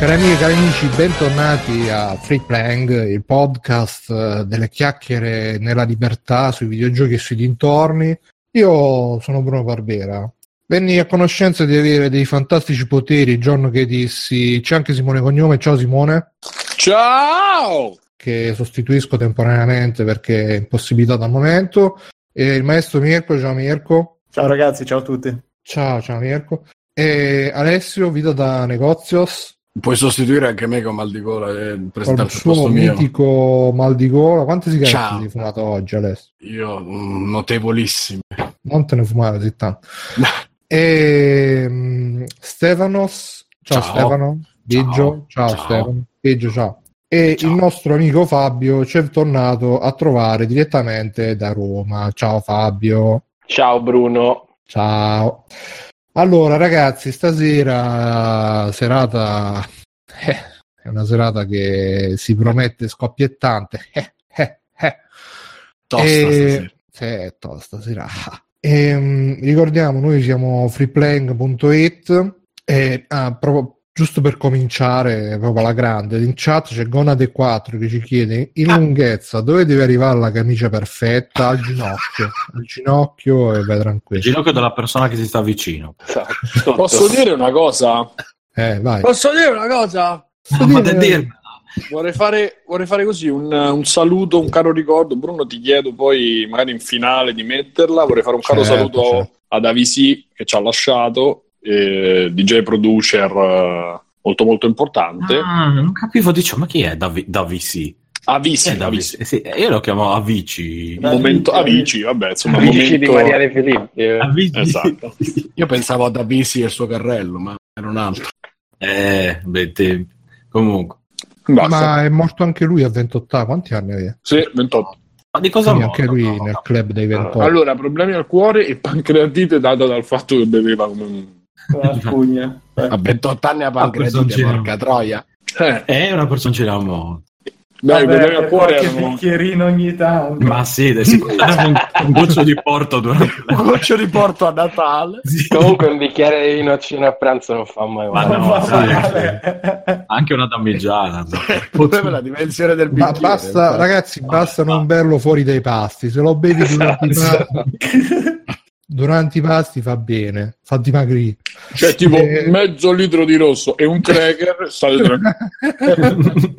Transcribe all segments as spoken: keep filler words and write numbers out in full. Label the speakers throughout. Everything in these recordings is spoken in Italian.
Speaker 1: Cari amiche e cari amici, bentornati a Free Playing, il podcast delle chiacchiere nella libertà sui videogiochi e sui dintorni. Io sono Bruno Barbera. Venni a conoscenza di avere dei fantastici poteri il giorno che dissi c'è anche Simone Cognome. Ciao Simone.
Speaker 2: Ciao!
Speaker 1: Che sostituisco temporaneamente perché è impossibilitato al momento. E il maestro Mirko. Ciao Mirko.
Speaker 3: Ciao ragazzi, ciao a tutti.
Speaker 1: Ciao, ciao Mirko. E Alessio, Vita da Negozios.
Speaker 2: Puoi sostituire anche me con mal di gola e presentare
Speaker 1: il suo mitico mal di gola. Quante sigarette hai fumato oggi, Alessio?
Speaker 2: Io mm, notevolissime.
Speaker 1: Non te ne fumare così tanto. E um, Stefanos, ciao, ciao Stefano, Biggio, ciao, ciao, ciao Stefano, Biggio, ciao. E ciao. Il nostro amico Fabio ci è tornato a trovare direttamente da Roma. Ciao Fabio.
Speaker 4: Ciao Bruno.
Speaker 1: Ciao. Allora ragazzi, stasera serata eh, è una serata che si promette scoppiettante. Eh, eh, eh.
Speaker 2: Tosta
Speaker 1: e... sì, è tosta stasera. E, um, ricordiamo, noi siamo freeplaying punto it e ah, proprio giusto per cominciare proprio alla grande, in chat c'è Gonade quattro che ci chiede in lunghezza dove deve arrivare la camicia perfetta. Al ginocchio, al ginocchio e vai tranquillo.
Speaker 5: Il ginocchio della persona che si sta vicino.
Speaker 2: Posso dire una cosa?
Speaker 1: Eh, vai.
Speaker 2: Posso dire una cosa?
Speaker 1: Posso
Speaker 5: no,
Speaker 1: dire...
Speaker 5: dire...
Speaker 2: Vorrei fare, vorrei fare così un, un saluto, un caro ricordo. Bruno, ti chiedo poi magari in finale di metterla. Vorrei fare un caro certo, saluto certo. ad A V C che ci ha lasciato, eh, D J producer eh, molto molto importante.
Speaker 5: Ah, non capivo, dicevo, ma chi è da V C?
Speaker 2: A V C,
Speaker 5: A V C. Eh, sì, io lo chiamo Avici.
Speaker 2: Momento Avici, vabbè, insomma,
Speaker 4: Avici
Speaker 2: momento...
Speaker 4: di Mariano Filippi.
Speaker 5: Avici.
Speaker 2: Esatto. Io pensavo ad Avisi e il suo carrello, ma era un altro.
Speaker 5: Eh, beh, te... comunque.
Speaker 1: Basta. Ma è morto anche lui a ventotto anni. Quanti anni aveva?
Speaker 2: Sì, ventotto.
Speaker 5: Ma di cosa
Speaker 1: morto? Anche lui no, nel club dei ventotto.
Speaker 2: Allora, problemi al cuore e pancreatite data dal fatto che beveva come un...
Speaker 3: una spugna.
Speaker 2: Eh. A ventotto anni a pancreatite, porca troia.
Speaker 5: Eh. È una personcina morta.
Speaker 2: Dai,
Speaker 3: vabbè,
Speaker 2: problemi al cuore
Speaker 3: qualche
Speaker 2: erano...
Speaker 3: bicchierino ogni tanto.
Speaker 5: Ma sì, dai, sicuramente un, un goccio di porto durante
Speaker 2: un goccio di porto a Natale.
Speaker 4: Sì. Comunque un bicchiere di vino a cena a pranzo non fa mai male.
Speaker 5: Ma no, sì, anche una damigiana.
Speaker 2: Potrebbe la dimensione del bicchiere.
Speaker 1: Ma basta, infatti. Ragazzi, basta non berlo fuori dai pasti. Se lo bevi durante i pasti, durante i pasti fa bene, fa dimagrire.
Speaker 2: Cioè, tipo
Speaker 1: e...
Speaker 2: mezzo litro di rosso e un cracker, state tranquilli.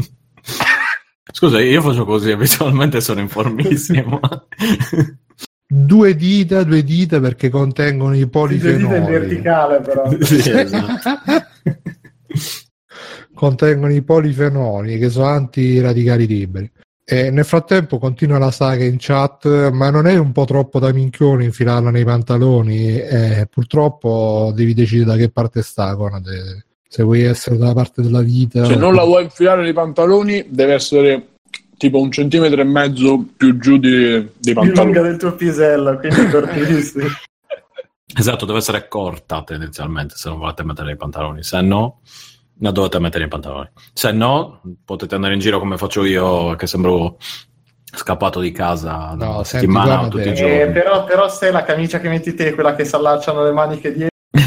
Speaker 5: Scusa, io faccio così, abitualmente sono informissimo.
Speaker 1: Due dita, due dita perché contengono i polifenoli.
Speaker 3: Due dita in verticale però.
Speaker 5: Sì, esatto.
Speaker 1: Contengono i polifenoli che sono anti-radicali liberi. E nel frattempo continua la saga in chat, ma non è un po' troppo da minchione infilarla nei pantaloni? Eh, purtroppo devi decidere da che parte sta, Conate. Se vuoi essere dalla parte della vita,
Speaker 2: se non la vuoi infilare nei pantaloni deve essere tipo un centimetro e mezzo più giù di, di pantaloni,
Speaker 3: più lunga del tuo pisello, quindi cortissimo.
Speaker 5: Esatto, deve essere corta tendenzialmente se non volete mettere i pantaloni, se no la dovete mettere i pantaloni, se no potete andare in giro come faccio io che sembro scappato di casa da
Speaker 1: no,
Speaker 5: una settimana tutti i giorni.
Speaker 3: Eh, però, però se la camicia che metti te, quella che si allacciano le maniche dietro.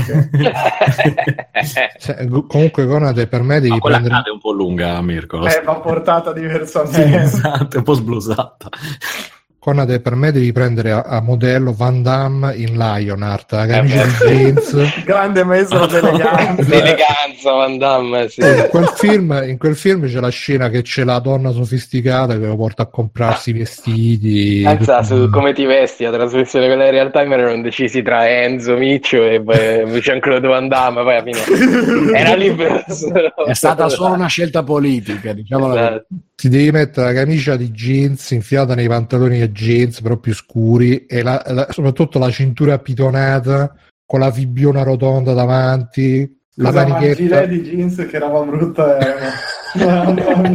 Speaker 1: Cioè, comunque Conate per me devi
Speaker 5: ma quella
Speaker 1: prendere
Speaker 5: è un po' lunga, Mirko,
Speaker 3: eh, va portata diversamente.
Speaker 5: Sì, esatto, è un po' sblusata.
Speaker 1: Conate per me devi prendere a, a modello Van Damme in Lionheart, la camicia di jeans,
Speaker 3: grande maestro d'eleganza
Speaker 4: d'eleganza Van Damme, sì.
Speaker 1: in quel film in quel film c'è la scena che c'è la donna sofisticata che lo porta a comprarsi i vestiti.
Speaker 4: Pensa su come ti vesti, la trasmissione quella in real time erano decisi tra Enzo Miccio e Jean-Claude Van Damme, poi alla fine era libero solo.
Speaker 2: È stata solo una scelta politica, diciamo.
Speaker 4: Esatto.
Speaker 1: Ti devi mettere la camicia di jeans infilata nei pantaloni e jeans però più scuri e la, la, soprattutto la cintura appitonata con la fibbiona rotonda davanti. La
Speaker 3: Scusa,
Speaker 1: manichetta
Speaker 3: ma di jeans che roba brutta era.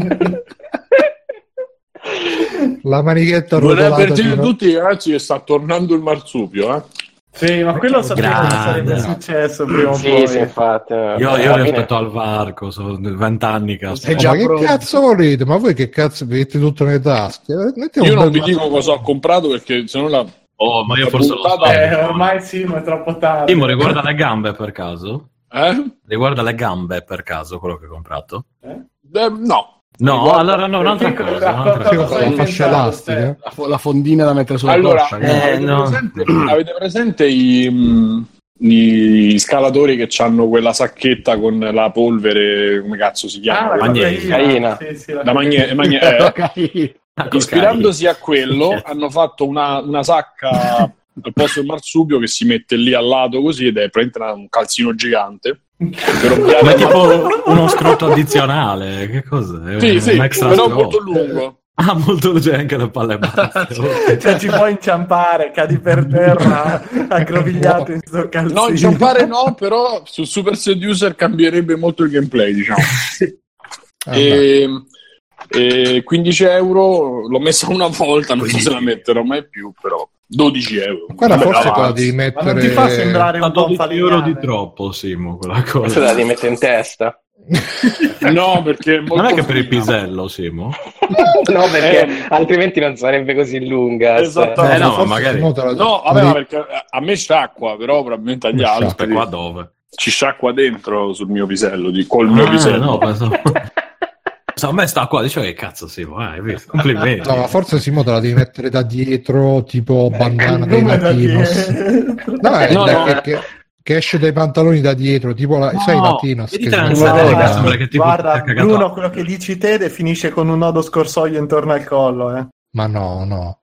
Speaker 1: la manichetta
Speaker 2: vorrei
Speaker 1: rotolata
Speaker 2: avvertire
Speaker 1: una...
Speaker 2: tutti ragazzi che sta tornando il marsupio, eh?
Speaker 3: Sì, ma quello sapevo che sarebbe successo prima o
Speaker 4: sì,
Speaker 3: poi.
Speaker 4: Sì, infatti.
Speaker 5: Io, io li aspetto al varco, sono vent'anni che aspetto.
Speaker 1: Ma che pronto. Cazzo volete? Ma voi che cazzo vedete tutte le tasche? Mettiamo
Speaker 2: io non
Speaker 1: bel...
Speaker 2: vi dico cosa ho comprato perché se no la...
Speaker 5: Oh, ma io forse
Speaker 2: puntata...
Speaker 5: lo so.
Speaker 3: Eh, ormai sì, ma è troppo tardi.
Speaker 5: Timo, riguarda le gambe per caso?
Speaker 2: Eh?
Speaker 5: Riguarda le gambe, per caso, quello che hai comprato?
Speaker 2: Eh? Eh, no.
Speaker 5: No,
Speaker 2: Riguarda...
Speaker 5: allora no, un'altra cosa. Un'altra
Speaker 1: Sì,
Speaker 5: cosa.
Speaker 1: la fascia elastica.
Speaker 6: La, fo- la fondina da mettere sulla
Speaker 2: Allora,
Speaker 6: coscia.
Speaker 5: eh,
Speaker 2: avete,
Speaker 5: no.
Speaker 2: presente, avete presente i, mh, i scalatori che hanno quella sacchetta con la polvere, come cazzo si chiama?
Speaker 3: Ah, la
Speaker 5: Magne-
Speaker 3: cocaina. Sì, sì, la
Speaker 2: Da magne- magne- eh.
Speaker 5: Ah,
Speaker 2: Ispirandosi a quello, hanno fatto una, una sacca al posto del marsupio che si mette lì al lato così ed è praticamente un calzino gigante. Per ovviare-
Speaker 5: Ma è tipo uno scrotto addizionale, che cos'è?
Speaker 2: Sì,
Speaker 5: Un
Speaker 2: sì,
Speaker 5: extra
Speaker 2: però
Speaker 5: scrotto.
Speaker 2: molto lungo.
Speaker 5: Ah, molto c'è anche le palle basse.
Speaker 3: Cioè ci puoi inciampare, cadi per terra aggrovigliato in sto calzino.
Speaker 2: No, inciampare no, però su Super Seducer cambierebbe molto il gameplay, diciamo.
Speaker 1: Ah,
Speaker 2: e, e quindici euro l'ho messa una volta, non so se la metterò mai più, però dodici euro.
Speaker 1: Guarda, forse te la
Speaker 2: avanti.
Speaker 1: devi
Speaker 3: Ma
Speaker 1: mettere.
Speaker 3: non ti fa sembrare
Speaker 5: Ma
Speaker 3: un po' un
Speaker 5: dodici euro di
Speaker 3: falegname?
Speaker 5: troppo, Simo, quella
Speaker 4: Questo
Speaker 5: cosa.
Speaker 4: la rimette in testa.
Speaker 2: No, perché è molto
Speaker 5: Non è che per il
Speaker 2: fina.
Speaker 5: pisello, Simo?
Speaker 4: No, perché
Speaker 2: Eh.
Speaker 4: altrimenti non sarebbe così lunga.
Speaker 2: Esatto.
Speaker 5: Eh, no,
Speaker 1: forse
Speaker 5: ma magari-
Speaker 1: se no te la-
Speaker 2: No, vabbè, ma perché a me sciacqua, però probabilmente agli
Speaker 1: Come
Speaker 2: altri
Speaker 5: Aspetta, qua dove?
Speaker 2: ci sciacqua dentro sul mio pisello, di, col mio
Speaker 5: Ah,
Speaker 2: pisello.
Speaker 5: no, pensavo... So, a me sta qua, dicevo che cazzo Simo, eh, hai visto? Complimenti.
Speaker 1: No, ma forse Simo te la devi mettere da dietro, tipo bandana dei
Speaker 3: Come da
Speaker 1: Latinos.
Speaker 3: dietro.
Speaker 1: No, è
Speaker 2: No,
Speaker 1: da-
Speaker 2: no.
Speaker 1: Che, che- che esce dai pantaloni da dietro, tipo la,
Speaker 5: No,
Speaker 1: sai i Latinos
Speaker 5: vedi
Speaker 1: che
Speaker 5: te
Speaker 1: si
Speaker 5: la
Speaker 1: mettono-
Speaker 5: insalata,
Speaker 3: Guarda,
Speaker 5: che sembra che tipo
Speaker 3: guarda,
Speaker 5: ti ha cagato
Speaker 3: Bruno,
Speaker 5: a-
Speaker 3: quello che dici te de- finisce con un nodo scorsoio intorno al collo, eh.
Speaker 1: Ma no, no.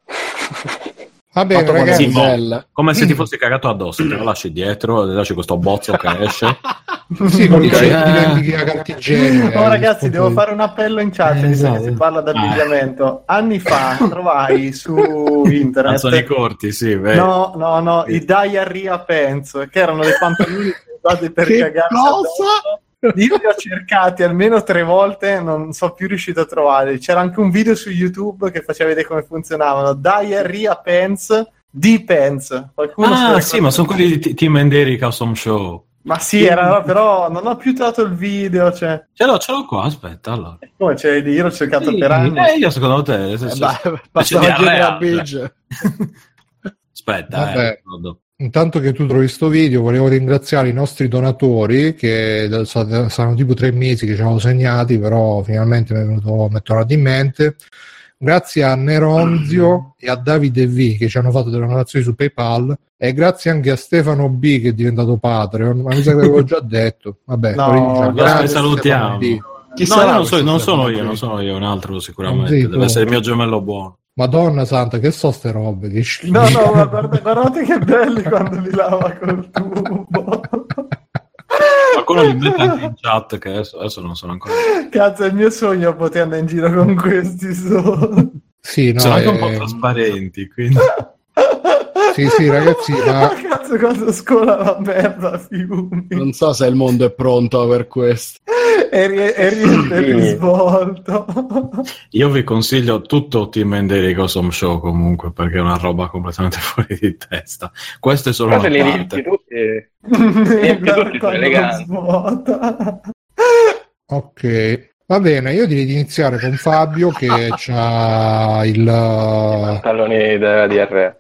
Speaker 1: Va bene,
Speaker 6: Fatto con le
Speaker 1: ragazzi.
Speaker 5: Simo,
Speaker 6: zelle.
Speaker 5: come se ti fossi cagato addosso, te lo lasci dietro, le lasci questo bozzo che esce.
Speaker 1: Sì, con i
Speaker 5: Ok.
Speaker 1: ceppi di carta igienica.
Speaker 3: Oh, ragazzi,
Speaker 1: eh,
Speaker 3: devo fare un appello in chat,
Speaker 5: Eh,
Speaker 3: visto che
Speaker 5: esatto.
Speaker 3: si parla d'abbigliamento. Anni fa trovai su
Speaker 5: Canzoni
Speaker 3: internet
Speaker 5: corti, sì, vero.
Speaker 3: no, no, no, i diarrhea pants, che erano dei pantaloni usati per
Speaker 1: Che
Speaker 3: cagarsi
Speaker 1: cosa?
Speaker 3: addosso. Io li ho cercati almeno tre volte, non sono più riuscito a trovarli. C'era anche un video su YouTube che faceva vedere come funzionavano. Diarrhea pants, D-pants. Qualcuno
Speaker 5: Ah,
Speaker 3: se-
Speaker 5: sì, ma sono quelli di T- Team Enderi Custom Show.
Speaker 3: Ma sì, era, però non ho più trovato il video. Cioè,
Speaker 5: Ce l'ho, ce l'ho qua, aspetta, allora.
Speaker 3: come c'è lì? Io l'ho cercato
Speaker 5: Sì,
Speaker 3: per anni.
Speaker 5: eh, io secondo te... se-
Speaker 6: Eh,
Speaker 5: se-
Speaker 6: beh,
Speaker 5: se-
Speaker 6: bastava
Speaker 5: se-
Speaker 6: chiedere a
Speaker 5: diarrea,
Speaker 6: Bidge.
Speaker 5: Aspetta,
Speaker 1: Vabbè.
Speaker 5: eh, ricordo.
Speaker 1: Intanto che tu trovi sto video, volevo ringraziare i nostri donatori che so- saranno tipo tre mesi che ci avevo segnati, però finalmente mi è venuto mi è tornato in mente. Grazie a Neronzio e a Davide V che ci hanno fatto delle donazioni su PayPal, e grazie anche a Stefano B che è diventato Patreon, ma mi sa che l'avevo già detto. Vabbè,
Speaker 3: No,
Speaker 1: poi diciamo,
Speaker 3: lo
Speaker 1: grazie
Speaker 5: salutiamo.
Speaker 1: Stefano B.
Speaker 6: Chi
Speaker 5: No,
Speaker 6: sarà
Speaker 5: io non, so,
Speaker 6: questo
Speaker 5: non sono
Speaker 6: Stefano
Speaker 5: io,
Speaker 6: B?
Speaker 5: non sono io, un altro sicuramente.
Speaker 1: Zitto.
Speaker 5: Deve essere il mio gemello buono.
Speaker 1: Madonna santa, che so ste robe, che schifo.
Speaker 3: No, no, ma guarda- guardate che belli quando li lava col tubo.
Speaker 5: Qualcuno li mette anche in chat, che adesso, adesso non sono ancora...
Speaker 3: Cazzo, è il mio sogno poter andare in giro con questi solo.
Speaker 1: Sì, no,
Speaker 5: sono anche un
Speaker 1: eh,
Speaker 5: po' trasparenti, quindi...
Speaker 1: sì, sì, ragazzi, ma
Speaker 3: Cazzo, quando scola la merda a fiumi.
Speaker 6: Non so se il mondo è pronto per questo.
Speaker 3: E, rie- e riempie il risvolto.
Speaker 5: Io vi consiglio tutto Team Enderi Custom Show comunque, perché è una roba completamente fuori di testa. Queste sono
Speaker 4: Però se li
Speaker 5: una
Speaker 4: riempi
Speaker 5: parte.
Speaker 4: tutti, riempi tutti sono
Speaker 3: Quando
Speaker 4: eleganti.
Speaker 3: svuota.
Speaker 1: ok, va bene, io direi di iniziare con Fabio che c'ha il
Speaker 4: Pantaloni della D R.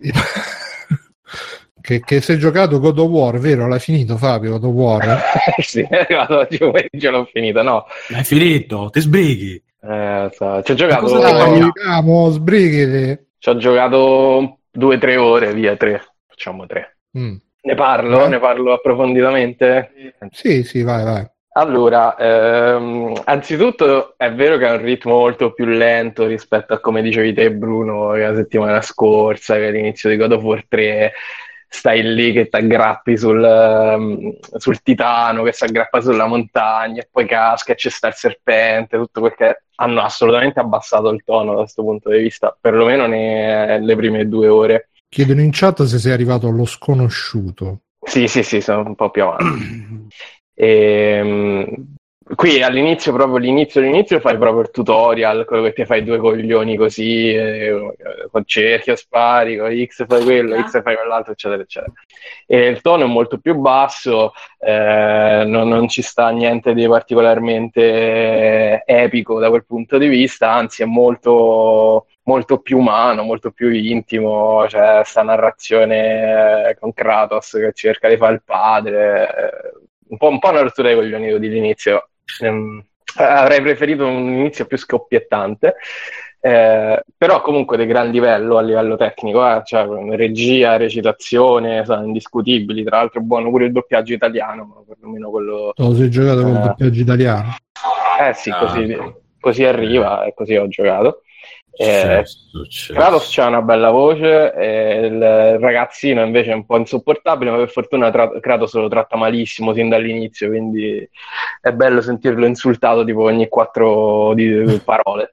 Speaker 1: che, che si è giocato God of War, vero? L'hai finito Fabio God of War?
Speaker 4: Sì, è arrivato oggi pomeriggio, l'ho finita, no.
Speaker 5: Ma è finito, ti sbrighi.
Speaker 4: Eh, so, ci ho
Speaker 5: cosa
Speaker 4: giocato,
Speaker 5: dai?
Speaker 1: Dai, vamo, sbrighiti.
Speaker 4: ci ho giocato due o tre ore, via, tre. Facciamo tre.
Speaker 1: Mm.
Speaker 4: Ne parlo?
Speaker 1: Eh?
Speaker 4: Ne parlo approfonditamente?
Speaker 1: Sì, sì, vai, vai.
Speaker 4: Allora, ehm, anzitutto è vero che è un ritmo molto più lento rispetto a come dicevi te, Bruno, la settimana scorsa, che all'inizio di God of War tre stai lì che ti aggrappi sul, ehm, sul titano, che si aggrappa sulla montagna, e poi casca e c'è sta il serpente, tutto perché hanno assolutamente abbassato il tono da questo punto di vista, perlomeno nelle prime due ore.
Speaker 1: Chiedono in chat se sei arrivato allo sconosciuto.
Speaker 4: Sì, sì, sì, sono un po' più avanti. E, qui all'inizio, proprio l'inizio, l'inizio fai proprio il tutorial, quello che ti fai due coglioni così, eh, con cerchio spari, con X fai quello, X fai quell'altro, eccetera, eccetera. E il tono è molto più basso, eh, non, non ci sta niente di particolarmente epico da quel punto di vista, anzi è molto, molto più umano, molto più intimo, c'è cioè sta narrazione eh, con Kratos che cerca di fare il padre, eh, un po', un po' una rottura dei coglioni di l'inizio. Um, avrei preferito un inizio più scoppiettante, eh, però comunque di gran livello a livello tecnico, eh, cioè regia, recitazione sono indiscutibili. Tra l'altro è buono pure il doppiaggio italiano, ma perlomeno quello...
Speaker 1: Lo sei giocato
Speaker 4: eh,
Speaker 1: col doppiaggio italiano?
Speaker 4: Eh sì, così,
Speaker 5: Ah,
Speaker 4: così arriva e così ho giocato. Eh,
Speaker 5: Successo.
Speaker 4: Kratos c'ha una bella voce, e il ragazzino invece è un po' insopportabile, ma per fortuna tra- Kratos lo tratta malissimo sin dall'inizio, quindi è bello sentirlo insultato tipo ogni quattro di parole.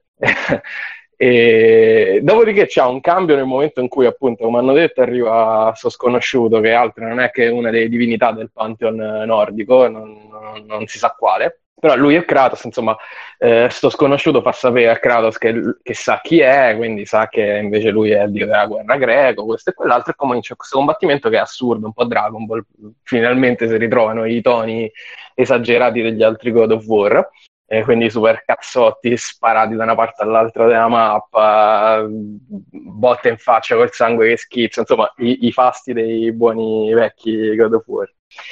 Speaker 4: E dopodiché c'è un cambio nel momento in cui, appunto, come hanno detto, arriva sto sconosciuto, che altro non è che una delle divinità del Pantheon nordico, non, non, non si sa quale. Però lui è Kratos, insomma, eh, sto sconosciuto fa sapere a Kratos che, che sa chi è, quindi sa che invece lui è il dio della guerra greco, questo e quell'altro, e comincia questo combattimento che è assurdo, un po' Dragon Ball. Finalmente si ritrovano i toni esagerati degli altri God of War, eh, quindi super cazzotti sparati da una parte all'altra della mappa, botte in faccia col sangue che schizza, insomma, i, i fasti dei buoni vecchi God of War.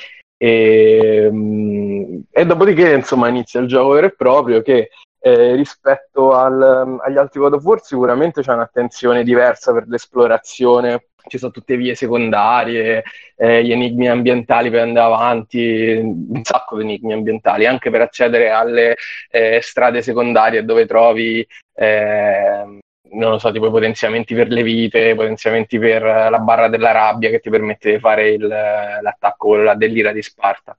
Speaker 4: E, e dopodiché insomma inizia il gioco vero e proprio che eh, rispetto al, agli altri God of War sicuramente c'è un'attenzione diversa per l'esplorazione, ci sono tutte vie secondarie, eh, gli enigmi ambientali per andare avanti, un sacco di enigmi ambientali anche per accedere alle eh, strade secondarie dove trovi eh, non lo so, tipo i potenziamenti per le vite, i potenziamenti per la barra della rabbia che ti permette di fare il, l'attacco, quello là dell'ira di Sparta.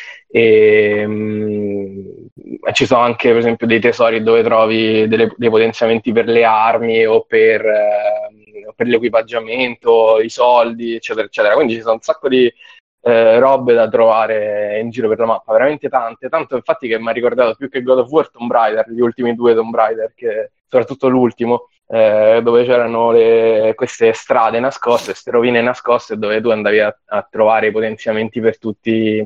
Speaker 4: E, mh, ci sono anche, per esempio, dei tesori dove trovi delle, dei potenziamenti per le armi o per, eh, per l'equipaggiamento, i soldi, eccetera, eccetera. Quindi ci sono un sacco di eh, robe da trovare in giro per la mappa, veramente tante, tanto infatti che mi ha ricordato più che God of War Tomb Raider, gli ultimi due Tomb Raider, che, soprattutto l'ultimo, eh, dove c'erano le, queste strade nascoste, queste rovine nascoste dove tu andavi a, a trovare i potenziamenti per tutti,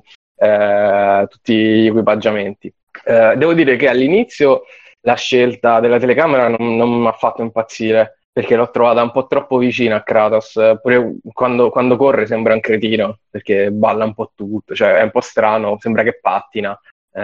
Speaker 4: eh, tutti gli equipaggiamenti. Eh, devo dire che all'inizio la scelta della telecamera non, non mi ha fatto impazzire, perché l'ho trovata un po' troppo vicina a Kratos, pure quando, quando corre sembra un cretino, perché balla un po' tutto, cioè è un po' strano, sembra che pattina. Eh,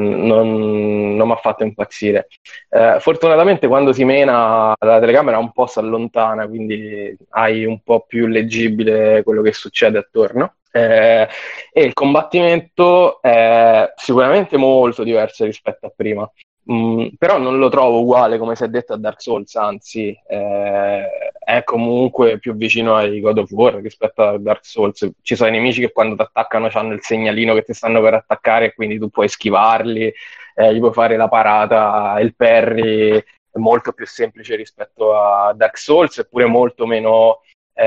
Speaker 4: non, non mi ha fatto impazzire. Eh, fortunatamente quando si mena la telecamera un po' si allontana, quindi hai un po' più leggibile quello che succede attorno. Eh, e il combattimento è sicuramente molto diverso rispetto a prima. Mm, però non lo trovo uguale, come si è detto, a Dark Souls, anzi eh, è comunque più vicino ai God of War rispetto a Dark Souls. Ci sono i nemici che quando ti attaccano hanno il segnalino che ti stanno per attaccare e quindi tu puoi schivarli, eh, gli puoi fare la parata, il parry, è molto più semplice rispetto a Dark Souls, eppure molto meno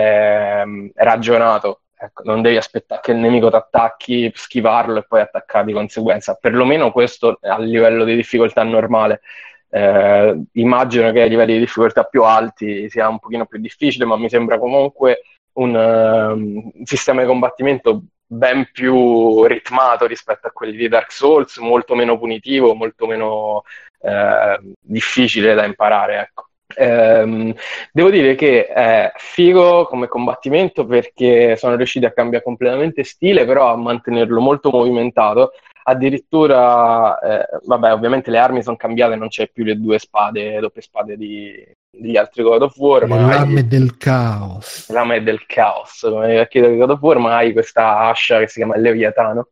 Speaker 4: eh, ragionato. Ecco, non devi aspettare che il nemico ti attacchi, schivarlo e poi attaccare di conseguenza. Perlomeno questo a livello di difficoltà normale. Eh, immagino che a livelli di difficoltà più alti sia un pochino più difficile, ma mi sembra comunque un, um, un sistema di combattimento ben più ritmato rispetto a quelli di Dark Souls, molto meno punitivo, molto meno eh, difficile da imparare, ecco. Um, devo dire che è figo come combattimento perché sono riusciti a cambiare completamente stile, però a mantenerlo molto movimentato. Addirittura, eh, vabbè, ovviamente le armi sono cambiate, non c'è più le due spade, doppie spade di, degli altri God of War.
Speaker 1: Le
Speaker 4: ma
Speaker 1: lame
Speaker 4: hai,
Speaker 1: del caos.
Speaker 4: lame del caos, come i vecchi God of War, ma hai questa ascia che si chiama il Leviatano.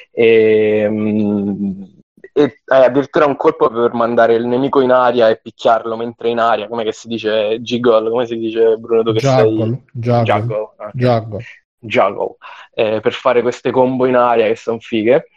Speaker 4: E, um, e hai addirittura un colpo per mandare il nemico in aria e picchiarlo mentre è in aria, come che si dice Jiggle, come si dice Bruno tu che
Speaker 1: Juggle,
Speaker 4: sei
Speaker 1: juggle,
Speaker 4: Juggle, okay.
Speaker 1: juggle.
Speaker 4: Juggle. Eh, per fare queste combo in aria che sono fighe,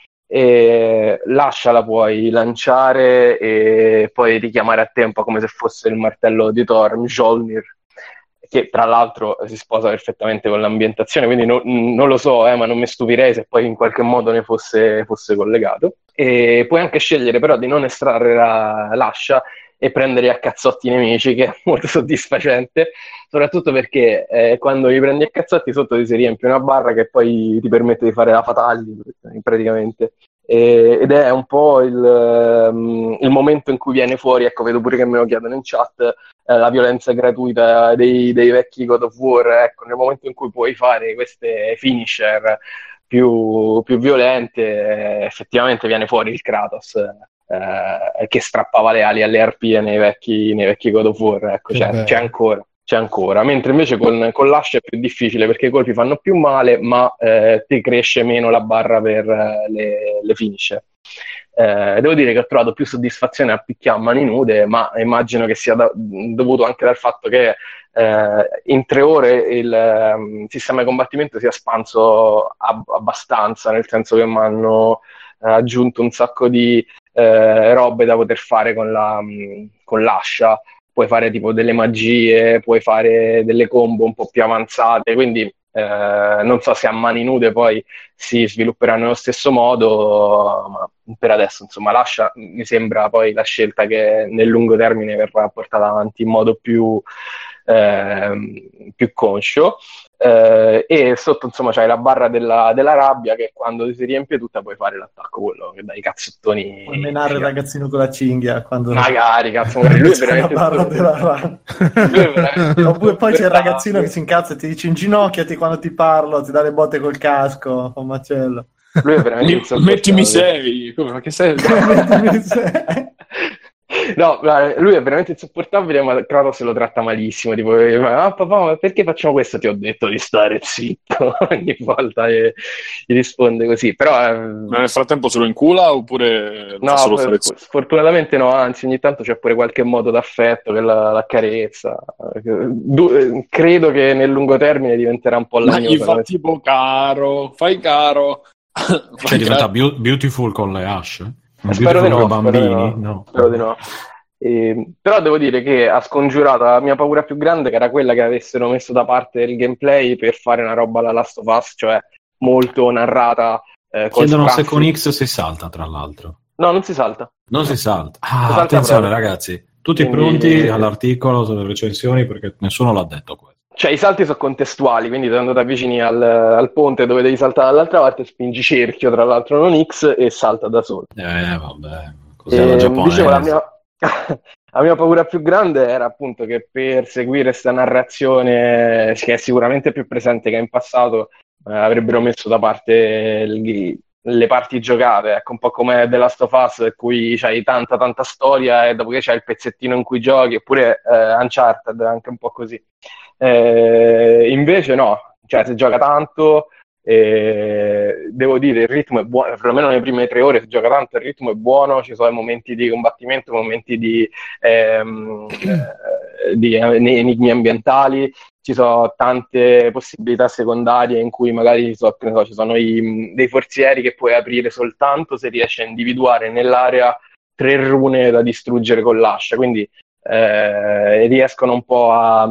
Speaker 4: e l'ascia la puoi lanciare e poi richiamare a tempo come se fosse il martello di Thor, Mjolnir, che tra l'altro si sposa perfettamente con l'ambientazione, quindi no, non lo so, eh, ma non mi stupirei se poi in qualche modo ne fosse, fosse collegato. E puoi anche scegliere però di non estrarre la, l'ascia e prendere a cazzotti i nemici, che è molto soddisfacente, soprattutto perché eh, quando li prendi a cazzotti sotto ti si riempie una barra che poi ti permette di fare la fatali, praticamente. E, ed è un po' il, um, il momento in cui viene fuori, ecco, vedo pure che me lo chiedono in chat, eh, la violenza gratuita dei, dei vecchi God of War, ecco, nel momento in cui puoi fare queste finisher più, più violente, eh, effettivamente viene fuori il Kratos eh, che strappava le ali alle arpie nei vecchi, nei vecchi God of War, ecco, c'è, c'è ancora. C'è ancora, mentre invece con, con l'Ascia è più difficile perché i colpi fanno più male, ma eh, ti cresce meno la barra per eh, le, le finisce. Eh, devo dire che ho trovato più soddisfazione a picchiare a mani nude, ma immagino che sia da, dovuto anche dal fatto che eh, in tre ore il um, sistema di combattimento si è espanso ab- abbastanza, nel senso che mi hanno eh, aggiunto un sacco di eh, robe da poter fare con, la, um, con l'Ascia. Puoi fare tipo delle magie, puoi fare delle combo un po' più avanzate, quindi eh, non so se a mani nude poi si svilupperanno nello stesso modo, ma per adesso insomma l'Ascia mi sembra poi la scelta che nel lungo termine verrà portata avanti in modo più, eh, più conscio. Eh, e sotto insomma c'hai la barra della, della rabbia che quando ti si riempie tutta puoi fare l'attacco quello che dai cazzottoni,
Speaker 3: puoi menare il ragazzino con la cinghia quando...
Speaker 4: magari cazzo magari lui è veramente
Speaker 3: la barra della rabbia. Oppure poi c'è il ragazzino che si incazza e ti dice inginocchiati quando ti parlo, ti dà le botte col casco, fa un macello.
Speaker 4: Lui è veramente
Speaker 2: mettimi sei, come, ma che sei?
Speaker 3: Mettimi sei.
Speaker 4: No, lui è veramente insopportabile, ma Kratos se lo tratta malissimo, tipo, ah papà, ma perché facciamo questo? Ti ho detto di stare zitto, ogni volta gli, gli risponde così, però... Eh,
Speaker 2: ma nel frattempo se lo incula oppure
Speaker 4: no,
Speaker 2: solo
Speaker 4: per, sfortunatamente no, anzi ogni tanto c'è pure qualche modo d'affetto che la, la carezza, du- credo che nel lungo termine diventerà un po' la
Speaker 2: ma gli fa tipo caro, fai caro...
Speaker 5: Cioè diventa be- beautiful con le asce?
Speaker 4: Spero di no,
Speaker 5: bambini?
Speaker 4: spero di no.
Speaker 5: No.
Speaker 4: Spero di no. Eh, però devo dire che ha scongiurato la mia paura più grande, che era quella che avessero messo da parte il gameplay per fare una roba alla Last of Us, cioè molto narrata. Eh,
Speaker 5: Chiedono se con X si salta, tra l'altro.
Speaker 4: No, non si salta.
Speaker 5: Non si salta. Ah,
Speaker 4: si salta
Speaker 5: attenzione
Speaker 4: proprio.
Speaker 5: Ragazzi, tutti
Speaker 4: Quindi...
Speaker 5: pronti all'articolo sulle recensioni perché nessuno l'ha detto questo.
Speaker 4: Cioè i salti sono contestuali, quindi quando ti avvicini al, al ponte dove devi saltare dall'altra parte, spingi cerchio, tra l'altro non X, e salta da solo.
Speaker 5: Eh, vabbè, così alla giapponese.
Speaker 4: Dicevo, la mia, la mia paura più grande era appunto che per seguire questa narrazione, che è sicuramente più presente che in passato, eh, avrebbero messo da parte il, le parti giocate, ecco, un po' come The Last of Us, in cui c'hai tanta tanta storia e dopodiché c'hai il pezzettino in cui giochi, oppure eh, Uncharted, anche un po' così. Eh, invece no, cioè si gioca tanto, eh, devo dire il ritmo è buono, perlomeno nelle prime tre ore si gioca tanto, il ritmo è buono, ci sono momenti di combattimento, momenti di, ehm, eh, di enigmi ambientali, ci sono tante possibilità secondarie in cui magari ci sono, so, ci sono i, dei forzieri che puoi aprire soltanto se riesci a individuare nell'area tre rune da distruggere con l'ascia, quindi eh, riescono un po' a...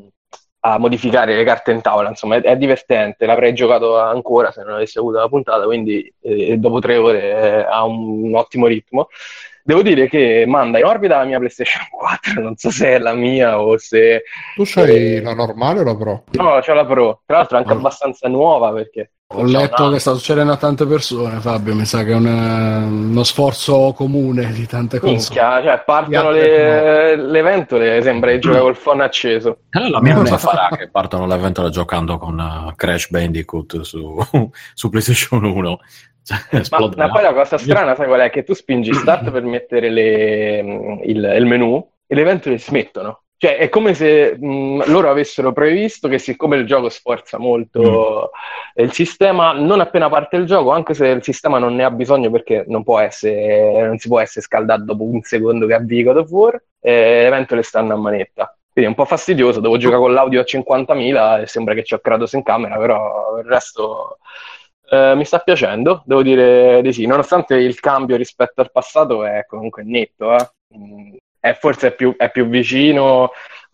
Speaker 4: a modificare le carte in tavola, insomma è, è divertente, l'avrei giocato ancora se non avessi avuto la puntata, quindi eh, dopo tre ore eh, ha un, un ottimo ritmo. Devo dire che manda in orbita la mia PlayStation quattro, non so se è la mia o se...
Speaker 1: Tu c'hai
Speaker 4: eh...
Speaker 1: la normale o la Pro?
Speaker 4: No, c'ho la Pro, tra l'altro anche oh. abbastanza nuova perché...
Speaker 6: Ho letto che sta succedendo a tante persone, Fabio, mi sa che è un, uno sforzo comune di tante cose.
Speaker 4: Minchia, cioè partono le, le ventole, sembra di giocare col phone acceso.
Speaker 5: Eh, la mia cosa farà che partono le ventole giocando con uh, Crash Bandicoot su, su PlayStation uno. Cioè,
Speaker 4: ma, ma poi la cosa strana, sai qual è? Che tu spingi start per mettere le, il, il menu e le ventole smettono. Cioè è come se mh, loro avessero previsto che siccome il gioco sforza molto mm. il sistema, non appena parte il gioco, anche se il sistema non ne ha bisogno perché non può essere, non si può essere scaldato dopo un secondo che avvii God of War, eh, le ventole stanno a manetta. Quindi è un po' fastidioso, devo giocare con l'audio a cinquantamila e sembra che c'ho Kratos in camera, però il resto eh, mi sta piacendo, devo dire di sì, nonostante il cambio rispetto al passato è comunque netto, eh. Mm. È forse è più, è più vicino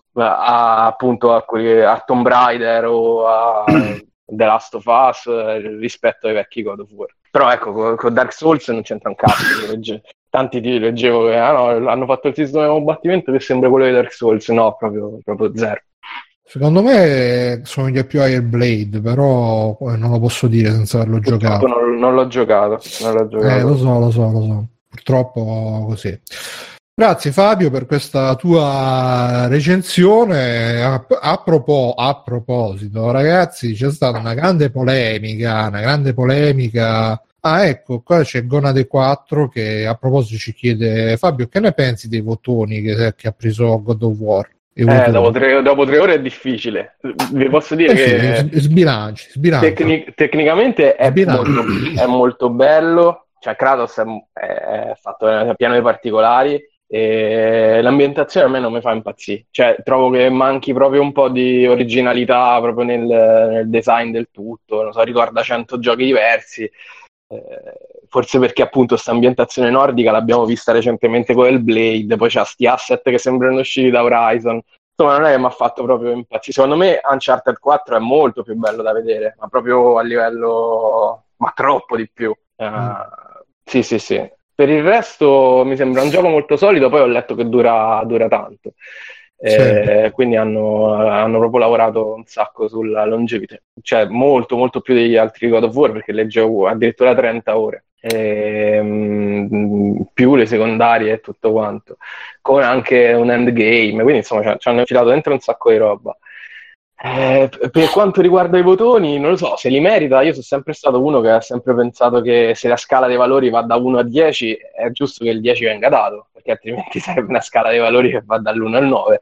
Speaker 4: a, appunto a, a Tomb Raider o a The Last of Us rispetto ai vecchi God of War. Però ecco, con, con Dark Souls non c'entra un cazzo. Legge, tanti ti leggevo che ah, no, hanno fatto il sistema di combattimento che sembra quello di Dark Souls. No, proprio, proprio zero.
Speaker 1: Secondo me somiglia più a Airblade, però non lo posso dire senza averlo
Speaker 4: Purtroppo
Speaker 1: giocato.
Speaker 4: Non, non l'ho giocato. Non l'ho giocato.
Speaker 1: Eh, lo so, lo so, lo so. Purtroppo così. Grazie Fabio per questa tua recensione. A, a, propo- a proposito, ragazzi, c'è stata una grande polemica, una grande polemica. Ah, ecco, qua c'è Gonade quattro che a proposito ci chiede: Fabio, che ne pensi dei votoni che, che ha preso God of War?
Speaker 4: Eh, dopo, tre, dopo tre ore è difficile. Vi posso dire
Speaker 1: eh
Speaker 4: che
Speaker 1: sì, sbilanci, sbilanci.
Speaker 4: Tecni- tecnicamente è molto, è molto bello. Cioè, Kratos è, è fatto pieno di particolari. E l'ambientazione a me non mi fa impazzire, cioè trovo che manchi proprio un po' di originalità proprio nel, nel design del tutto, non so, ricorda cento giochi diversi, eh, forse perché appunto questa ambientazione nordica l'abbiamo vista recentemente con il Blade, poi c'ha sti asset che sembrano usciti da Horizon, insomma non è che mi ha fatto proprio impazzire. Secondo me Uncharted quattro è molto più bello da vedere, ma proprio a livello, ma troppo di più. Uh, mm. Sì, sì, sì. Per il resto mi sembra un gioco molto solido, poi ho letto che dura, dura tanto. Eh, sì. Quindi hanno, hanno proprio lavorato un sacco sulla longevità, cioè molto molto più degli altri God of War, perché leggevo addirittura trenta ore, e, mh, più le secondarie e tutto quanto, con anche un endgame, quindi insomma ci hanno infilato dentro un sacco di roba. Eh, per quanto riguarda i votoni, non lo so se li merita. Io sono sempre stato uno che ha sempre pensato che se la scala dei valori va da uno a dieci è giusto che il dieci venga dato, perché altrimenti sarebbe una scala dei valori che va dall'uno al nove.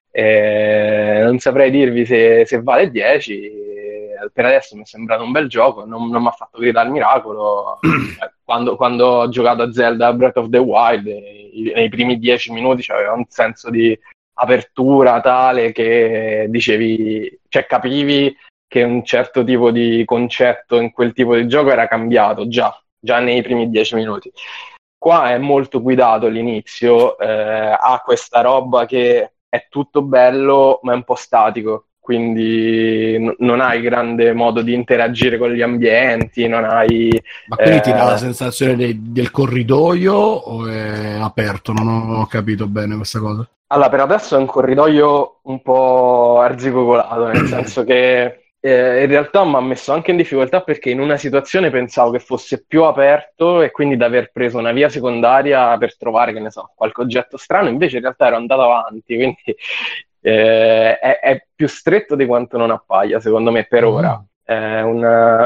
Speaker 4: Eh, non saprei dirvi se, se vale dieci. Per adesso mi è sembrato un bel gioco, non, non mi ha fatto gridare al miracolo. quando, quando ho giocato a Zelda Breath of the Wild, nei, nei primi dieci minuti c'aveva un senso di apertura tale che dicevi, cioè capivi che un certo tipo di concetto in quel tipo di gioco era cambiato già, già nei primi dieci minuti. Qua è molto guidato l'inizio, eh, ha questa roba che è tutto bello ma è un po' statico, quindi n- non hai grande modo di interagire con gli ambienti, non hai...
Speaker 6: Ma quindi eh... ti dà la sensazione de- del corridoio o è aperto? Non ho capito bene questa cosa.
Speaker 4: Allora, per adesso è un corridoio un po' arzigogolato, nel senso che eh, in realtà mi ha messo anche in difficoltà perché in una situazione pensavo che fosse più aperto e quindi di aver preso una via secondaria per trovare, che ne so, qualche oggetto strano, invece in realtà ero andato avanti, quindi eh, è, è più stretto di quanto non appaia, secondo me, per ora. È una...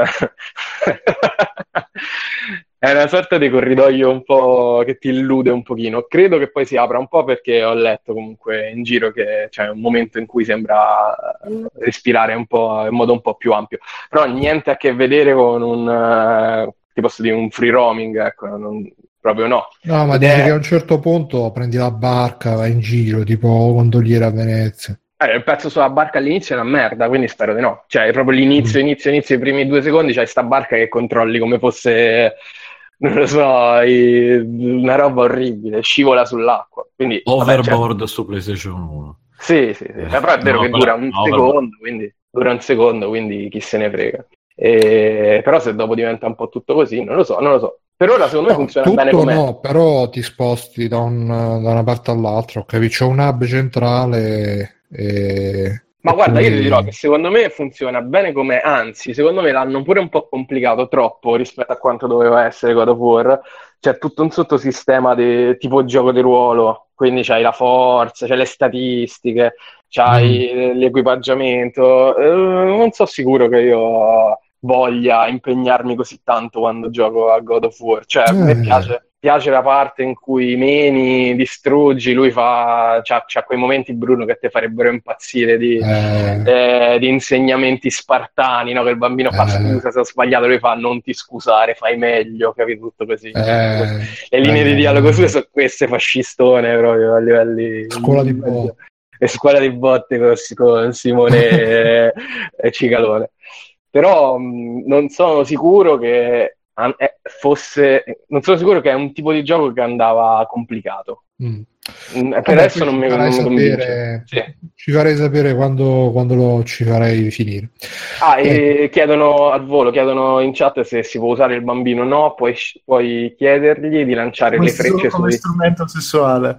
Speaker 4: è una sorta di corridoio un po' che ti illude un pochino. Credo che poi si apra un po' perché ho letto comunque in giro che c'è un momento in cui sembra respirare un po' in modo un po' più ampio. Però niente a che vedere con un, uh, ti posso dire, un free roaming, ecco, non, proprio no.
Speaker 1: No, ma
Speaker 4: Ed
Speaker 1: dici
Speaker 4: è...
Speaker 1: che a un certo punto prendi la barca, vai in giro, tipo gondoliere a Venezia.
Speaker 4: Eh, il pezzo sulla barca all'inizio è una merda, quindi spero di no. Cioè, proprio l'inizio, mm. inizio, inizio, i primi due secondi c'hai sta barca che controlli come fosse, non lo so, i... una roba orribile, scivola sull'acqua. Quindi,
Speaker 5: Overboard
Speaker 4: vabbè,
Speaker 5: su PlayStation uno.
Speaker 4: Sì, sì, sì. Eh, però è vero no, che però, dura un no, secondo, quindi dura un secondo, quindi chi se ne frega. E... Però se dopo diventa un po' tutto così, non lo so, non lo so. Per ora secondo
Speaker 1: no,
Speaker 4: me funziona bene com'è.
Speaker 1: No, però ti sposti da, un, da una parte all'altra, ok? C'è un hub centrale e...
Speaker 4: Ma
Speaker 1: e
Speaker 4: guarda,
Speaker 1: poi...
Speaker 4: io ti dirò che secondo me funziona bene com'è, anzi, secondo me l'hanno pure un po' complicato troppo rispetto a quanto doveva essere God of War. C'è tutto un sottosistema di tipo gioco di ruolo, quindi c'hai la forza, c'hai le statistiche, c'hai mm. l'equipaggiamento. Eh, non sono sicuro che io voglia impegnarmi così tanto quando gioco a God of War. Cioè, a me
Speaker 1: eh.
Speaker 4: piace, piace la parte in cui meni, distruggi, lui fa... C'ha, c'ha quei momenti, Bruno, che ti farebbero impazzire di,
Speaker 1: Eh.
Speaker 4: eh, di insegnamenti spartani, no? Che il bambino fa
Speaker 1: Eh.
Speaker 4: scusa se ho sbagliato, lui fa non ti scusare, fai meglio, capito? Tutto così.
Speaker 1: Eh.
Speaker 4: Le linee
Speaker 1: eh.
Speaker 4: di dialogo sue sono queste, fascistone proprio a livelli...
Speaker 1: Scuola di botte.
Speaker 4: E scuola di botte con, con Simone e, e Cicalone. Però mh, non sono sicuro che an- fosse non sono sicuro che è un tipo di gioco che andava complicato. Mm. Mm, per Vabbè, adesso non mi, non mi convince. Sì.
Speaker 1: Ci farei sapere quando, quando lo ci farei finire.
Speaker 4: Ah, eh. e chiedono al volo, chiedono in chat se si può usare il bambino. No, puoi, puoi chiedergli di lanciare
Speaker 3: come
Speaker 4: le frecce
Speaker 3: come
Speaker 4: sui...
Speaker 3: strumento sessuale.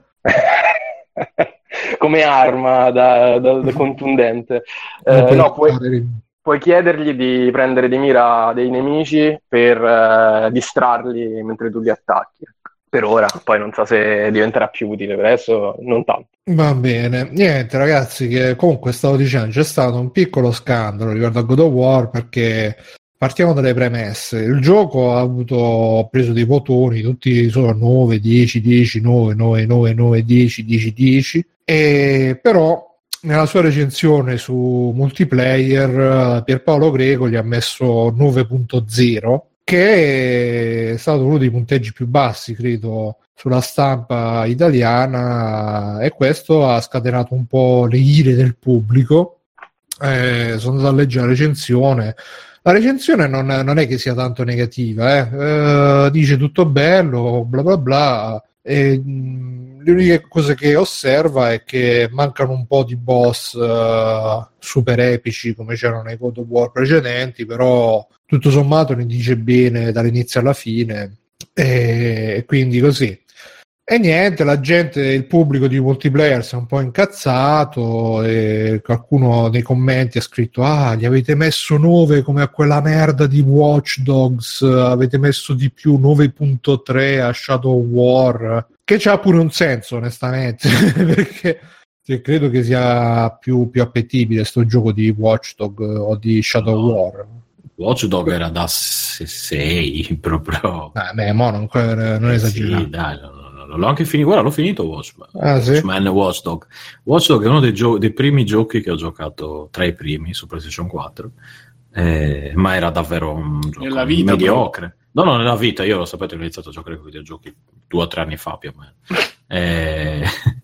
Speaker 4: Come arma da, da, da contundente. Eh, no, puoi... Puoi chiedergli di prendere di mira dei nemici per uh, distrarli mentre tu li attacchi. per ora, poi non so se diventerà più utile, per adesso non tanto.
Speaker 1: Va bene, niente ragazzi, che comunque stavo dicendo, c'è stato un piccolo scandalo riguardo a God of War, perché partiamo dalle premesse. Il gioco ha avuto ha preso dei votoni, tutti sono nove, dieci, dieci, nove, nove, nove, nove, dieci, dieci, dieci, e però nella sua recensione su multiplayer Pierpaolo Greco gli ha messo nove punto zero, che è stato uno dei punteggi più bassi, credo, sulla stampa italiana, e questo ha scatenato un po' le ire del pubblico. Eh, sono andato a leggere la recensione. La recensione non, non è che sia tanto negativa, eh. Eh, dice tutto bello, bla bla bla, e mh, le uniche cose che osserva è che mancano un po' di boss uh, super epici come c'erano nei God of War precedenti, però tutto sommato ne dice bene dall'inizio alla fine, e quindi così. E niente, la gente, il pubblico di multiplayer si è un po' incazzato, e qualcuno nei commenti ha scritto: ah, gli avete messo nove come a quella merda di Watch Dogs, avete messo di più, nove punto tre a Shadow War, che c'ha pure un senso onestamente perché credo che sia più, più appetibile sto gioco di Watch Dog o di Shadow no. War.
Speaker 5: Watch Dog era da sei proprio.
Speaker 1: Ah, beh, mo non, non esagerare.
Speaker 5: Sì, dai, l'ho anche finito, guarda, l'ho finito Watchman.
Speaker 1: Ah, sì?
Speaker 5: Watchman e Watch Dog. Watch Dog è uno dei, gio- dei primi giochi che ho giocato, tra i primi su PlayStation quattro, eh, ma era davvero un gioco
Speaker 2: nella vita,
Speaker 5: mediocre. Però. No, no, nella vita, io lo sapete, ho iniziato a giocare con i videogiochi due o tre anni fa più o meno. eh,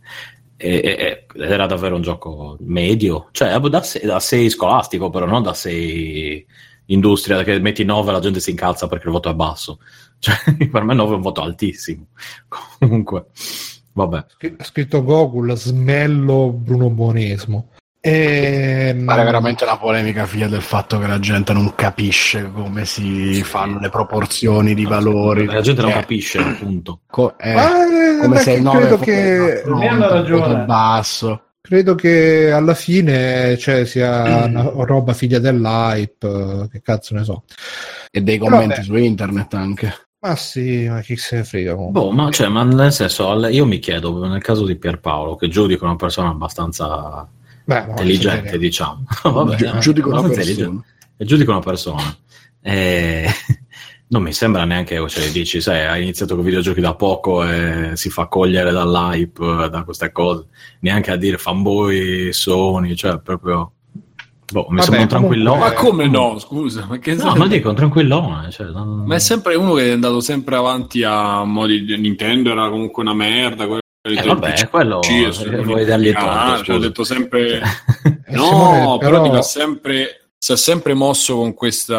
Speaker 5: e, e, era davvero un gioco medio, cioè da sei, da sei scolastico, però non da sei industria, che metti nove e la gente si incazza perché il voto è basso. Cioè, per me nove è un voto altissimo. Comunque, vabbè.
Speaker 1: Ha scritto Gogol, smello Bruno Buonesmo. E...
Speaker 6: pare veramente una polemica figlia del fatto che la gente non capisce come si sì. fanno le proporzioni di valori.
Speaker 5: La gente
Speaker 6: eh.
Speaker 5: non capisce, appunto.
Speaker 6: Co- eh,
Speaker 1: ah,
Speaker 6: come se il nove
Speaker 1: che
Speaker 6: no, hanno ragione. Basso.
Speaker 1: Credo che alla fine cioè, sia una roba figlia dell'hype, che cazzo ne so.
Speaker 6: E dei commenti su internet anche.
Speaker 1: Ma sì, ma chi se ne frega.
Speaker 5: Boh, ma, cioè, ma nel senso, io mi chiedo, nel caso di Pierpaolo, che giudico una persona abbastanza Beh, intelligente, diciamo. Vabbè,
Speaker 6: Gi- giudico una persona.
Speaker 5: E giudico una persona. E... non mi sembra neanche, cioè, dici, sai, hai iniziato con videogiochi da poco e si fa cogliere dall'hype, da queste cose. Neanche a dire fanboy Sony, cioè, proprio... Boh, mi Vabbè, sembra un tranquillone.
Speaker 2: Ma come no, scusa? Ma che
Speaker 5: no, ma dico un tranquillone. Cioè, non...
Speaker 2: Ma è sempre uno che è andato sempre avanti a modi di Nintendo, era comunque una merda.
Speaker 5: Eh, vabbè, P C, quello vuoi dargli torto,
Speaker 2: cioè, ho detto sempre no, Simone, però, però dico, sempre, si è sempre mosso con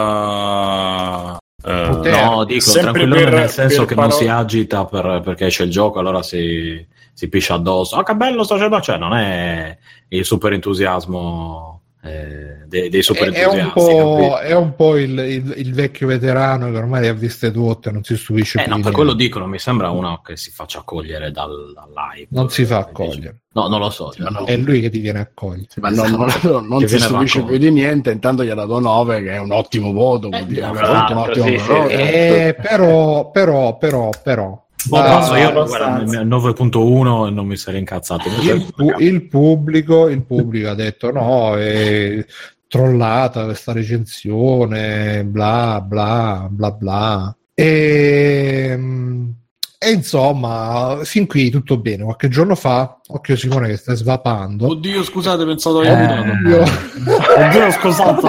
Speaker 2: questa uh,
Speaker 5: no, dico tranquillone per, nel senso che paro... non si agita per, perché esce il gioco, allora si, si piscia addosso. Ah, che bello sto gioco, cioè non è il super entusiasmo Eh, dei, dei super
Speaker 1: è, è, un po', è un po' il, il, il vecchio veterano che ormai le ha viste tutte, non si stupisce
Speaker 5: eh,
Speaker 1: più.
Speaker 5: No, per
Speaker 1: niente.
Speaker 5: quello dicono, mi sembra uno che si faccia accogliere dal, dall'hype.
Speaker 1: Non si fa accogliere.
Speaker 5: No, non lo so. Cioè,
Speaker 1: no, è lui che ti viene accogliere.
Speaker 6: Ma non, non, non, non si stupisce più di niente, intanto gli ha dato nove, che è un ottimo voto.
Speaker 5: Eh,
Speaker 6: dire,
Speaker 5: no,
Speaker 6: un ottimo
Speaker 5: sì,
Speaker 6: voto.
Speaker 5: Sì,
Speaker 1: eh, però, però, però, però.
Speaker 5: Oh, ah, io guarda, nove punto uno non mi sarei incazzato.
Speaker 1: Il, pu- il, pubblico, il pubblico ha detto no, è trollata questa recensione, bla bla bla bla. E, e insomma, fin qui tutto bene. Qualche giorno fa, occhio Simone che stai svapando.
Speaker 2: Oddio, scusate, pensavo
Speaker 1: eh,
Speaker 2: io.
Speaker 5: Oddio, scusate,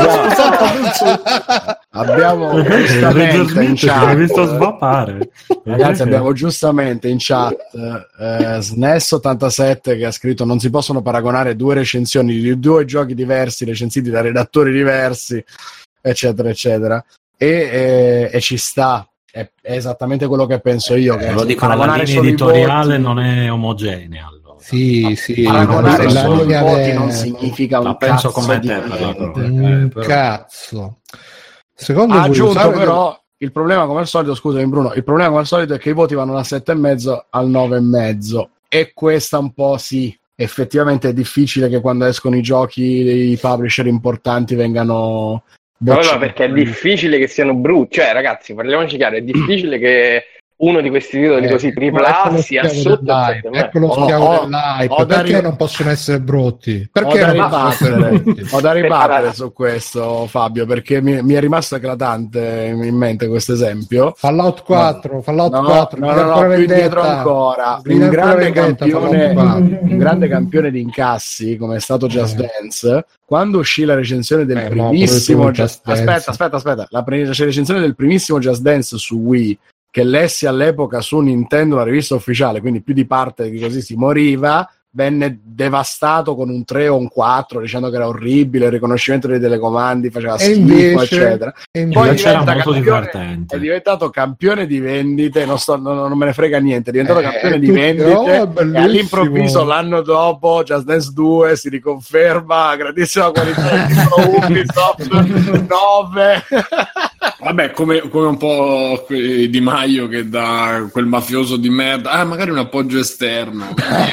Speaker 6: abbiamo giustamente in chat
Speaker 5: mi visto svapare.
Speaker 6: Ragazzi, abbiamo giustamente in chat eh, S N E S ottantasette che ha scritto: non si possono paragonare due recensioni di due giochi diversi recensiti da redattori diversi, eccetera eccetera, e, e, e ci sta. È, è esattamente quello che penso io, che
Speaker 5: eh, lo dico, la linea editoriale non è omogenea. Allora.
Speaker 1: Sì, sì,
Speaker 6: paragonare
Speaker 1: la
Speaker 6: solo i voti
Speaker 1: è...
Speaker 6: non significa un
Speaker 5: la penso
Speaker 6: cazzo
Speaker 5: come
Speaker 6: di
Speaker 5: te,
Speaker 1: un
Speaker 5: però.
Speaker 1: cazzo. Secondo
Speaker 6: ha aggiunto
Speaker 1: che...
Speaker 6: però il problema, come al solito, scusami Bruno, il problema come al solito è che i voti vanno da sette e mezzo al nove e mezzo, e questa un po' sì, effettivamente è difficile che quando escono i giochi i publisher importanti vengano
Speaker 4: bocciati. No, no, perché è difficile che siano brutti, cioè ragazzi, parliamoci chiaro, è difficile che uno di questi titoli
Speaker 1: eh,
Speaker 4: così tripla sia sotto il sette.
Speaker 1: Ecco lo schiavo oh, dell'hype. Oh, perché da... non possono essere brutti? Perché
Speaker 6: ho da
Speaker 1: non possono essere brutti?
Speaker 6: Ho da ribattere su questo, Fabio, perché mi, mi è rimasto eclatante in mente questo esempio.
Speaker 1: Fallout quattro, no. Fallout
Speaker 6: no,
Speaker 1: quattro,
Speaker 6: no, no, no, più indietro ancora. Un grande, campione, un grande campione di incassi, come è stato Just eh. Dance, quando uscì la recensione del eh, primissimo no, Just Dance. Aspetta, aspetta, aspetta. La pre- recensione del primissimo Just Dance su Wii, che lessi all'epoca su Nintendo, la rivista ufficiale, quindi più di parte di così si moriva, venne devastato con un tre o un quattro, dicendo che era orribile, il riconoscimento dei telecomandi faceva schifo, invece, eccetera.
Speaker 5: E poi diventa molto divertente.
Speaker 6: È diventato campione di vendite, non, sto, non, non me ne frega niente, è diventato eh, campione di
Speaker 1: tutto,
Speaker 6: vendite
Speaker 1: oh,
Speaker 6: e all'improvviso l'anno dopo Just Dance due si riconferma, grandissima qualità di Ubisoft nove.
Speaker 5: Vabbè, come, come un po' Di Maio che dà quel mafioso di merda, ah, magari un appoggio esterno.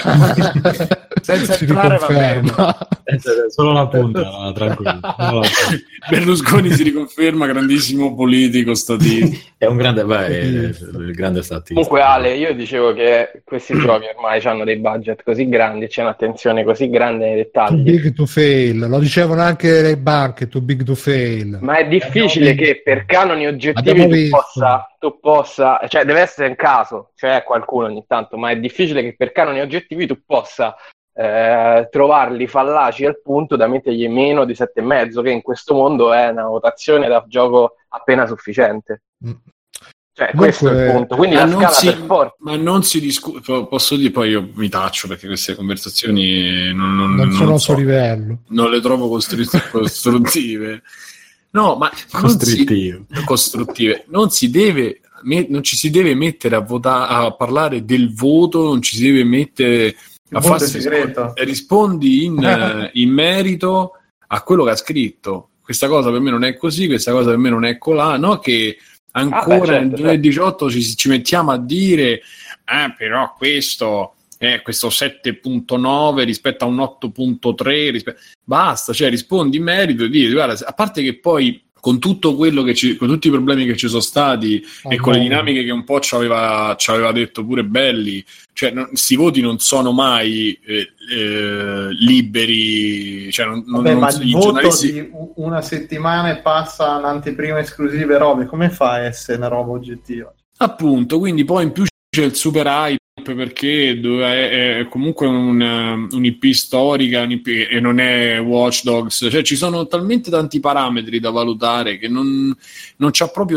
Speaker 6: Senza entrare va bene.
Speaker 5: Solo la punta, tranquillo. Berlusconi si riconferma grandissimo politico statista. È un grande, beh, è il grande statista.
Speaker 4: Comunque Ale, io dicevo che questi giochi ormai hanno dei budget così grandi, c'è un'attenzione così grande nei dettagli.
Speaker 1: Too big to fail, lo dicevano anche le banche, too big to fail.
Speaker 4: Ma è difficile che per canoni oggettivi tu possa, tu possa, cioè deve essere un caso, cioè qualcuno ogni tanto, ma è difficile che per canoni oggettivi tu possa eh, trovarli fallaci al punto da mettergli meno di sette e mezzo, che in questo mondo è una votazione da gioco appena sufficiente. Mm. Cioè, questo è il punto. Quindi la scala
Speaker 5: si,
Speaker 4: per forza.
Speaker 5: Ma non si discute, posso dire, poi io mi taccio perché queste conversazioni non, non,
Speaker 1: non sono
Speaker 5: non
Speaker 1: a
Speaker 5: so,
Speaker 1: suo livello.
Speaker 5: Non le trovo costru- costruttive. No, ma non si, costruttive. Non si deve, non ci si deve mettere a votare, a parlare del voto, non ci si deve mettere a farsi
Speaker 3: segreto.
Speaker 5: Rispondi in, in merito a quello che ha scritto. Questa cosa per me non è così, questa cosa per me non è colà, no? Che ancora ah, beh, certo, nel duemiladiciotto certo. ci, ci mettiamo a dire ah, però questo eh, questo sette virgola nove rispetto a un otto virgola tre rispe- basta, cioè rispondi in merito e dici guarda, a parte che poi con tutto quello che ci, con tutti i problemi che ci sono stati oh, e con no. le dinamiche che un po' ci aveva, ci aveva detto pure Belli, cioè non, sti voti non sono mai eh, eh, liberi, cioè non,
Speaker 3: Vabbè,
Speaker 5: non,
Speaker 3: ma
Speaker 5: non,
Speaker 3: il voto giornalisti... di una settimana e passa un'anteprima esclusive robe, come fa a essere una roba oggettiva?
Speaker 5: Appunto, quindi poi in più c'è il super hype perché è, è comunque un, un'I P storica un I P, e non è Watch Dogs, cioè ci sono talmente tanti parametri da valutare che non, non c'ha proprio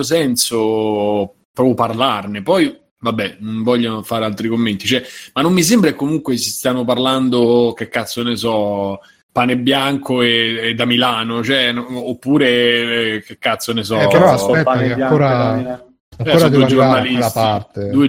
Speaker 5: senso proprio parlarne. Poi vabbè, non voglio fare altri commenti, cioè, ma non mi sembra che comunque si stiano parlando, che cazzo ne so, Pane Bianco e, e da Milano, cioè, no, oppure che cazzo ne so,
Speaker 1: eh, però aspetta che ancora
Speaker 5: Eh, due giornalisti, parte. due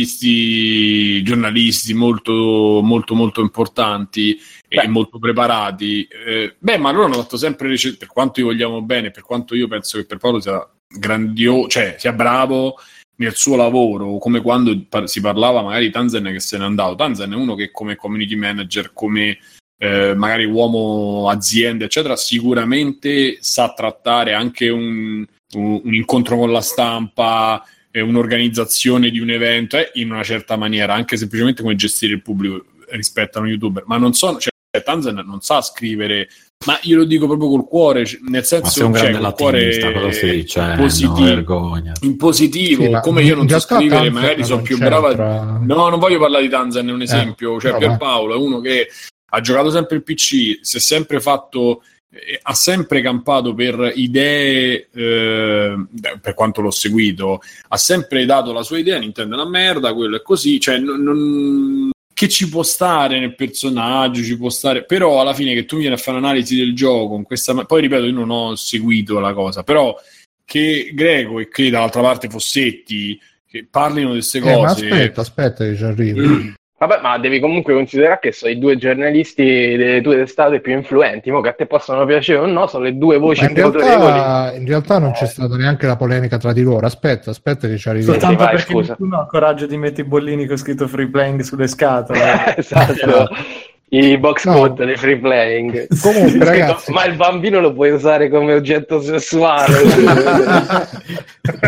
Speaker 5: giornalisti giornalisti molto molto molto importanti beh. e molto preparati eh, beh ma loro hanno fatto sempre per quanto io vogliamo bene, per quanto io penso che per Paolo sia grandioso, cioè sia bravo nel suo lavoro, come quando par- si parlava magari di Tanzan che se n'è andato. Tanzan è uno che come community manager, come eh, magari uomo azienda eccetera, sicuramente sa trattare anche un un incontro con la stampa, eh, un'organizzazione di un evento eh, in una certa maniera, anche semplicemente come gestire il pubblico rispetto a un youtuber. Ma non so, cioè Tanzan non sa scrivere, ma io lo dico proprio col cuore, nel senso un cioè, col cuore
Speaker 6: cosa si dice,
Speaker 5: positivo,
Speaker 6: vergogna.
Speaker 5: in positivo, sì, come io non so scrivere, Tanzan magari sono più brava. No, non voglio parlare di Tanzan, è un esempio, eh, cioè Pierpaolo è uno che ha giocato sempre il P C, si è sempre fatto ha sempre campato per idee, eh, per quanto l'ho seguito, ha sempre dato la sua idea, Nintendo è una merda, quello è così, cioè non, non, che ci può stare nel personaggio, ci può stare, però alla fine che tu vieni a fare un'analisi del gioco con questa, poi ripeto, io non ho seguito la cosa, però che Greco e che dall'altra parte Fossetti che parlino di queste cose,
Speaker 1: eh, ma aspetta, aspetta che ci arrivi.
Speaker 4: Vabbè, ma devi comunque considerare che sono i due giornalisti delle tue testate più influenti, mo che a te possono piacere o no, sono le due voci
Speaker 1: in più autorevoli. In realtà non c'è stata neanche la polemica tra di loro. Aspetta, aspetta che ci arrivi.
Speaker 3: Soltanto vai, perché scusa. Nessuno ha coraggio di mettere i bollini con scritto free playing sulle scatole.
Speaker 4: Esatto. I box
Speaker 1: no.
Speaker 4: code dei free playing.
Speaker 1: Comunque, ragazzi,
Speaker 4: ma il bambino lo puoi usare come oggetto sessuale.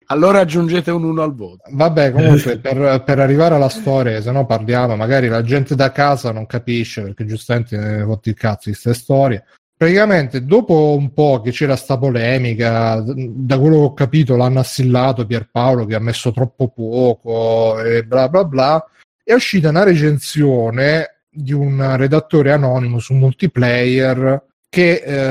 Speaker 6: Allora aggiungete un uno al voto.
Speaker 1: Vabbè, comunque per, per arrivare alla storia, se no parliamo, magari la gente da casa non capisce, perché giustamente ne fotti il cazzo di queste storie. Praticamente dopo un po' che c'era sta polemica, da quello che ho capito l'hanno assillato Pierpaolo che ha messo troppo poco e bla bla bla, è uscita una recensione di un redattore anonimo su Multiplayer che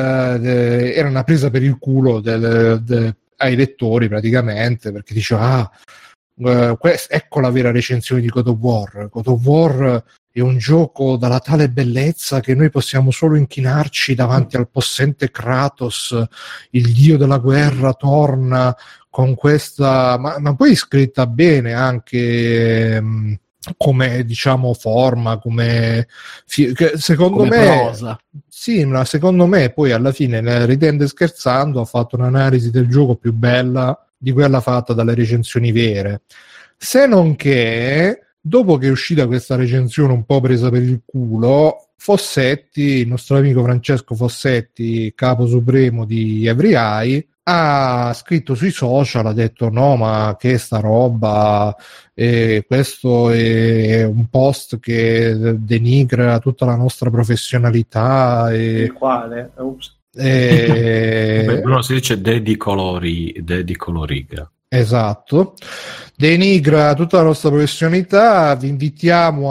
Speaker 1: eh, era una presa per il culo del, del, ai lettori praticamente, perché diceva ah, eh, quest- ecco la vera recensione di God of War. God of War è un gioco dalla tale bellezza che noi possiamo solo inchinarci davanti al possente Kratos, il dio della guerra torna con questa, ma, ma poi scritta bene anche mh, come diciamo forma, come secondo come me prosa. Sì, ma secondo me poi alla fine, ridendo e scherzando, ha fatto un'analisi del gioco più bella di quella fatta dalle recensioni vere, se non che dopo che è uscita questa recensione un po' presa per il culo, Fossetti, il nostro amico Francesco Fossetti, capo supremo di Every Eye, ha scritto sui social, ha detto no ma che sta roba, eh, questo è un post che denigra tutta la nostra professionalità. E,
Speaker 3: il quale? Ups.
Speaker 1: E...
Speaker 5: Beh, però si dice dedicolori, dedicoloriga.
Speaker 1: Esatto, denigra tutta la nostra professionalità. Vi invitiamo a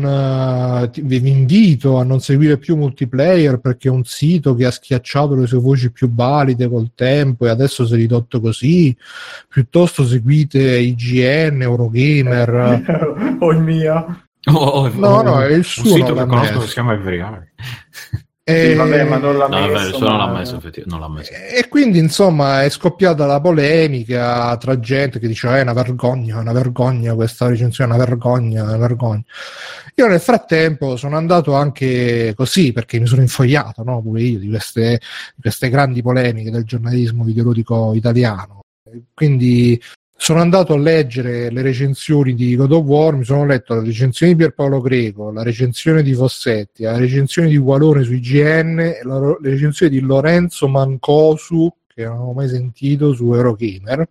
Speaker 1: non uh, vi invito a non seguire più Multiplayer perché è un sito che ha schiacciato le sue voci più valide col tempo e adesso si è ridotto così. Piuttosto seguite I G N, Eurogamer
Speaker 3: o il mio.
Speaker 5: Oh, oh,
Speaker 1: no, no, è il suo.
Speaker 5: Un sito che conosco che si chiama Every Eye.
Speaker 1: E...
Speaker 3: Sì, vabbè, ma non l'ha
Speaker 5: no,
Speaker 3: messo,
Speaker 5: vabbè,
Speaker 3: ma...
Speaker 5: non l'ha messo, non l'ha messo.
Speaker 1: E quindi insomma è scoppiata la polemica tra gente che diceva è una vergogna, una vergogna questa recensione, una vergogna, una vergogna. Io nel frattempo sono andato anche così perché mi sono infogliato, no, pure io di queste, di queste grandi polemiche del giornalismo videoludico italiano, quindi sono andato a leggere le recensioni di God of War, mi sono letto la recensione di Pierpaolo Greco, la recensione di Fossetti, la recensione di Gualone su I G N e la, la recensione di Lorenzo Mancosu, che non avevo mai sentito, su Eurogamer.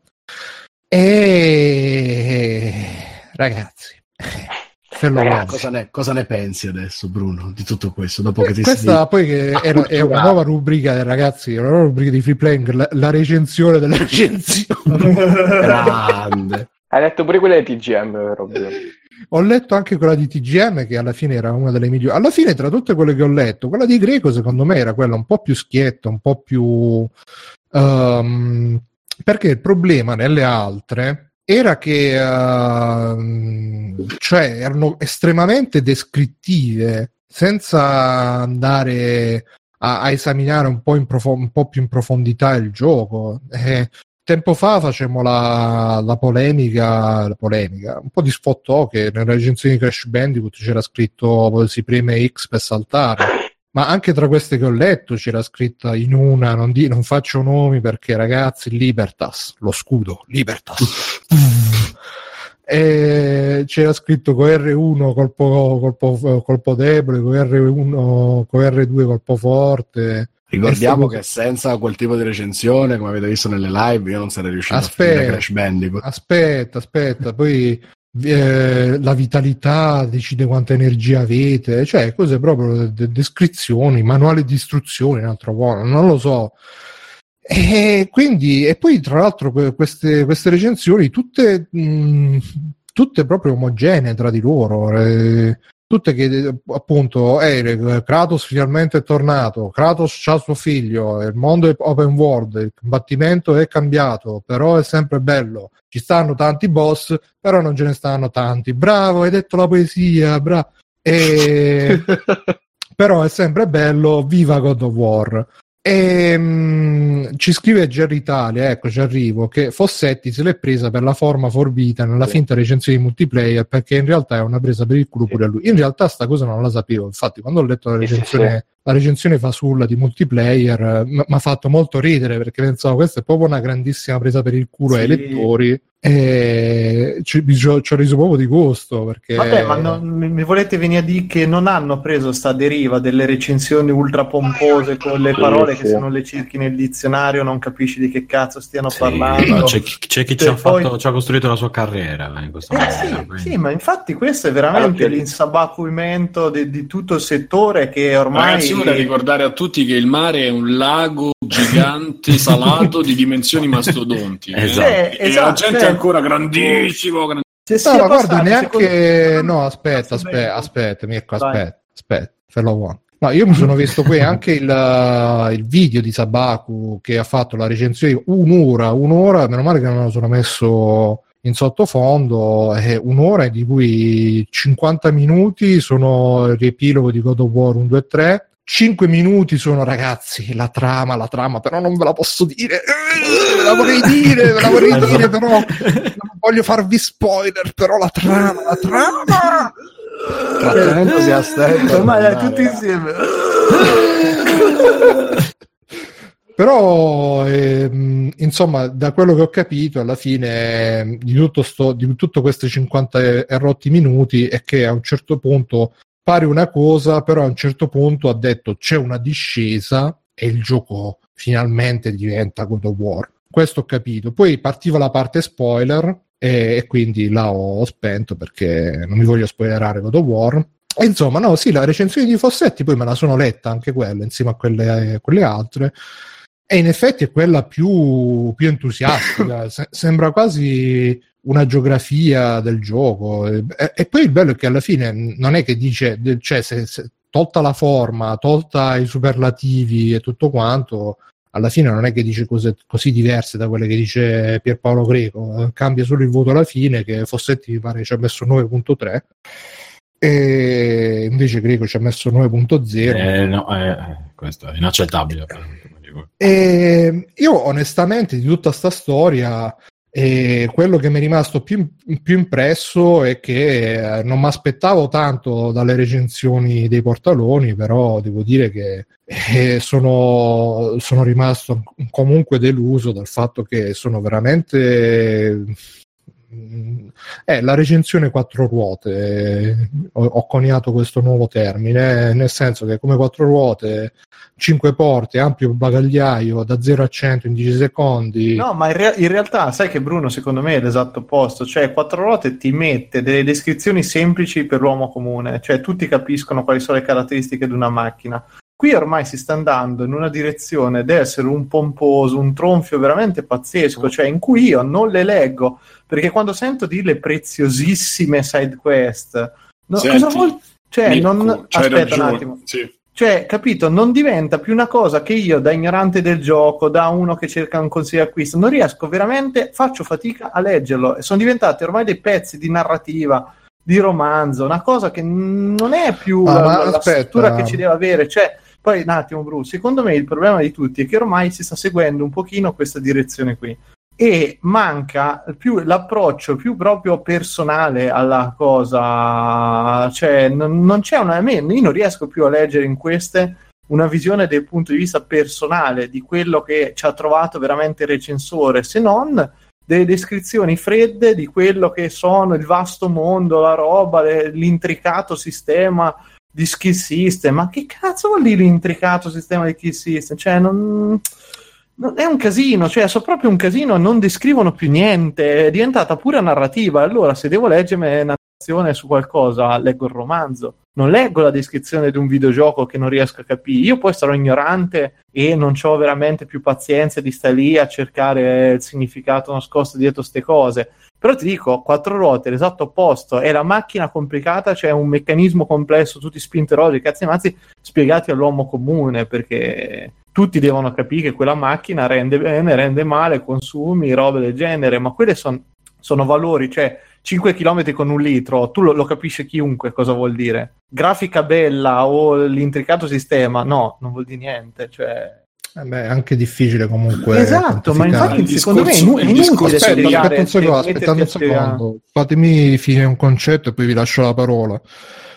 Speaker 1: E ragazzi,
Speaker 6: Ragazzi cosa, ne, cosa ne pensi adesso, Bruno, di tutto questo? Dopo che ti
Speaker 1: questa
Speaker 6: sei...
Speaker 1: poi che è, è una nuova rubrica, ragazzi, una nuova rubrica di Free Playing, la, la recensione delle recensioni.
Speaker 6: Grande.
Speaker 4: Hai letto pure quella di T G M, Robby?
Speaker 1: Ho letto anche quella di T G M che alla fine era una delle migliori. Alla fine tra tutte quelle che ho letto, quella di Greco secondo me era quella un po' più schietta, un po' più um, perché il problema nelle altre era che uh, cioè erano estremamente descrittive senza andare a, a esaminare un po', in profo- un po' più in profondità il gioco. Eh, tempo fa facemmo la, la polemica la polemica un po' di sfottò che nella recensione di Crash Bandicoot c'era scritto si preme X per saltare, ma anche tra queste che ho letto c'era scritta in una, non, di, non faccio nomi perché ragazzi, Libertas, lo scudo, Libertas. E c'era scritto con R uno colpo, colpo, colpo debole, con R uno, con R due colpo forte.
Speaker 6: Ricordiamo che senza quel tipo di recensione, come avete visto nelle live, io non sarei riuscito
Speaker 1: aspetta,
Speaker 6: a finire Crash Bandicoot.
Speaker 1: Aspetta, aspetta, poi eh, la vitalità decide quanta energia avete, cioè cose proprio, de- descrizioni, manuale di istruzioni, un altro po', non lo so. E quindi, e poi tra l'altro queste, queste recensioni tutte, mh, tutte proprio omogenee tra di loro. Eh, tutte che appunto eh, Kratos finalmente è tornato, Kratos c'ha suo figlio, il mondo è open world, il combattimento è cambiato, però è sempre bello, ci stanno tanti boss, però non ce ne stanno tanti, bravo, hai detto la poesia, bravo. E... però è sempre bello, viva God of War. E, mh, ci scrive Jerry Italia, ecco ci arrivo, che Fossetti se l'è presa per la forma forbita nella
Speaker 4: sì.
Speaker 1: finta recensione di Multiplayer perché in realtà è una presa per il culo pure a lui. In realtà sta cosa non la sapevo, infatti quando ho letto la recensione la recensione fasulla di multiplayer mi ha fatto molto ridere, perché pensavo questa è proprio una grandissima presa per il culo sì. ai lettori, e ci, ci, ho, ci ho reso proprio di gusto, perché
Speaker 3: vabbè, ma non, mi volete venire a dire che non hanno preso sta deriva delle recensioni ultra pompose con le parole sì, che sì. se non le cerchi nel dizionario non capisci di che cazzo stiano sì, parlando.
Speaker 5: C'è, c'è chi ci ha, poi... fatto, ci ha costruito la sua carriera in questo
Speaker 3: eh,
Speaker 5: momento,
Speaker 3: sì, sì, ma infatti questo è veramente allora, l'insabacuimento di, di tutto il settore, che ormai
Speaker 2: ragazzi, vorrei ricordare a tutti che il mare è un lago gigante salato di dimensioni mastodontiche,
Speaker 5: esatto.
Speaker 2: eh? e esatto, la gente cioè... è ancora grandissimo, grandissimo.
Speaker 1: No, ma guarda, neanche no, aspetta, aspetta, aspetta, Mirko, aspetta, aspetta, ferlo. No, io mi sono visto qui anche il, il video di Sabaku che ha fatto la recensione un'ora, un'ora, meno male che non me lo sono messo in sottofondo, è un'ora di cui cinquanta minuti sono il riepilogo di God of War uno, due, tre, cinque minuti sono, ragazzi, la trama, la trama, però non ve la posso dire, ve la vorrei dire, ve la vorrei dire, però non voglio farvi spoiler, però la trama, la trama...
Speaker 6: Trattamento di astento,
Speaker 3: ormai tutti insieme.
Speaker 1: Però ehm, insomma, da quello che ho capito alla fine eh, di tutto sto, di tutto questi cinquanta e rotti minuti è che a un certo punto pare una cosa, però a un certo punto ha detto c'è una discesa e il gioco finalmente diventa God of War. Questo ho capito. Poi partiva la parte spoiler e, e quindi là ho, ho spento, perché non mi voglio spoilerare God of War. E insomma, no, sì, la recensione di Fossetti poi me la sono letta anche quella insieme a quelle, a quelle altre, e in effetti è quella più, più entusiastica. Se, sembra quasi una geografia del gioco, e, e poi il bello è che alla fine non è che dice, cioè se, se, tolta la forma, tolta i superlativi e tutto quanto, alla fine non è che dice cose così diverse da quelle che dice Pierpaolo Greco, cambia solo il voto alla fine, che Fossetti mi pare ci ha messo nove virgola tre e invece Greco ci ha messo nove virgola zero.
Speaker 5: Eh, no, eh, questo è inaccettabile.
Speaker 1: E io onestamente di tutta sta storia e quello che mi è rimasto più, più impresso è che non mi aspettavo tanto dalle recensioni dei portaloni, però devo dire che eh, sono, sono rimasto comunque deluso dal fatto che sono veramente eh, la recensione quattro ruote. Ho, ho coniato questo nuovo termine, nel senso che come quattro ruote, cinque porte, ampio bagagliaio da zero a cento in dieci secondi.
Speaker 3: No, ma in, re- in realtà sai che Bruno secondo me è l'esatto opposto, cioè quattro ruote ti mette delle descrizioni semplici per l'uomo comune, cioè tutti capiscono quali sono le caratteristiche di una macchina. Qui ormai si sta andando in una direzione di essere un pomposo, un tronfio veramente pazzesco, cioè in cui io non le leggo, perché quando sento dire preziosissime side quest, no,
Speaker 2: Senti,
Speaker 3: cosa vuol... cioè,
Speaker 2: Mirko,
Speaker 3: non... aspetta ragione. un attimo.
Speaker 2: Sì.
Speaker 3: Cioè, capito, non diventa più una cosa che io, da ignorante del gioco, da uno che cerca un consiglio acquisto, non riesco veramente, faccio fatica a leggerlo. Sono diventati ormai dei pezzi di narrativa, di romanzo, una cosa che non è più
Speaker 1: ah,
Speaker 3: la, la struttura che ci deve avere. Cioè, poi un attimo, Bru, secondo me il problema di tutti è che ormai si sta seguendo un pochino questa direzione qui e manca più l'approccio più proprio personale alla cosa, cioè non, non c'è una, io non riesco più a leggere in queste una visione del punto di vista personale di quello che ci ha trovato veramente il recensore, se non delle descrizioni fredde di quello che sono il vasto mondo, la roba, l'intricato sistema di skill system. Ma che cazzo vuol dire l'intricato sistema di skill system? Cioè non... non è un casino, cioè sono proprio un casino, non descrivono più niente, è diventata pura narrativa. Allora se devo leggermi narrazione su qualcosa, leggo il romanzo, non leggo la descrizione di un videogioco che non riesco a capire. Io poi sarò ignorante e non ho veramente più pazienza di stare lì a cercare il significato nascosto dietro ste cose. Però ti dico, quattro ruote, l'esatto opposto, è la macchina complicata, c'è un meccanismo complesso, tutti spinteroli, cazzi e mazzi, spiegati all'uomo comune, perché tutti devono capire che quella macchina rende bene, rende male, consumi, robe del genere, ma quelle son, sono valori, cioè cinque chilometri con un litro, tu lo, lo capisce chiunque cosa vuol dire. Grafica bella o l'intricato sistema, no, non vuol dire niente, cioè...
Speaker 1: Eh beh, è anche difficile comunque.
Speaker 3: Esatto, ma infatti
Speaker 2: il
Speaker 3: secondo
Speaker 2: discorso,
Speaker 3: me è inutile
Speaker 1: aspetta,
Speaker 3: spiegare.
Speaker 1: aspetta un secondo, aspettate un secondo, fatemi finire un concetto e poi vi lascio la parola.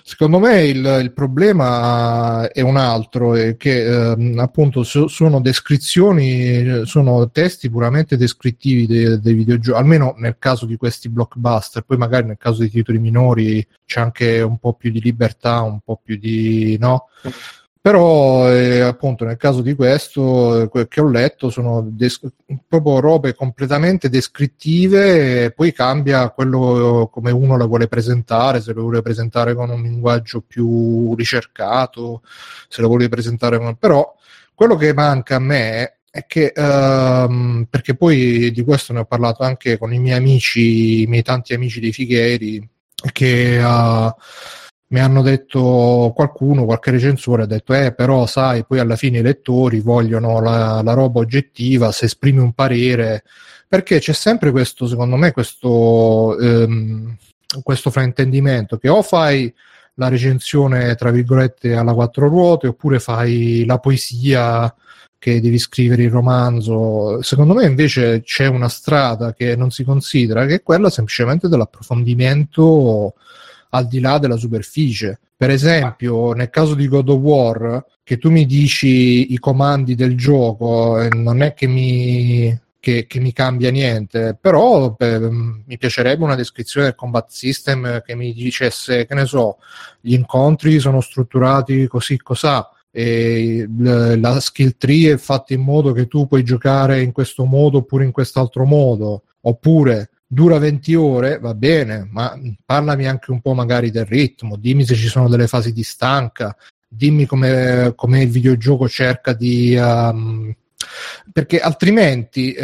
Speaker 1: Secondo me il, il problema è un altro, è che eh, appunto so, sono descrizioni, sono testi puramente descrittivi dei, dei videogiochi, almeno nel caso di questi blockbuster. Poi magari nel caso di titoli minori c'è anche un po' più di libertà, un po' più di no. Però eh, appunto nel caso di questo, quel che ho letto, sono des- proprio robe completamente descrittive, e poi cambia quello come uno la vuole presentare, se lo vuole presentare con un linguaggio più ricercato, se lo vuole presentare con... Però quello che manca a me è che, ehm, perché poi di questo ne ho parlato anche con i miei amici, i miei tanti amici dei Fighieri, che... Uh, mi hanno detto, qualcuno, qualche recensore ha detto eh però sai, poi alla fine i lettori vogliono la, la roba oggettiva, se esprimi un parere, perché c'è sempre questo, secondo me, questo ehm, questo fraintendimento che o fai la recensione tra virgolette alla quattro ruote, oppure fai la poesia che devi scrivere il romanzo. Secondo me invece c'è una strada che non si considera, che è quella semplicemente dell'approfondimento al di là della superficie. Per esempio, nel caso di God of War, che tu mi dici i comandi del gioco, eh, non è che mi, che, che mi cambia niente, però beh, mi piacerebbe una descrizione del combat system che mi dicesse, che ne so, gli incontri sono strutturati così cosà, e la skill tree è fatta in modo che tu puoi giocare in questo modo oppure in quest'altro modo, oppure dura venti ore, va bene, ma parlami anche un po' magari del ritmo, dimmi se ci sono delle fasi di stanca, dimmi come il videogioco cerca di... Um, perché altrimenti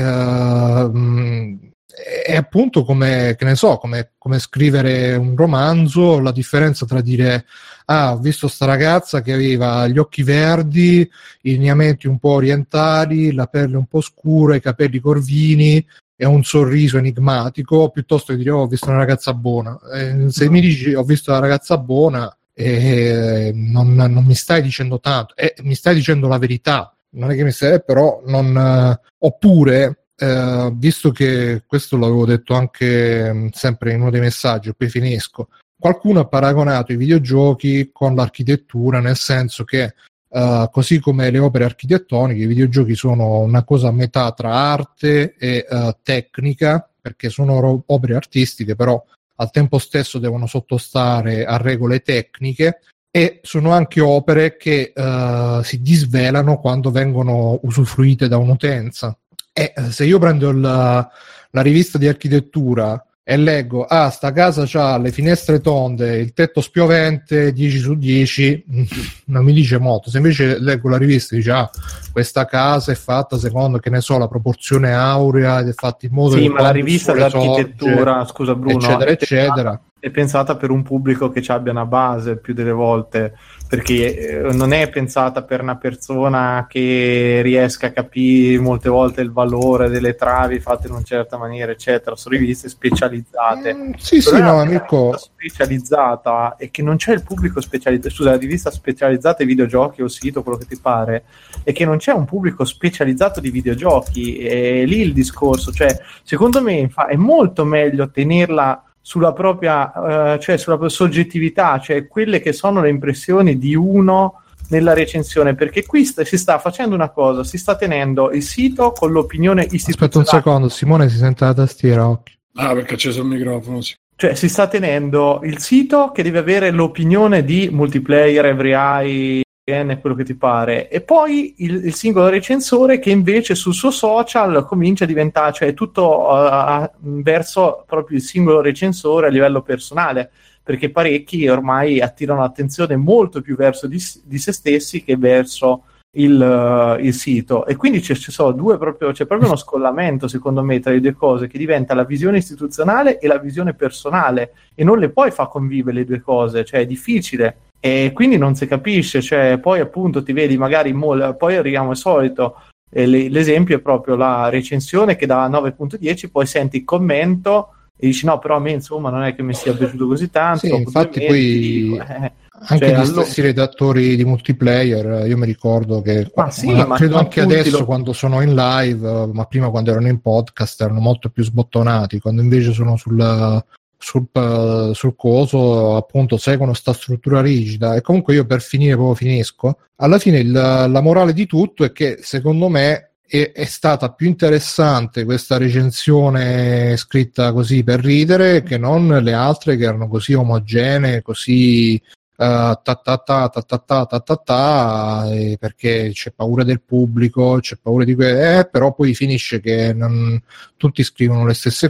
Speaker 1: uh, è appunto come, che ne so, come, come scrivere un romanzo, la differenza tra dire ah, ho visto sta ragazza che aveva gli occhi verdi, i lineamenti un po' orientali, la pelle un po' scura, i capelli corvini e un sorriso enigmatico, piuttosto che dire oh, ho visto una ragazza buona. Eh, se mi dici ho visto una ragazza buona, eh, non, non mi stai dicendo tanto, eh, mi stai dicendo la verità, non è che mi stai, però non... Eh, oppure, eh, visto che questo l'avevo detto anche mh, sempre in uno dei messaggi, e poi finisco, qualcuno ha paragonato i videogiochi con l'architettura, nel senso che Uh, così come le opere architettoniche, i videogiochi sono una cosa a metà tra arte e uh, tecnica, perché sono ro- opere artistiche, però al tempo stesso devono sottostare a regole tecniche, e sono anche opere che uh, si disvelano quando vengono usufruite da un'utenza. E uh, se io prendo il, la rivista di architettura e leggo ah, sta casa c'ha le finestre tonde, il tetto spiovente, dieci su dieci, non mi dice molto. Se invece leggo la rivista e dice ah, questa casa è fatta secondo, che ne so, la proporzione aurea ed è fatta in modo
Speaker 3: sì,
Speaker 1: che
Speaker 3: ma la rivista d'architettura sorge, scusa Bruno,
Speaker 1: eccetera
Speaker 3: è
Speaker 1: eccetera
Speaker 3: pensata, è pensata per un pubblico che ci abbia una base più delle volte, perché non è pensata per una persona che riesca a capire molte volte il valore delle travi fatte in una certa maniera, eccetera. Sono riviste specializzate.
Speaker 1: Mm, sì, però sì, no, amico.
Speaker 3: Specializzata e che non c'è il pubblico specializzato. Scusa, la rivista specializzata ai videogiochi o sito, quello che ti pare, e che non c'è un pubblico specializzato di videogiochi. E lì il discorso, cioè, secondo me è molto meglio tenerla sulla propria, uh, cioè sulla propria soggettività, cioè quelle che sono le impressioni di uno nella recensione, perché qui st- si sta facendo una cosa, si sta tenendo il sito con l'opinione istituzionale.
Speaker 1: Aspetta un secondo, Simone si sente la tastiera, occhio.
Speaker 6: Ah, perché ho acceso il microfono, sì.
Speaker 3: Cioè si sta tenendo il sito che deve avere l'opinione di Multiplayer, Every Eye, quello che ti pare, e poi il, il singolo recensore che invece sul suo social comincia a diventare, cioè tutto uh, verso proprio il singolo recensore a livello personale, perché parecchi ormai attirano l'attenzione molto più verso di, di se stessi che verso il, uh, il sito, e quindi c'è, ci sono due proprio, c'è proprio uno scollamento secondo me tra le due cose, che diventa la visione istituzionale e la visione personale, e non le puoi far convivere le due cose, cioè è difficile. E quindi non si capisce, cioè poi appunto ti vedi magari mo- poi arriviamo al solito, eh, le- l'esempio è proprio la recensione che dà nove virgola dieci, poi senti il commento e dici no, però a me insomma non è che mi sia piaciuto così tanto.
Speaker 1: Sì, infatti poi dico, eh, anche
Speaker 3: cioè,
Speaker 1: gli
Speaker 3: allora...
Speaker 1: stessi redattori di Multiplayer, io mi ricordo che
Speaker 3: ma sì,
Speaker 1: ma
Speaker 3: ma
Speaker 1: credo anche adesso
Speaker 3: lo...
Speaker 1: quando sono in live, ma prima quando erano in podcast erano molto più sbottonati, quando invece sono sul sul, sul coso, appunto seguono sta struttura rigida. E comunque io, per finire, proprio finisco, alla fine il, la morale di tutto è che secondo me è, è stata più interessante questa recensione scritta così per ridere che non le altre che erano così omogenee, così Uh, ta ta ta ta ta ta ta ta ta, eh, perché c'è paura del pubblico, c'è paura di que- eh, però poi finisce che non, tutti scrivono le stesse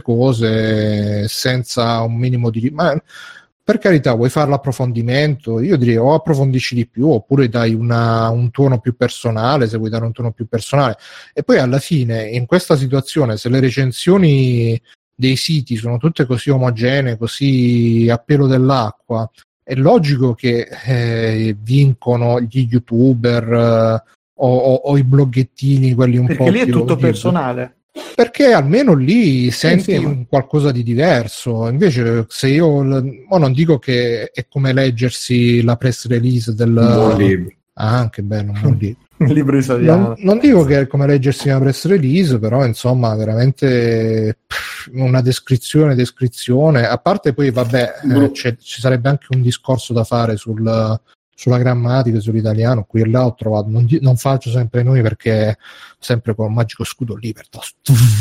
Speaker 1: cose senza un minimo di... Ma per carità, vuoi fare l'approfondimento? Io direi o approfondisci di più oppure dai una, un tono più personale, se vuoi dare un tono più personale. E poi alla fine, in questa situazione, se le recensioni dei siti sono tutte così omogenee, così a pelo dell'acqua, è logico che eh, vincono gli youtuber eh, o, o, o i bloggettini, quelli un
Speaker 3: perché
Speaker 1: po'
Speaker 3: lì è
Speaker 1: più
Speaker 3: tutto
Speaker 1: di...
Speaker 3: personale,
Speaker 1: perché almeno lì senti
Speaker 3: sì, sì,
Speaker 1: un qualcosa di diverso. Invece se io mo non dico che è come leggersi la press release del
Speaker 5: buon libro,
Speaker 1: ah, anche bello, un buon libro.
Speaker 3: il libro italiano.
Speaker 1: Non, non dico che è come leggersi una press release, però insomma veramente pff, una descrizione descrizione a parte. Poi vabbè, eh, c'è, ci sarebbe anche un discorso da fare sul, sulla grammatica, sull'italiano. Qui e là ho trovato, non, non faccio sempre noi perché sempre con un magico scudo Libertas,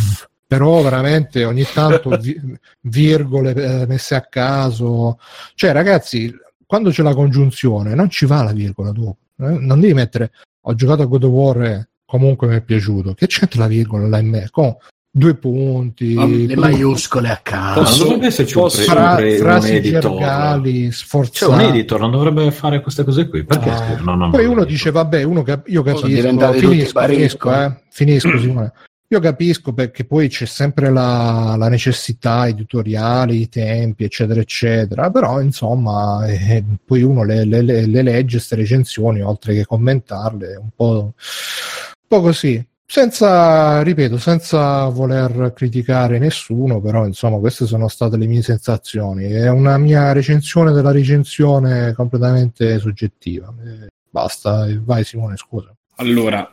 Speaker 1: però veramente ogni tanto vi, virgole eh, messe a caso, cioè ragazzi, quando c'è la congiunzione non ci va la virgola dopo, eh? Non devi mettere ho giocato a God of War, comunque mi è piaciuto, che c'entra la virgola là in me con due punti,
Speaker 6: le maiuscole a caso.
Speaker 5: Non dovrebbe esserci un, pre-
Speaker 1: fra-
Speaker 5: un, pre-
Speaker 1: frasi
Speaker 5: un editor
Speaker 1: gergali sforzate.
Speaker 5: Cioè un editor non dovrebbe fare queste cose qui, perché
Speaker 1: Ah.
Speaker 5: no, no,
Speaker 1: Poi
Speaker 5: no,
Speaker 1: uno
Speaker 5: no,
Speaker 1: dice vabbè, uno cap- io capisco,
Speaker 6: diventati
Speaker 1: finisco,
Speaker 6: tutti
Speaker 1: finisco, eh, finisco Simone. Io capisco perché poi c'è sempre la, la necessità editoriale, i tempi, eccetera, eccetera, però insomma eh, poi uno le, le, le, le legge queste recensioni, oltre che commentarle, un po', un po' così, senza, ripeto, senza voler criticare nessuno, però insomma queste sono state le mie sensazioni, è una mia recensione della recensione completamente soggettiva. Eh, basta, vai Simone, scusa.
Speaker 2: Allora,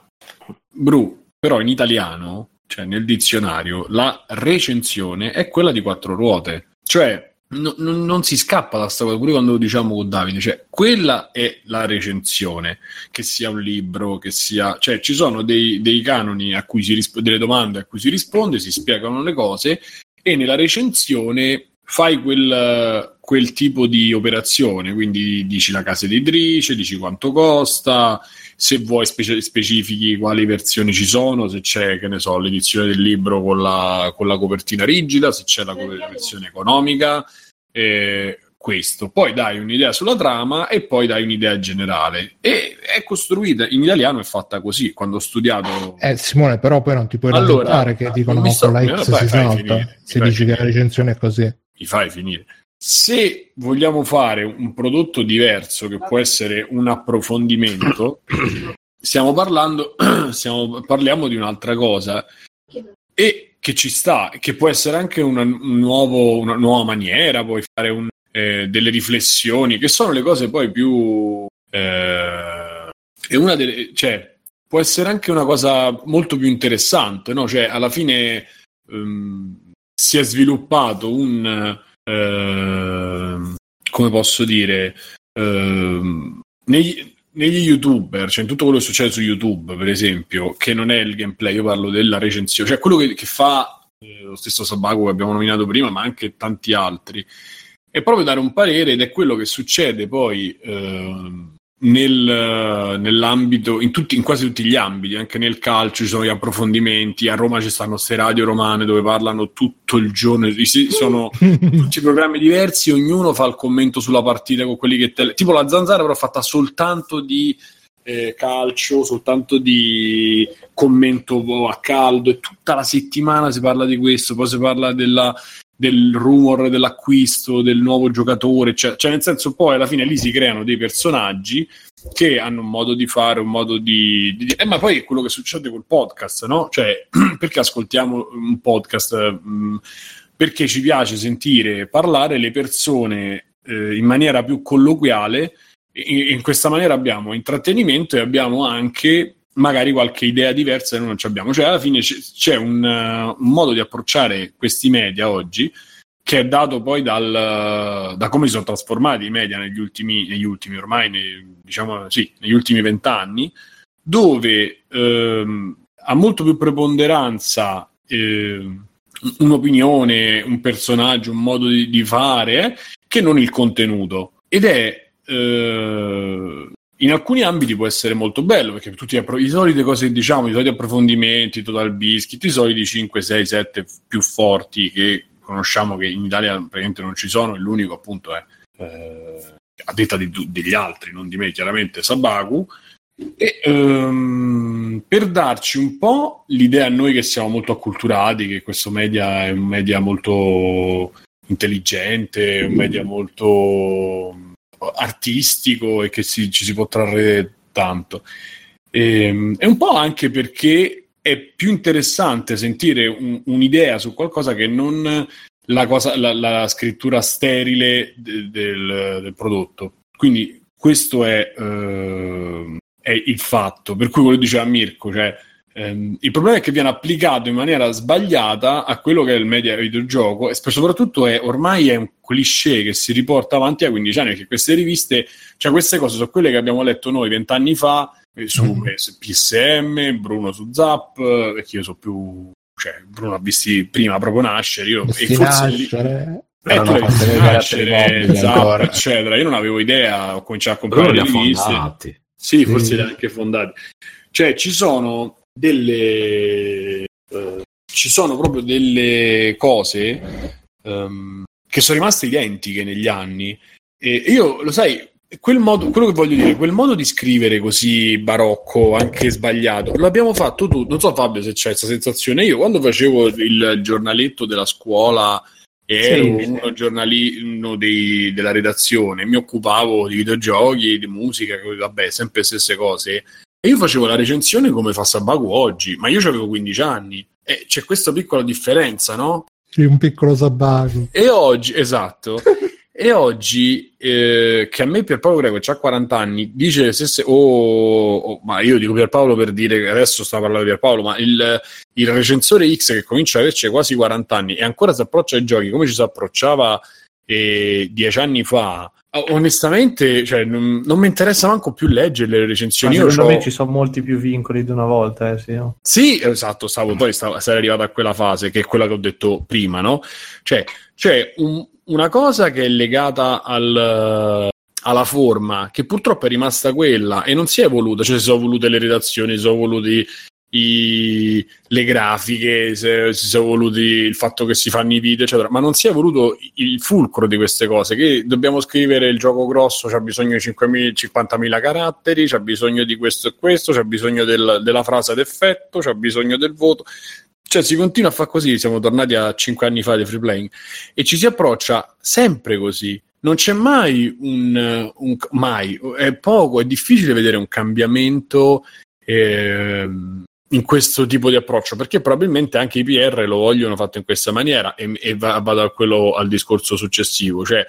Speaker 2: Bru, però in italiano, cioè nel dizionario, la recensione è quella di quattro ruote. Cioè, no, no, non si scappa da sta cosa, pure quando lo diciamo con Davide. Cioè, quella è la recensione, che sia un libro, che sia... Cioè, ci sono dei, dei canoni a cui si risponde, delle domande a cui si risponde, si spiegano le cose, e nella recensione fai quel, quel tipo di operazione, quindi dici la casa editrice, dici quanto costa... se vuoi speci- specifichi quali versioni ci sono, se c'è, che ne so, l'edizione del libro con la, con la copertina rigida, se c'è la, co- la versione economica, eh, questo. Poi dai un'idea sulla trama e poi dai un'idea generale. E è costruita, in italiano è fatta così, quando ho studiato...
Speaker 1: Eh Simone, però poi non ti puoi
Speaker 2: allora,
Speaker 1: lamentare che dicono
Speaker 2: mi sto,
Speaker 1: con la X
Speaker 2: vai,
Speaker 1: si
Speaker 2: vai
Speaker 1: salta,
Speaker 2: finire,
Speaker 1: se dici finire. Che la recensione è così.
Speaker 2: Mi fai finire. Se vogliamo fare un prodotto diverso, che può essere un approfondimento, stiamo parlando, stiamo, parliamo di un'altra cosa, e che ci sta, che può essere anche una, un nuovo, una nuova maniera, puoi fare un, eh, delle riflessioni, che sono le cose poi più... Eh, è una delle, cioè, può essere anche una cosa molto più interessante, no? Cioè, alla fine um, si è sviluppato un... Uh, come posso dire uh, negli, negli youtuber, cioè in tutto quello che succede su YouTube, per esempio, che non è il gameplay, io parlo della recensione, cioè quello che, che fa eh, lo stesso Sabaku che abbiamo nominato prima, ma anche tanti altri, è proprio dare un parere, ed è quello che succede poi uh, nel, nell'ambito, in, tutti, in quasi tutti gli ambiti, anche nel calcio ci sono gli approfondimenti, a Roma ci stanno queste radio romane dove parlano tutto il giorno, sono tutti programmi diversi, ognuno fa il commento sulla partita con quelli che te... tipo la Zanzara però fatta soltanto di eh, calcio, soltanto di commento a caldo, e tutta la settimana si parla di questo, poi si parla della del rumor dell'acquisto del nuovo giocatore, cioè, cioè nel senso poi alla fine lì si creano dei personaggi che hanno un modo di fare, un modo di, di eh, ma poi è quello che succede col podcast, no? Cioè perché ascoltiamo un podcast? Mh, perché ci piace sentire parlare le persone eh, in maniera più colloquiale, e in questa maniera abbiamo intrattenimento e abbiamo anche magari qualche idea diversa che noi non abbiamo. Cioè alla fine c- c'è un, uh, un modo di approcciare questi media oggi che è dato poi dal, da come si sono trasformati i media negli ultimi, negli ultimi ormai, nei, diciamo sì, negli ultimi vent'anni, dove ehm, ha molto più preponderanza eh, un'opinione, un personaggio, un modo di, di fare, eh, che non il contenuto. Ed è eh, in alcuni ambiti può essere molto bello, perché tutti appro- i solite cose che diciamo, i soliti approfondimenti, Total Biscuit, i soliti cinque, sei, sette più forti che conosciamo, che in Italia praticamente non ci sono, e l'unico appunto è eh, a detta di, degli altri, non di me chiaramente, Sabaku. E, um, per darci un po' l'idea a noi che siamo molto acculturati, che questo media è un media molto intelligente, un media molto artistico e che si, ci si può trarre tanto, e, e un po' anche perché è più interessante sentire un, un'idea su qualcosa che non la, cosa, la, la scrittura sterile de, del, del prodotto. Quindi questo è uh, è il fatto, per cui quello che diceva Mirko, cioè ehm, il problema è che viene applicato in maniera sbagliata a quello che è il media videogioco, e soprattutto è ormai è un cliché che si riporta avanti a quindici anni, perché queste riviste, cioè queste cose sono quelle che abbiamo letto noi vent'anni fa su mm. P S M, Bruno su Zap, perché io so più, cioè Bruno ha visti prima proprio nascere, io
Speaker 1: e
Speaker 2: forse
Speaker 1: nascere.
Speaker 2: Eh, tu
Speaker 6: non
Speaker 2: hai nascere, Zap,
Speaker 6: ancora.
Speaker 2: eccetera. Io non avevo idea, ho cominciato a comprare le riviste.
Speaker 5: Fondati.
Speaker 2: Sì,
Speaker 1: sì,
Speaker 2: forse li ha anche fondati. Cioè, ci sono delle eh, ci sono proprio delle cose um, che sono rimaste identiche negli anni. E io, lo sai, quel modo, quello che voglio dire, quel modo di scrivere così barocco, anche sbagliato, l'abbiamo fatto tu. Non so, Fabio, se c'è questa sensazione. Io quando facevo il giornaletto della scuola e ero
Speaker 3: Sì,
Speaker 2: uno sì. giornalino dei, della redazione, mi occupavo di videogiochi, di musica, vabbè, sempre le stesse cose, e io facevo la recensione come fa Sabaku oggi, ma io avevo quindici anni, e c'è questa piccola differenza, no?
Speaker 1: Sì, un piccolo Sabaku.
Speaker 2: E oggi, esatto, e oggi eh, che a me Pierpaolo Greco che ha quaranta anni dice le stesse, oh, oh, ma io dico Pierpaolo per dire che adesso sta parlando di Pierpaolo, ma il, il recensore X che comincia ad averci quasi quaranta anni e ancora si approccia ai giochi come ci si approcciava eh, dieci anni fa, onestamente, cioè, non, non mi interessa manco più leggere le recensioni.
Speaker 3: Ma
Speaker 2: io
Speaker 3: secondo
Speaker 2: c'ho...
Speaker 3: me ci sono molti più vincoli di una volta, eh, sì, no?
Speaker 2: Sì, esatto, stavo poi stavo, sarei arrivato a quella fase che è quella che ho detto prima, no? Cioè, c'è un, una cosa che è legata al, alla forma, che purtroppo è rimasta quella e non si è evoluta, cioè si sono evolute le redazioni, si sono evoluti i, le grafiche, si, si sono evoluti il fatto che si fanno i video, eccetera, ma non si è evoluto il fulcro di queste cose, che dobbiamo scrivere il gioco grosso, c'ha bisogno di cinquantamila caratteri, c'ha bisogno di questo e questo, c'ha bisogno del, della frase d'effetto, c'ha bisogno del voto. Cioè si continua a fare così, siamo tornati a cinque anni fa di free playing e ci si approccia sempre così, non c'è mai un, un mai, è poco, è difficile vedere un cambiamento eh, in questo tipo di approccio, perché probabilmente anche i P R lo vogliono fatto in questa maniera e, e vado a quello, al discorso successivo, cioè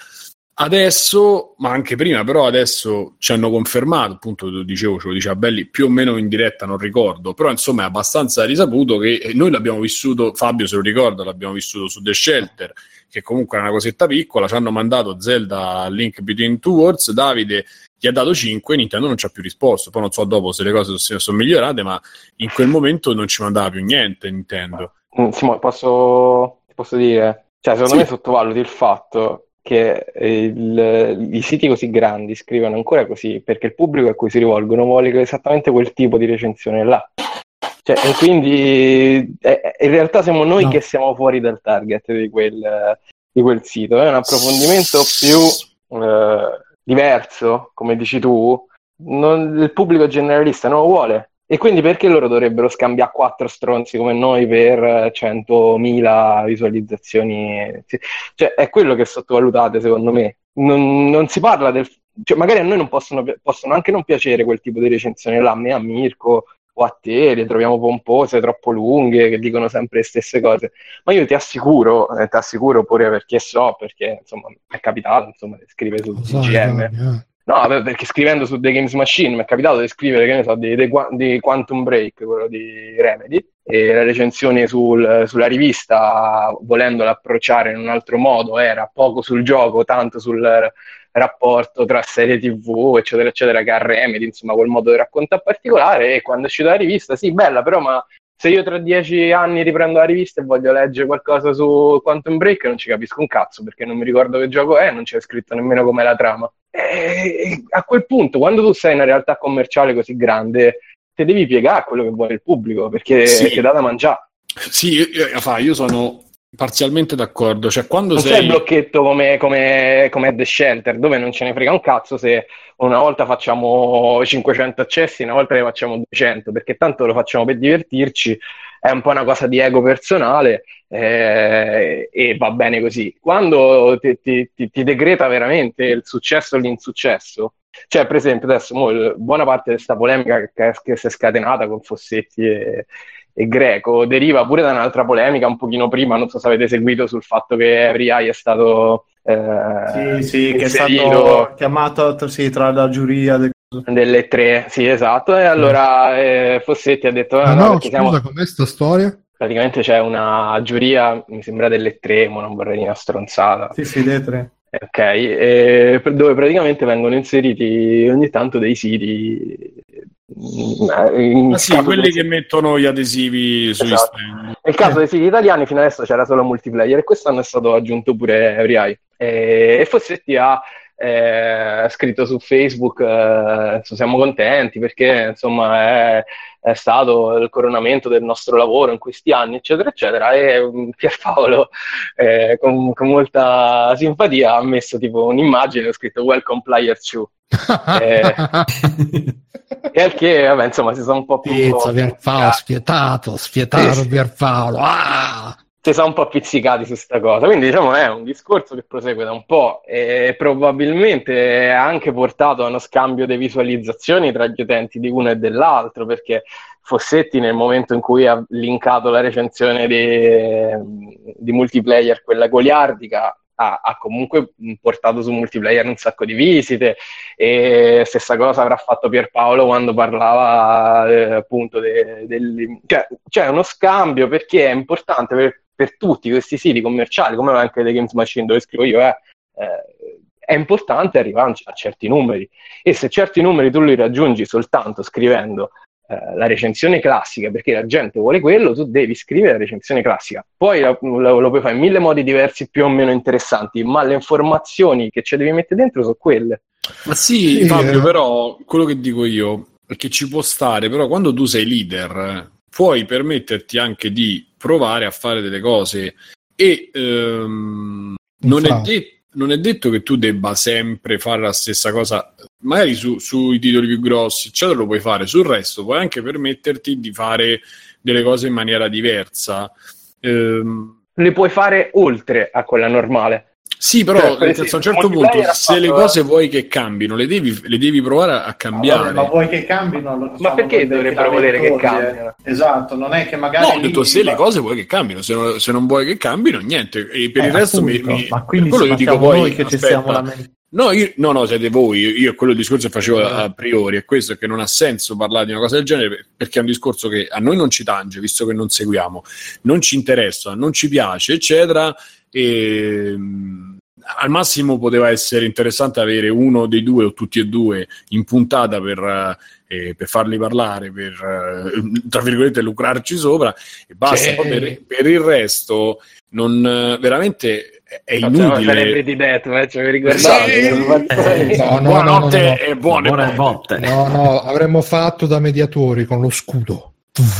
Speaker 2: adesso, ma anche prima, però adesso ci hanno confermato, appunto lo dicevo, ce lo diceva Belli, più o meno in diretta, non ricordo, però insomma è abbastanza risaputo che noi l'abbiamo vissuto, Fabio se lo ricorda, l'abbiamo vissuto su The Shelter, che comunque è una cosetta piccola, ci hanno mandato Zelda Link Between Two Worlds, Davide gli ha dato cinque, Nintendo non ci ha più risposto, poi non so dopo se le cose sono, sono migliorate, ma in quel momento non ci mandava più niente Nintendo.
Speaker 4: Simone, posso, posso dire, cioè secondo
Speaker 2: sì.
Speaker 4: me sottovaluti il fatto che il, i siti così grandi scrivono ancora così perché il pubblico a cui si rivolgono vuole esattamente quel tipo di recensione là, cioè, e quindi eh, in realtà siamo noi no. che siamo fuori dal target di quel, di quel sito, è un approfondimento più eh, diverso, come dici tu, non, il pubblico generalista non lo vuole. E quindi perché loro dovrebbero scambiare quattro stronzi come noi per centomila visualizzazioni? Cioè, è quello che sottovalutate, secondo me. Non, non si parla del... Cioè, magari a noi non possono, possono anche non piacere quel tipo di recensioni là, a me, a Mirko o a te, le troviamo pompose, troppo lunghe, che dicono sempre le stesse cose. Ma io ti assicuro, eh, ti assicuro pure perché so, perché insomma è capitato, insomma, di scrivere sul C G M. No, perché scrivendo su The Games Machine mi è capitato di scrivere, che ne so, di, di, di Quantum Break, quello di Remedy, e la recensione sul, sulla rivista, volendola approcciare in un altro modo, era poco sul gioco, tanto sul rapporto tra serie tivù, eccetera, eccetera, che ha Remedy, insomma, quel modo di raccontare particolare. E quando è uscita la rivista, sì, bella, però ma se io tra dieci anni riprendo la rivista e voglio leggere qualcosa su Quantum Break, non ci capisco un cazzo, perché non mi ricordo che gioco è, non c'è scritto nemmeno com'è la trama. E a quel punto, quando tu sei in una realtà commerciale così grande, ti devi piegare a quello che vuole il pubblico, perché
Speaker 5: sì.
Speaker 4: ti dà da mangiare.
Speaker 5: Sì, io, io, io sono parzialmente d'accordo. Cioè, quando
Speaker 4: non
Speaker 5: sei...
Speaker 4: c'è il blocchetto come, come, come The Shelter, dove non ce ne frega un cazzo se una volta facciamo cinquecento accessi, una volta ne facciamo duecento, perché tanto lo facciamo per divertirci, è un po' una cosa di ego personale, eh, e va bene così. Quando ti, ti, ti, ti decreta veramente il successo o l'insuccesso, cioè per esempio adesso mo, buona parte di questa polemica che, che si è scatenata con Fossetti e, e Greco deriva pure da un'altra polemica un pochino prima, non so se avete seguito, sul fatto che Every Eye è stato eh,
Speaker 3: sì, sì, che è
Speaker 4: inserito,
Speaker 3: stato chiamato sì, tra la giuria del...
Speaker 4: delle tre, sì, esatto. E allora eh, Fossetti ha detto
Speaker 1: ah,
Speaker 4: no,
Speaker 1: no,
Speaker 4: perché
Speaker 1: scusa,
Speaker 4: siamo...
Speaker 1: com'è sta storia?
Speaker 4: Praticamente c'è una giuria, mi sembra delle tre, ma non vorrei dire una stronzata.
Speaker 3: Sì, sì, le tre.
Speaker 4: Ok, e dove praticamente vengono inseriti ogni tanto dei siti.
Speaker 5: In ah, sì, quelli dei... che mettono gli adesivi su
Speaker 4: esatto.
Speaker 5: Instagram.
Speaker 4: Nel caso dei siti italiani fino adesso c'era solo multiplayer e quest'anno è stato aggiunto pure Every Eye. E, e Fossetti ha eh, scritto su Facebook eh, siamo contenti perché insomma è, è stato il coronamento del nostro lavoro in questi anni, eccetera eccetera. E Pierpaolo eh, con, con molta simpatia ha messo tipo un'immagine, ho scritto Welcome Player due. eh, e al che vabbè, insomma, si sono un po' più
Speaker 1: Pizza, Pierpaolo, spietato, spietato Pierpaolo. Ah!
Speaker 4: Si sono un po' pizzicati su sta cosa, quindi diciamo è un discorso che prosegue da un po' e probabilmente ha anche portato a uno scambio di visualizzazioni tra gli utenti di uno e dell'altro, perché Fossetti nel momento in cui ha linkato la recensione di, di multiplayer, quella goliardica, ha, ha comunque portato su multiplayer un sacco di visite, e stessa cosa avrà fatto Pierpaolo quando parlava eh, appunto de, de, cioè c'è uno scambio, perché è importante per per tutti questi siti commerciali, come anche The Games Machine dove scrivo io, eh, eh, è importante arrivare a certi numeri, e se certi numeri tu li raggiungi soltanto scrivendo eh, la recensione classica, perché la gente vuole quello, tu devi scrivere la recensione classica. Poi lo, lo, lo puoi fare in mille modi diversi, più o meno interessanti, ma le informazioni che ci devi mettere dentro sono quelle.
Speaker 5: Ma sì, sì Fabio, eh. però quello che dico io è che ci può stare, però quando tu sei leader puoi permetterti anche di provare a fare delle cose, e ehm, non, è de- non è detto che tu debba sempre fare la stessa cosa, magari su, sui titoli più grossi eccetera lo puoi fare, sul resto puoi anche permetterti di fare delle cose in maniera diversa, ehm...
Speaker 4: le puoi fare oltre a quella normale.
Speaker 5: Sì, però cioè, a un certo punto se le cose vuoi che cambino, le devi, le devi provare a cambiare.
Speaker 3: Vabbè, ma vuoi che cambino? Lo
Speaker 4: ma perché dovrebbero volere che cambino?
Speaker 3: Eh. Esatto, non è che magari...
Speaker 5: No, ho detto se le cose vuoi che cambino, se non, se non vuoi che cambino, niente. E per
Speaker 3: eh,
Speaker 5: il resto
Speaker 3: appunto,
Speaker 5: mi, mi,
Speaker 3: ma quindi
Speaker 5: quello io dico poi,
Speaker 3: noi che ci stiamo lamentando.
Speaker 5: No, io, no, no, siete voi. Io, io quello discorso che facevo a, a priori è questo, è che non ha senso parlare di una cosa del genere, perché è un discorso che a noi non ci tange, visto che non seguiamo, non ci interessa, non ci piace, eccetera. E al massimo poteva essere interessante avere uno dei due o tutti e due in puntata per, eh, per farli parlare, per eh, tra virgolette lucrarci sopra e basta. Poi per, per il resto non veramente è inutile.
Speaker 4: Celebrity Deathmatch, vi ricordate?
Speaker 1: Sì. No, no,
Speaker 5: buonanotte
Speaker 1: no, no, no.
Speaker 5: e buone, buone botte.
Speaker 1: No, no, avremmo fatto da mediatori con lo scudo.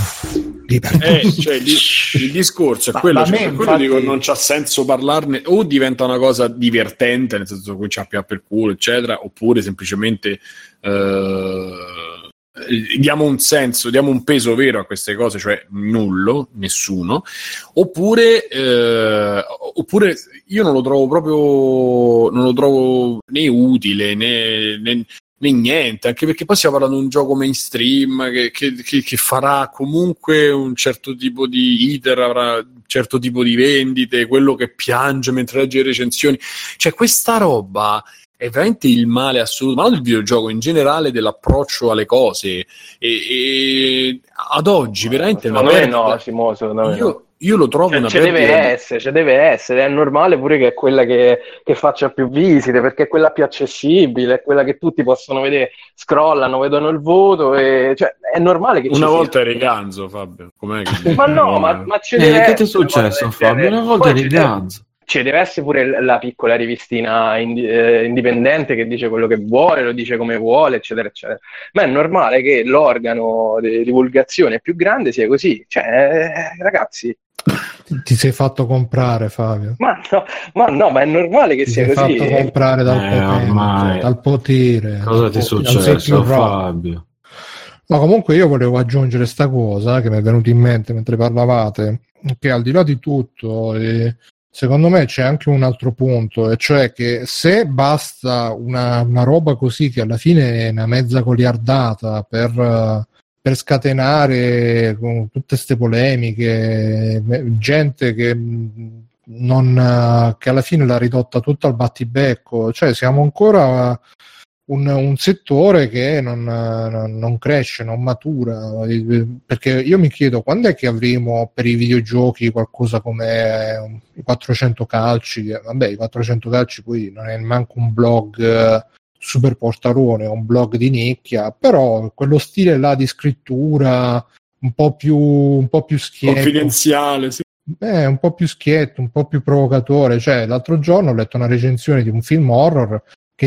Speaker 5: Eh, cioè, il, il discorso è
Speaker 3: ma,
Speaker 5: quello,
Speaker 3: ma
Speaker 5: cioè,
Speaker 3: infatti...
Speaker 5: quello dico, non c'ha senso parlarne, o diventa una cosa divertente, nel senso che ci appia per culo, eccetera, oppure semplicemente eh, diamo un senso, diamo un peso vero a queste cose, cioè nullo, nessuno, oppure eh, oppure io non lo trovo proprio, non lo trovo né utile né, né né niente, anche perché poi stiamo parlando di un gioco mainstream che, che, che, che farà comunque un certo tipo di iter, avrà un certo tipo di vendite, quello che piange mentre legge le recensioni, cioè questa roba
Speaker 7: è veramente il male assoluto, ma non del videogioco, in generale dell'approccio alle cose. E, e ad oggi veramente
Speaker 4: secondo
Speaker 7: una
Speaker 4: me
Speaker 7: perdita.
Speaker 4: no, Simo, secondo me
Speaker 7: io,
Speaker 4: no.
Speaker 7: io lo trovo
Speaker 4: Cioè,
Speaker 7: una
Speaker 4: ci
Speaker 7: perdita.
Speaker 4: deve essere, ci deve essere, è normale pure che è quella che, che faccia più visite, perché è quella più accessibile, è quella che tutti possono vedere, scrollano, vedono il voto, e cioè è normale che
Speaker 7: Una
Speaker 4: ci
Speaker 7: volta
Speaker 4: sia.
Speaker 7: eri ganzo, Fabio. Com'è che
Speaker 4: Ma no, ma, ma ci
Speaker 5: Eh,
Speaker 4: deve
Speaker 5: che ti è
Speaker 4: essere una cosa
Speaker 5: successo,
Speaker 4: del
Speaker 5: Fabio?
Speaker 4: genere.
Speaker 5: Una volta
Speaker 4: Poi
Speaker 5: eri
Speaker 4: ci deve-
Speaker 5: ganzo.
Speaker 4: Ci deve essere pure la piccola rivistina indi- eh, indipendente che dice quello che vuole, lo dice come vuole, eccetera, eccetera. Ma è normale che l'organo di divulgazione più grande sia così. Cioè, eh, ragazzi,
Speaker 1: Ti, ti sei fatto comprare, Fabio.
Speaker 4: ma no, ma no, ma è normale che
Speaker 1: Ti
Speaker 4: sia
Speaker 1: sei
Speaker 4: così.
Speaker 1: fatto comprare dal
Speaker 5: Eh,
Speaker 1: potente,
Speaker 5: ormai.
Speaker 1: dal potere.
Speaker 5: Cosa
Speaker 1: dal
Speaker 5: ti è
Speaker 1: po- non sei più
Speaker 5: successo,
Speaker 1: Rob.
Speaker 5: Fabio?
Speaker 1: Ma comunque io volevo aggiungere sta cosa che mi è venuta in mente mentre parlavate, che al di là di tutto, eh, secondo me c'è anche un altro punto, e cioè che se basta una, una roba così che alla fine è una mezza goliardata per, eh, per scatenare con tutte queste polemiche, me- gente che mh, non, eh, che alla fine l'ha ridotta tutta al battibecco, cioè siamo ancora un, un settore che non, non, non cresce, non matura, perché io mi chiedo quando è che avremo per i videogiochi qualcosa come i quattrocento calci, che, vabbè i quattrocento calci poi non è manco un blog eh, super portarone, è un blog di nicchia, però quello stile là di scrittura un po' più, un po' più schietto,
Speaker 7: Confidenziale, sì.
Speaker 1: eh, un po' più schietto, un po' più provocatore. Cioè l'altro giorno ho letto una recensione di un film horror che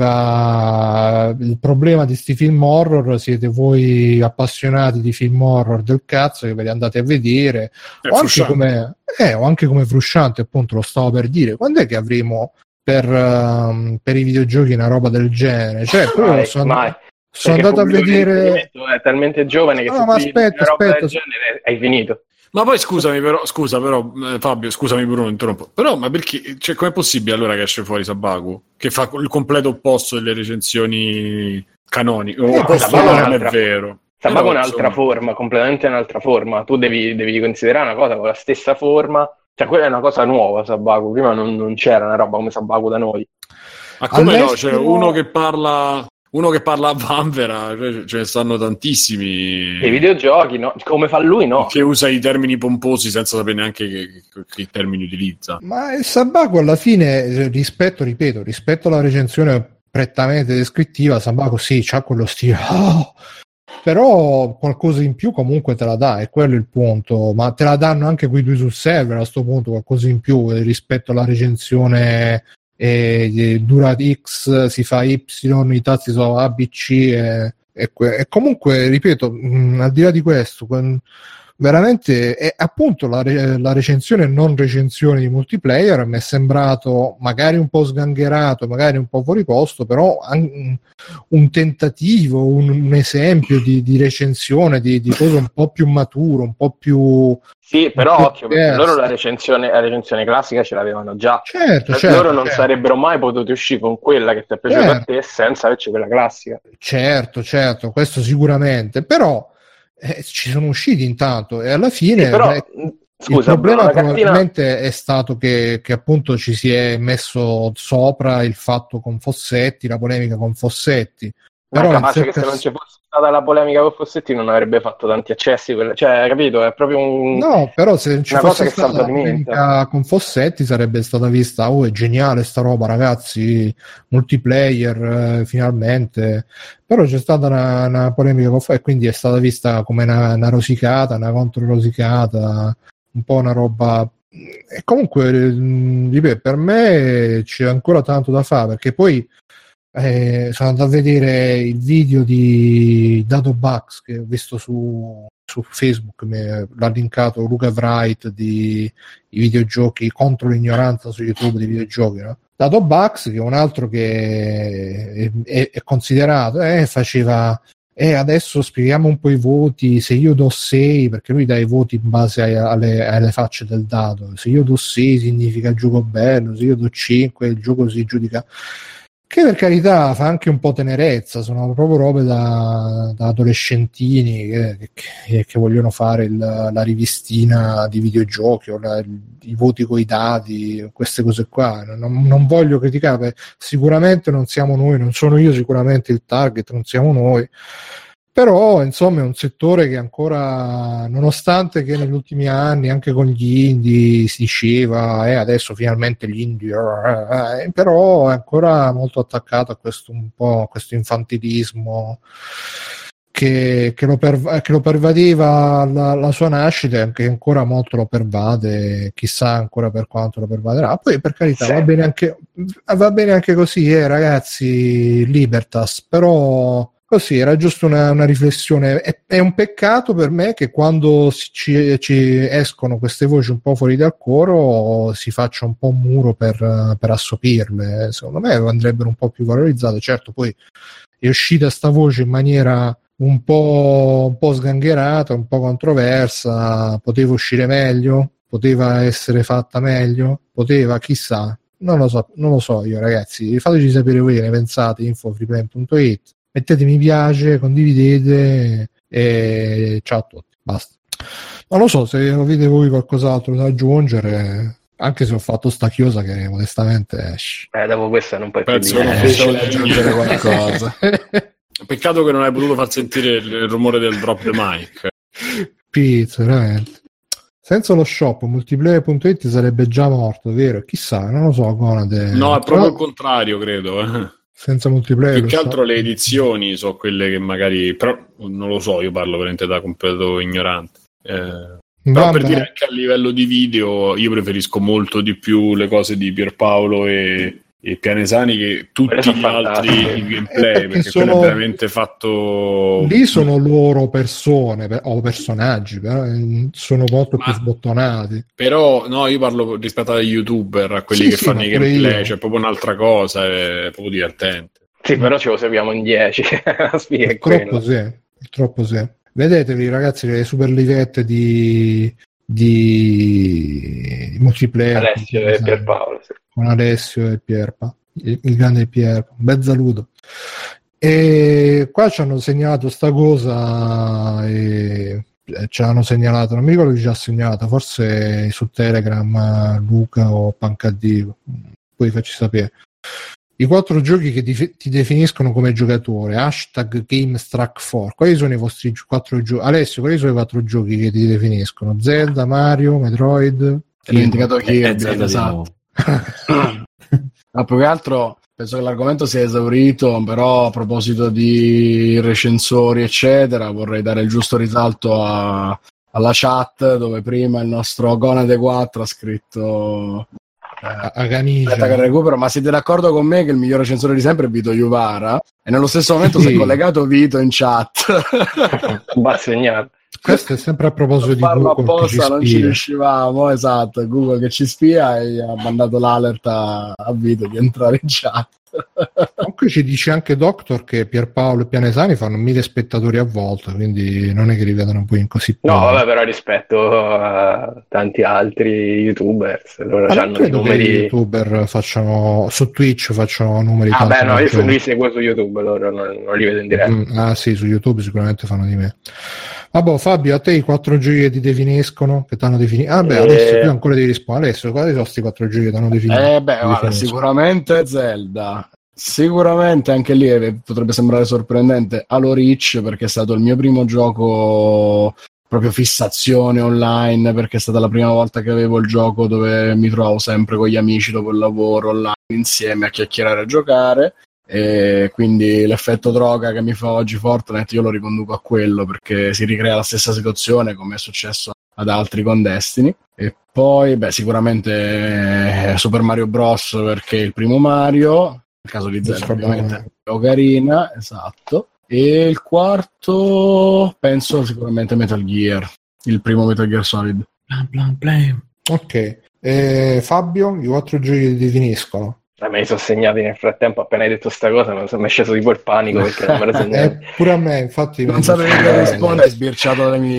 Speaker 1: diceva il problema di sti film horror siete voi appassionati di film horror del cazzo che ve li andate a vedere,
Speaker 7: È
Speaker 1: o anche,
Speaker 7: frusciante.
Speaker 1: come, eh, o anche come Frusciante, appunto lo stavo per dire, quando è che avremo per, um, per i videogiochi una roba del genere? Cioè, poi
Speaker 4: Mai,
Speaker 1: sono,
Speaker 4: mai.
Speaker 1: sono
Speaker 4: Perché
Speaker 1: andato a
Speaker 4: il pubblico di
Speaker 1: vedere
Speaker 4: riferimento è talmente giovane che
Speaker 1: no,
Speaker 4: se
Speaker 1: ma
Speaker 4: tu gli dici
Speaker 1: aspetta,
Speaker 4: una roba
Speaker 1: aspetta
Speaker 4: del genere hai finito.
Speaker 7: Ma poi scusami però, scusa però eh, Fabio, scusami Bruno, interrompo. Però ma perché, cioè, com'è possibile allora che esce fuori Sabaku? Che fa il completo opposto delle recensioni canoniche.
Speaker 1: Eh,
Speaker 7: Opposto
Speaker 4: Sabaku è
Speaker 7: non è
Speaker 4: un'altra-
Speaker 7: vero.
Speaker 4: Sabaku è
Speaker 7: Però,
Speaker 4: un'altra
Speaker 7: insomma,
Speaker 4: forma, completamente un'altra forma. Tu devi, devi considerare una cosa con la stessa forma, cioè quella è una cosa nuova, Sabaku. Prima non, non c'era una roba come Sabaku da noi.
Speaker 7: ma come no?
Speaker 1: all'estero-
Speaker 7: Cioè, uno che parla uno che parla a vanvera, cioè, ce ne stanno tantissimi.
Speaker 4: I videogiochi, no? Come fa lui, no?
Speaker 7: Che usa i termini pomposi senza sapere neanche che, che, che termini utilizza.
Speaker 1: Ma il Sabaku alla fine, rispetto, ripeto, rispetto alla recensione prettamente descrittiva, Sabaku sì, c'ha quello stile, oh! Però qualcosa in più comunque te la dà, è quello il punto, ma te la danno anche qui due sul server a sto punto, qualcosa in più eh, rispetto alla recensione eh, dura X, si fa Y, i tasti sono A, B, C e, e, que- e comunque, ripeto, mh, al di là di questo, que- veramente è appunto la, re- la recensione e non recensione di multiplayer mi è sembrato magari un po' sgangherato, magari un po' fuori posto, però an- un tentativo, un, un esempio di, di recensione di, di cosa un po' più maturo, un po' più
Speaker 4: Sì, però
Speaker 1: po'
Speaker 4: occhio, perché
Speaker 1: diverso.
Speaker 4: loro la recensione, la recensione classica ce l'avevano già.
Speaker 1: certo,
Speaker 4: Cioè,
Speaker 1: certo,
Speaker 4: loro non
Speaker 1: certo.
Speaker 4: sarebbero mai potuti uscire con quella che ti è piaciuta
Speaker 1: Certo.
Speaker 4: a te senza averci quella classica.
Speaker 1: Certo, certo, questo sicuramente, però eh, ci sono usciti intanto e alla fine
Speaker 4: Sì, però,
Speaker 1: eh,
Speaker 4: mh,
Speaker 1: il
Speaker 4: scusa,
Speaker 1: problema
Speaker 4: una cartina...
Speaker 1: probabilmente è stato che, che appunto ci si è messo sopra il fatto con Fossetti, la polemica con Fossetti.
Speaker 4: Ma
Speaker 1: Però
Speaker 4: è
Speaker 1: in
Speaker 4: capace
Speaker 1: sé
Speaker 4: che se
Speaker 1: per
Speaker 4: non
Speaker 1: sé-
Speaker 4: ci fosse stata la polemica con Fossetti non avrebbe fatto tanti accessi, quella- cioè, capito? È proprio un...
Speaker 1: No, però se non ci
Speaker 4: una cosa
Speaker 1: fosse
Speaker 4: che
Speaker 1: stata la
Speaker 4: s'autoalimenta.
Speaker 1: polemica con Fossetti sarebbe stata vista, oh è geniale sta roba ragazzi, multiplayer eh, finalmente, però c'è stata una, una polemica con Fossetti e quindi è stata vista come una, una rosicata, una controrosicata, un po' una roba. E comunque mh, ripeto, per me c'è ancora tanto da fare, perché poi eh, sono andato a vedere il video di Dato Bugs che ho visto su, su Facebook, mi l'ha linkato Luca Wright di i videogiochi contro l'ignoranza su YouTube di videogiochi, no? Dato Bugs, che è un altro che è, è, è considerato, eh, faceva e adesso spieghiamo un po' i voti. Se io do sei, perché lui dà i voti in base ai, alle, alle facce del dado, se io do sei significa il gioco bello, se io do cinque il gioco si giudica. che per carità fa anche un po' tenerezza, sono proprio robe da, da adolescentini che, che, che vogliono fare il, la rivistina di videogiochi o la, i voti coi dati, queste cose qua. Non, non voglio criticare, sicuramente non siamo noi, non sono io sicuramente il target, non siamo noi. Però insomma è un settore che ancora, nonostante che negli ultimi anni anche con gli indie si diceva e eh, adesso finalmente gli indie eh, eh, però è ancora molto attaccato a questo un po' questo infantilismo che, che, lo, perv- che lo pervadeva la, la sua nascita e che ancora molto lo pervade, chissà ancora per quanto lo pervaderà. Poi per carità sì. va bene anche va bene anche così eh, ragazzi, libertas, però così era giusto una, una riflessione. È, è un peccato per me che quando ci, ci escono queste voci un po' fuori dal coro si faccia un po' un muro per, per assopirle. Secondo me andrebbero un po' più valorizzate. Certo, poi è uscita sta voce in maniera un po', un po' sgangherata, un po' controversa. Poteva uscire meglio? Poteva essere fatta meglio? Poteva, chissà. Non lo so, non lo so io, ragazzi. Fateci sapere voi che ne pensate. info freeplay punto it. Mettete mi piace, condividete e ciao a tutti, basta. Non lo so se avete voi qualcos'altro da aggiungere, anche se ho fatto sta chiosa che modestamente esce.
Speaker 4: Eh, dopo questa non puoi più
Speaker 7: Penso che non
Speaker 6: Eh, aggiungere qualcosa.
Speaker 7: Peccato che non hai potuto far sentire il rumore del drop the mic.
Speaker 1: Pizza, veramente. Senza lo shop multiplayer punto it sarebbe già morto, vero? Chissà, non lo so. Conade.
Speaker 7: No, è proprio Però... il contrario, credo. Eh.
Speaker 1: Senza multiplayer
Speaker 7: più che altro le edizioni sono quelle che magari, però non lo so, io parlo veramente da completo ignorante. Eh, però per dire anche a livello di video io preferisco molto di più le cose di Pierpaolo e, e Pianesani che tutti gli altri i gameplay, perché, perché sono... quello è veramente fatto.
Speaker 1: Lì sono loro persone o personaggi, però sono molto Ma... più sbottonati.
Speaker 7: Però no, io parlo rispetto agli youtuber, a quelli sì, che sì, fanno i gameplay, io. Cioè proprio un'altra cosa, è proprio divertente.
Speaker 4: Sì, però ce lo seguiamo in dieci.
Speaker 1: Purtroppo sì, purtroppo sì. Vedetevi ragazzi le super livette di di multiplayer
Speaker 4: Alessio e Pierpaolo, sì.
Speaker 1: Con Alessio e Pierpa, il, il grande Pierpa, un bel saluto. E qua ci hanno segnalato sta cosa e ci hanno segnalato, non mi ricordo chi ci ha segnalato, forse su Telegram Luca o Pancaddico, poi facci sapere. I quattro giochi che ti, ti definiscono come giocatore, hashtag GameStrack quattro. Quali sono i vostri gi- quattro giochi? Alessio, quali sono i quattro giochi che ti definiscono? Zelda, Mario, Metroid?
Speaker 6: Ho dimenticato Kirby, esatto. Ma più che altro penso che l'argomento sia esaurito, però a proposito di recensori eccetera vorrei dare il giusto risalto a, alla chat dove prima il nostro Gonade quattro ha scritto
Speaker 1: a, a Ganigia.
Speaker 6: Aspetta che recupero, ma siete d'accordo con me che il miglior recensore di sempre è Vito Juvara? E nello stesso momento sì. Si è collegato Vito in chat.
Speaker 4: Va segnato.
Speaker 1: Questo è sempre a proposito di
Speaker 6: farlo
Speaker 1: Google
Speaker 6: apposta,
Speaker 1: ci
Speaker 6: non ci riuscivamo, esatto, Google che ci spia e ha mandato l'alert a, a Vito di entrare in chat.
Speaker 1: Comunque ci dice anche Doctor che Pierpaolo e Pianesani fanno mille spettatori a volta, quindi non è che li vedono poi in così poco.
Speaker 4: No, vabbè, però rispetto a tanti altri youtubers, loro
Speaker 1: ah,
Speaker 4: hanno dei numeri.
Speaker 1: I youtuber facciano su Twitch facciano numeri.
Speaker 4: Ah, beh, no, io su, li seguo su YouTube, loro non, non li vedo in diretta.
Speaker 1: Mm, ah, sì, su YouTube sicuramente fanno di me. Vabbè, Fabio, a te i quattro giochi che ti definiscono, che ti hanno definito. Ah, beh, e... adesso qui ancora devi rispondere. Adesso, quali sono questi quattro giochi che ti hanno definito?
Speaker 6: Eh, beh, guarda, sicuramente Zelda. Sicuramente anche lì potrebbe sembrare sorprendente Halo Reach, perché è stato il mio primo gioco proprio fissazione online, perché è stata la prima volta che avevo il gioco dove mi trovavo sempre con gli amici dopo il lavoro online insieme a chiacchierare e a giocare, e quindi l'effetto droga che mi fa oggi Fortnite io lo riconduco a quello, perché si ricrea la stessa situazione come è successo ad altri con Destiny. E poi beh sicuramente Super Mario Bros, perché è il primo Mario, nel caso di Zelda ovviamente Ocarina, esatto. E il quarto penso sicuramente Metal Gear, il primo Metal Gear Solid.
Speaker 1: Blam, blam, blam. Ok, e Fabio, i quattro giochi che ti definiscono?
Speaker 4: Eh, me li sono segnati nel frattempo, appena hai detto sta cosa mi è sceso tipo il panico perché non me lo segnavo.
Speaker 1: eh, pure a me, infatti
Speaker 6: non sapevi che rispondere, hai sbirciato le mie.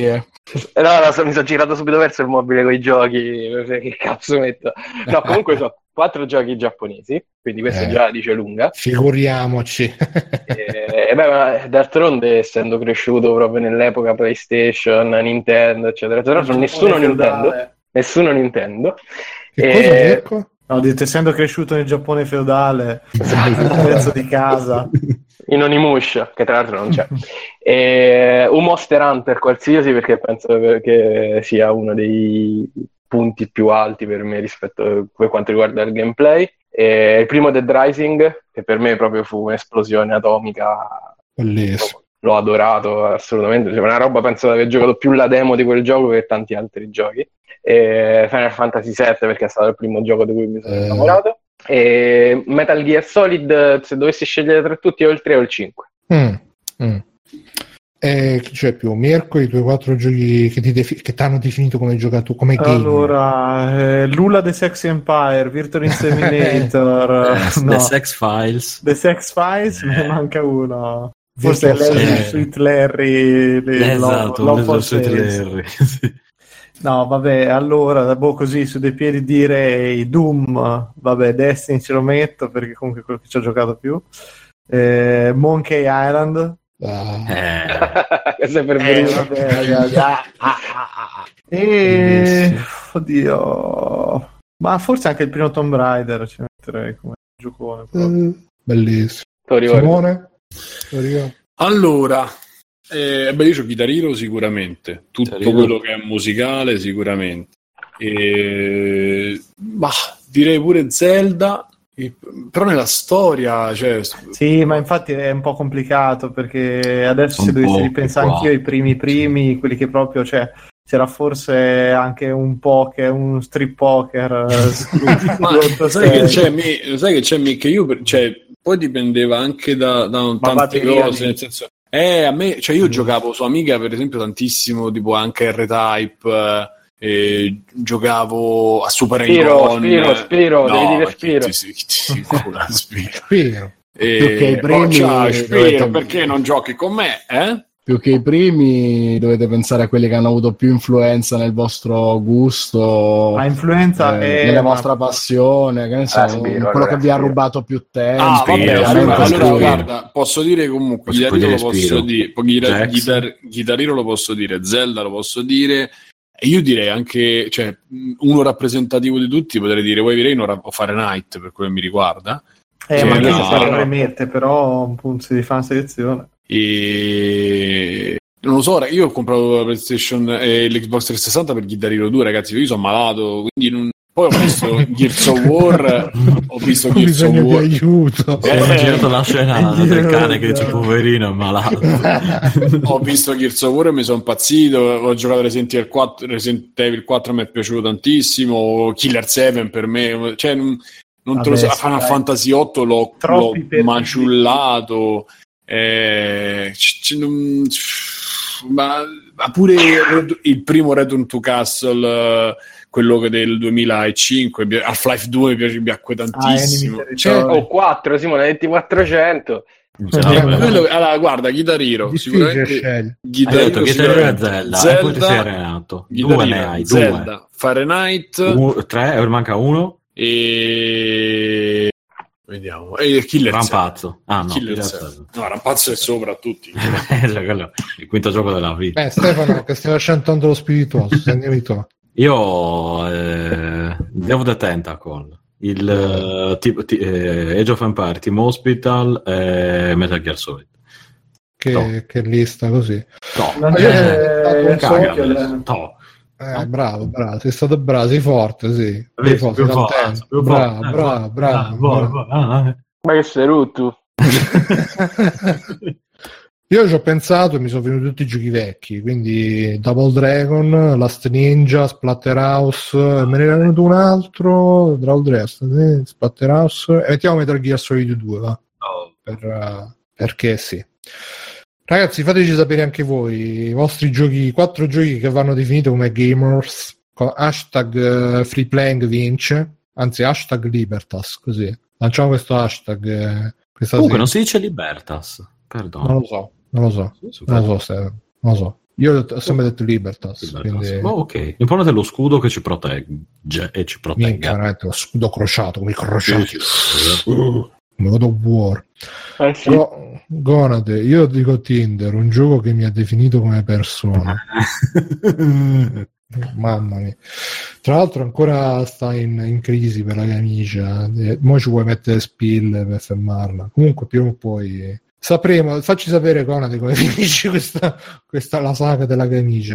Speaker 4: No, no, mi sono girato subito verso il mobile con i giochi. Che cazzo metto? No, comunque sono quattro giochi giapponesi, quindi questo
Speaker 1: Eh,
Speaker 4: già dice lunga.
Speaker 1: Figuriamoci.
Speaker 4: E, e beh, ma d'altronde, essendo cresciuto proprio nell'epoca PlayStation, Nintendo, eccetera, eccetera, nessuno Nintendo, nessuno Nintendo.
Speaker 1: Che
Speaker 4: E-
Speaker 1: cosa, Mirko?
Speaker 3: No, dite, essendo cresciuto nel Giappone feudale, un pezzo di casa.
Speaker 4: in Onimusha, che tra l'altro non c'è, e un Monster Hunter qualsiasi, perché penso che sia uno dei punti più alti per me rispetto per quanto riguarda il gameplay. E il primo Dead Rising, che per me proprio fu un'esplosione atomica,
Speaker 1: Bellissimo.
Speaker 4: l'ho adorato assolutamente, cioè, una roba, penso di aver giocato più la demo di quel gioco che tanti altri giochi. E Final Fantasy sette, perché è stato il primo gioco di cui mi sono
Speaker 1: Eh.
Speaker 4: innamorato. E Metal Gear Solid, se dovessi scegliere tra tutti, o il tre o il cinque.
Speaker 1: Mm, mm. E chi c'è più? Mirko, i tuoi quattro giochi che ti defi- che hanno definito come giocato, come gamer.
Speaker 3: Allora, eh, Lula The Sex Empire, Virtual Inseminator,
Speaker 5: The
Speaker 3: no.
Speaker 5: Sex Files.
Speaker 3: The Sex Files, me ne manca uno. Forse è
Speaker 1: Virtual
Speaker 3: Larry,
Speaker 5: Sex.
Speaker 3: Sweet Larry, le-
Speaker 5: Esatto,
Speaker 3: Love-
Speaker 5: un
Speaker 3: Love
Speaker 5: esatto,
Speaker 3: for Sale.
Speaker 5: Larry. Sì.
Speaker 3: No, vabbè, allora, boh, così su dei piedi direi Doom, vabbè, Destiny ce lo metto perché comunque è quello che ci ho giocato più. Eh, Monkey Island.
Speaker 1: Ah,
Speaker 5: Eh,
Speaker 4: Questo è per
Speaker 3: Eh,
Speaker 4: venire.
Speaker 3: vabbè, ragazzi.
Speaker 6: Ah, ah, ah, ah.
Speaker 3: E oddio, ma forse anche il primo Tomb Raider ci metterei come giocone. proprio.
Speaker 1: eh, bellissimo.
Speaker 4: Te lo ricordi?
Speaker 1: Simone? Te lo ricordi?
Speaker 7: Allora, eh, beh, io c'ho Guitar Hero sicuramente, tutto
Speaker 5: Guitar Hero.
Speaker 7: quello che è musicale sicuramente. E, bah, direi pure Zelda, e- però nella storia, cioè,
Speaker 3: Sì, ma infatti è un po' complicato perché adesso
Speaker 5: Un
Speaker 3: se dovessi
Speaker 5: po'
Speaker 3: ripensare
Speaker 5: qua.
Speaker 3: anch'io ai primi primi, quelli che proprio, cioè, c'era forse anche un poker, un strip poker. eh, su-
Speaker 7: ma
Speaker 3: sull'otto
Speaker 7: sai che
Speaker 3: sei.
Speaker 7: c'è, mi, sai che c'è mi, che io, per- cioè, poi dipendeva anche da, da tante
Speaker 3: batteria
Speaker 7: cose,
Speaker 3: di-
Speaker 7: nel senso, eh, a me, cioè io giocavo su Amiga per esempio tantissimo, tipo anche R-Type, eh, e giocavo a Super
Speaker 4: Spiro,
Speaker 7: Iron.
Speaker 4: Spiro, Spiro,
Speaker 7: no,
Speaker 4: devi dire
Speaker 7: ma chi
Speaker 4: Spiro.
Speaker 7: ti, chi ti incula, Spiro.
Speaker 1: Spiro.
Speaker 7: E,
Speaker 6: Più che i primi,
Speaker 7: oh, ciao, Spiro,
Speaker 6: dovete-
Speaker 7: perché non giochi con me, eh?
Speaker 6: Più che i primi dovete pensare a quelli che hanno avuto più influenza nel vostro gusto,
Speaker 3: Ma influenza
Speaker 6: eh,
Speaker 3: è
Speaker 6: nella
Speaker 3: ma-
Speaker 6: vostra passione, che ne so,
Speaker 4: Ah, Spiro,
Speaker 6: quello
Speaker 4: allora,
Speaker 6: che vi ha
Speaker 4: Spiro.
Speaker 6: rubato più tempo.
Speaker 7: Ah,
Speaker 5: Spiro,
Speaker 7: vabbè,
Speaker 5: Spiro,
Speaker 7: allora,
Speaker 5: Spiro,
Speaker 7: allora
Speaker 5: Spiro.
Speaker 7: guarda, posso dire comunque,
Speaker 5: Posso
Speaker 7: Guitar Hero
Speaker 5: dire
Speaker 7: lo posso
Speaker 5: Spiro.
Speaker 7: dire, poi Guitar,
Speaker 5: Jax.
Speaker 7: Guitar, Guitar Hero lo posso dire, Zelda lo posso dire, e io direi anche, cioè, mh, uno rappresentativo di tutti, potrei dire Wave Rain o Fahrenheit, per quello che mi riguarda.
Speaker 3: Eh,
Speaker 7: Sì,
Speaker 3: ma anche
Speaker 7: no,
Speaker 3: se fare
Speaker 7: no.
Speaker 3: premette, però appunto si fa una selezione.
Speaker 7: E non lo so, io ho comprato la PlayStation e l'Xbox trecentosessanta per Guitar Hero due, ragazzi, io sono malato, quindi non... poi ho visto Gears of War, ho visto
Speaker 1: Ho
Speaker 7: Gears of
Speaker 1: bisogno di
Speaker 7: War.
Speaker 1: aiuto.
Speaker 5: Ho girato la scena
Speaker 3: Eh,
Speaker 5: del cane che dice
Speaker 3: eh.
Speaker 5: poverino è malato.
Speaker 7: Ho visto Gears of War e mi sono impazzito. Ho giocato Resident Evil quattro, Resident Evil quattro mi è piaciuto tantissimo. Killer sette per me, cioè, non, non te lo so.
Speaker 3: Vabbè,
Speaker 7: Final
Speaker 3: dai.
Speaker 7: Fantasy otto l'ho,
Speaker 3: Troppi
Speaker 7: l'ho
Speaker 3: per-
Speaker 7: maciullato. Eh, c- c- non- ma, ma pure Red- il primo Return to Castle, eh, quello che del duemilacinque, Half-Life due mi piace, mi piacque tantissimo.
Speaker 3: Ah, Enemy
Speaker 7: Cioè,
Speaker 3: Territory.
Speaker 4: O quattro, Simone, metti quattrocento.
Speaker 7: quello- allora, guarda, Guitar Hero,
Speaker 1: Difficile
Speaker 7: sicuramente
Speaker 1: scegliere.
Speaker 7: Guitar
Speaker 5: Hai detto
Speaker 7: Hero,
Speaker 5: Guitar Hero e
Speaker 7: sicuramente.
Speaker 5: Zelda, e poi ti sei arenato.
Speaker 7: Guitar
Speaker 5: Due
Speaker 7: Hero,
Speaker 5: ne hai,
Speaker 7: Zelda,
Speaker 5: due.
Speaker 7: Fahrenheit
Speaker 5: U- tre, e manca uno.
Speaker 7: e vediamo. E Killer
Speaker 5: Rampazzo. Ah no,
Speaker 7: Killer
Speaker 5: Killer
Speaker 7: sette.
Speaker 5: sette.
Speaker 7: No, Rampazzo è sopra a tutti.
Speaker 5: Cioè, quello è il quinto gioco della vita.
Speaker 1: Beh, Stefano, che stai lasciando tanto lo spirituoso, sentiami tu.
Speaker 5: Io eh, Day of the Tentacle, il eh, tipo- ti- eh, Age of Empire, Team Hospital e Metal Gear Solid.
Speaker 1: Che,
Speaker 5: No.
Speaker 1: che lista così.
Speaker 5: No,
Speaker 3: Non
Speaker 1: Eh,
Speaker 3: c'è
Speaker 5: caga,
Speaker 3: Sofia,
Speaker 5: adesso. No.
Speaker 1: Eh, bravo, bravo, sei stato bravo, sei forte, sì.
Speaker 5: Vedi,
Speaker 1: Sei forte,
Speaker 5: più
Speaker 1: sei
Speaker 5: forte,
Speaker 1: contento.
Speaker 5: più
Speaker 1: Bravo,
Speaker 5: forte.
Speaker 1: bravo, bravo,
Speaker 5: Ah, buono,
Speaker 1: bravo.
Speaker 5: buono. Ah, eh.
Speaker 4: Ma che sei rutto?
Speaker 1: Io ci ho pensato e mi sono venuti tutti i giochi vecchi, quindi Double Dragon, Last Ninja, Splatterhouse, me ne era venuto un altro, Double Dragon, Splatterhouse, e mettiamo Metal Gear Solid due, va?
Speaker 5: Oh.
Speaker 1: Per, uh, perché sì. Ragazzi, fateci sapere anche voi i vostri giochi, quattro giochi che vanno definiti come gamers, con hashtag uh, freeplaying vince, anzi hashtag libertas, così. Lanciamo questo hashtag eh, questa
Speaker 5: Comunque
Speaker 1: sera.
Speaker 5: non si dice Libertas, perdono.
Speaker 1: Non lo so, non lo so,
Speaker 5: Sì,
Speaker 1: non lo so, Stefano, non lo so. Io ho sempre detto Libertas,
Speaker 5: Libertas.
Speaker 1: quindi...
Speaker 5: Oh, ok, imponete lo scudo che ci protegge e ci protegga.
Speaker 1: Minchia, lo scudo crociato, come i crociati. Uh, God of War.
Speaker 4: Eh sì.
Speaker 1: Però, Gonade, io dico Tinder, un gioco che mi ha definito come persona. Mamma mia. Tra l'altro ancora sta in, in crisi per la camicia. E mo ci vuoi mettere spille per fermarla. Comunque prima o poi sapremo. Facci sapere, Conate, come finisce questa, questa la saga della camicia.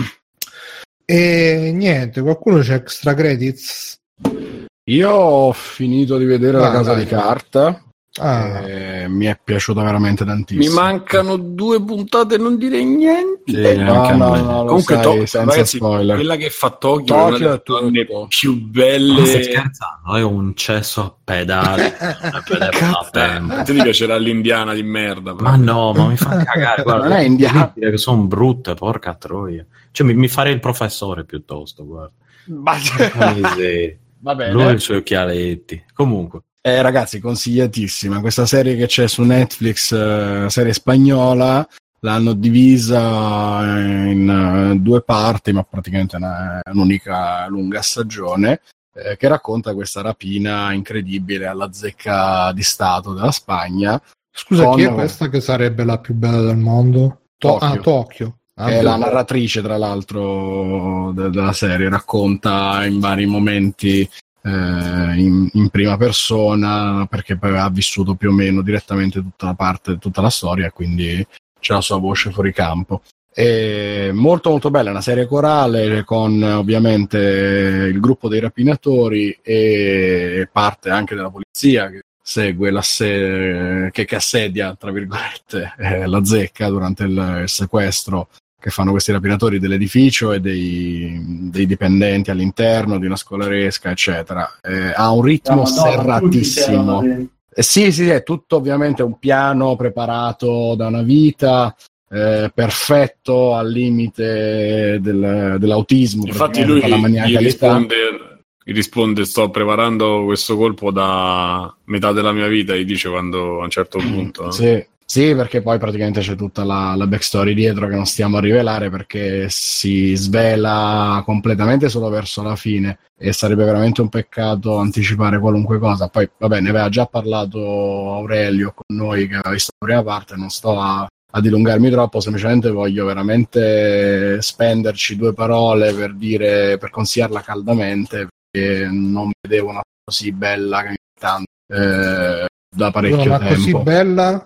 Speaker 1: E niente, qualcuno c'è extra credits?
Speaker 6: Io ho finito di vedere
Speaker 1: Ah,
Speaker 6: La Casa
Speaker 1: dai.
Speaker 6: di Carta.
Speaker 1: Ah,
Speaker 6: E mi è piaciuta veramente tantissimo.
Speaker 7: Mi mancano due puntate, non dire niente.
Speaker 5: Sì,
Speaker 6: No,
Speaker 5: anche a
Speaker 6: no,
Speaker 5: me.
Speaker 6: no, lo
Speaker 7: Comunque,
Speaker 6: sai,
Speaker 7: To-
Speaker 6: senza
Speaker 7: ragazzi,
Speaker 6: spoiler.
Speaker 7: quella che fa Tokyo,
Speaker 6: Tokyo
Speaker 7: è una delle
Speaker 6: è tutto.
Speaker 7: donne più
Speaker 5: Ma
Speaker 7: belle.
Speaker 5: stai scherzando? È un cesso a pedali. a pedali a tempo.
Speaker 7: A te ti piacerà l'indiana di merda.
Speaker 5: Ma no, ma mi fa cagare. Guarda,
Speaker 6: Non è indiano.
Speaker 5: che sono brutte, porca troia. Cioè, mi, mi farei il professore piuttosto, guarda.
Speaker 6: Ma-
Speaker 5: Miseria.
Speaker 6: Va bene.
Speaker 5: Lui e i suoi occhialetti. Comunque,
Speaker 6: Eh, ragazzi, consigliatissima questa serie che c'è su Netflix, eh, serie spagnola. L'hanno divisa in eh, due parti, ma praticamente è una- è un'unica lunga stagione, eh, che racconta questa rapina incredibile alla zecca di Stato della Spagna.
Speaker 1: scusa,
Speaker 6: Con-
Speaker 1: chi è questa che sarebbe la più bella del mondo? To-
Speaker 6: Tokyo.
Speaker 1: Ah, Tokyo. Ah,
Speaker 6: È la
Speaker 1: beh.
Speaker 6: narratrice, tra l'altro, de- della serie, racconta in vari momenti eh, in, in prima persona, perché poi ha vissuto più o meno direttamente tutta la parte, tutta la storia, e quindi c'è la sua voce fuori campo. È molto molto bella, è una serie corale con ovviamente il gruppo dei rapinatori e parte anche della polizia che segue l'asse- che, che assedia, tra virgolette, eh, la zecca durante il, il sequestro che fanno questi rapinatori dell'edificio e dei, dei dipendenti all'interno di una scolaresca, eccetera. Eh, ha un ritmo serratissimo. Eh, sì, sì, è tutto ovviamente un piano preparato da una vita, eh, perfetto al limite del- dell'autismo.
Speaker 7: Infatti
Speaker 6: praticamente,
Speaker 7: lui
Speaker 6: con la
Speaker 7: gli
Speaker 6: maniacalità.
Speaker 7: risponde, gli risponde sto preparando questo colpo da metà della mia vita, gli dice quando a un certo punto. no?
Speaker 6: Sì, sì, perché poi praticamente c'è tutta la, la backstory dietro che non stiamo a rivelare, perché si svela completamente solo verso la fine e sarebbe veramente un peccato anticipare qualunque cosa. Poi vabbè, ne aveva già parlato Aurelio con noi che aveva visto la prima parte, non sto a, a dilungarmi troppo, semplicemente voglio veramente spenderci due parole per dire, per consigliarla caldamente, perché non vedevo una così bella che mi tanto eh, da parecchio
Speaker 1: Ma
Speaker 6: tempo.
Speaker 1: così bella?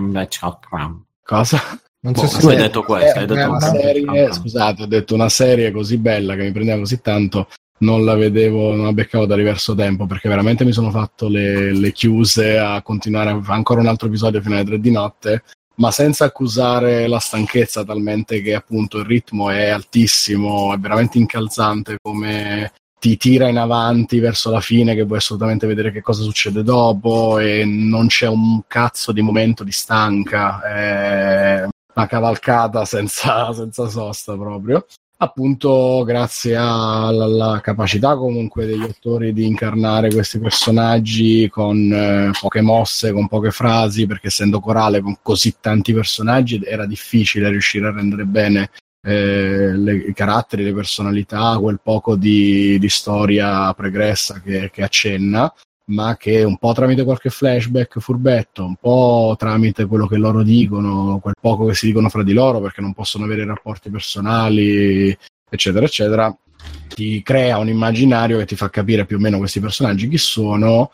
Speaker 6: Cosa?
Speaker 1: Non
Speaker 6: Boh,
Speaker 1: si
Speaker 5: tu hai
Speaker 1: sa.
Speaker 5: detto questo,
Speaker 6: Eh,
Speaker 5: hai detto
Speaker 6: una
Speaker 5: un
Speaker 6: serie, scusate, ho detto una serie così bella che mi prendeva così tanto, non la vedevo, non la beccavo da diverso tempo, perché veramente mi sono fatto le, le chiuse a continuare a fare ancora un altro episodio fino alle tre di notte, ma senza accusare la stanchezza, talmente che appunto il ritmo è altissimo, è veramente incalzante, come ti tira in avanti verso la fine, che vuoi assolutamente vedere che cosa succede dopo, e non c'è un cazzo di momento di stanca, è una cavalcata senza, senza sosta proprio, appunto grazie alla, alla capacità comunque degli attori di incarnare questi personaggi con eh, poche mosse, con poche frasi, perché essendo corale con così tanti personaggi era difficile riuscire a rendere bene eh, le, i caratteri, le personalità, quel poco di, di storia pregressa che, che accenna, ma che un po' tramite qualche flashback furbetto, un po' tramite quello che loro dicono, quel poco che si dicono fra di loro perché non possono avere rapporti personali, eccetera, eccetera, ti crea un immaginario che ti fa capire più o meno questi personaggi chi sono,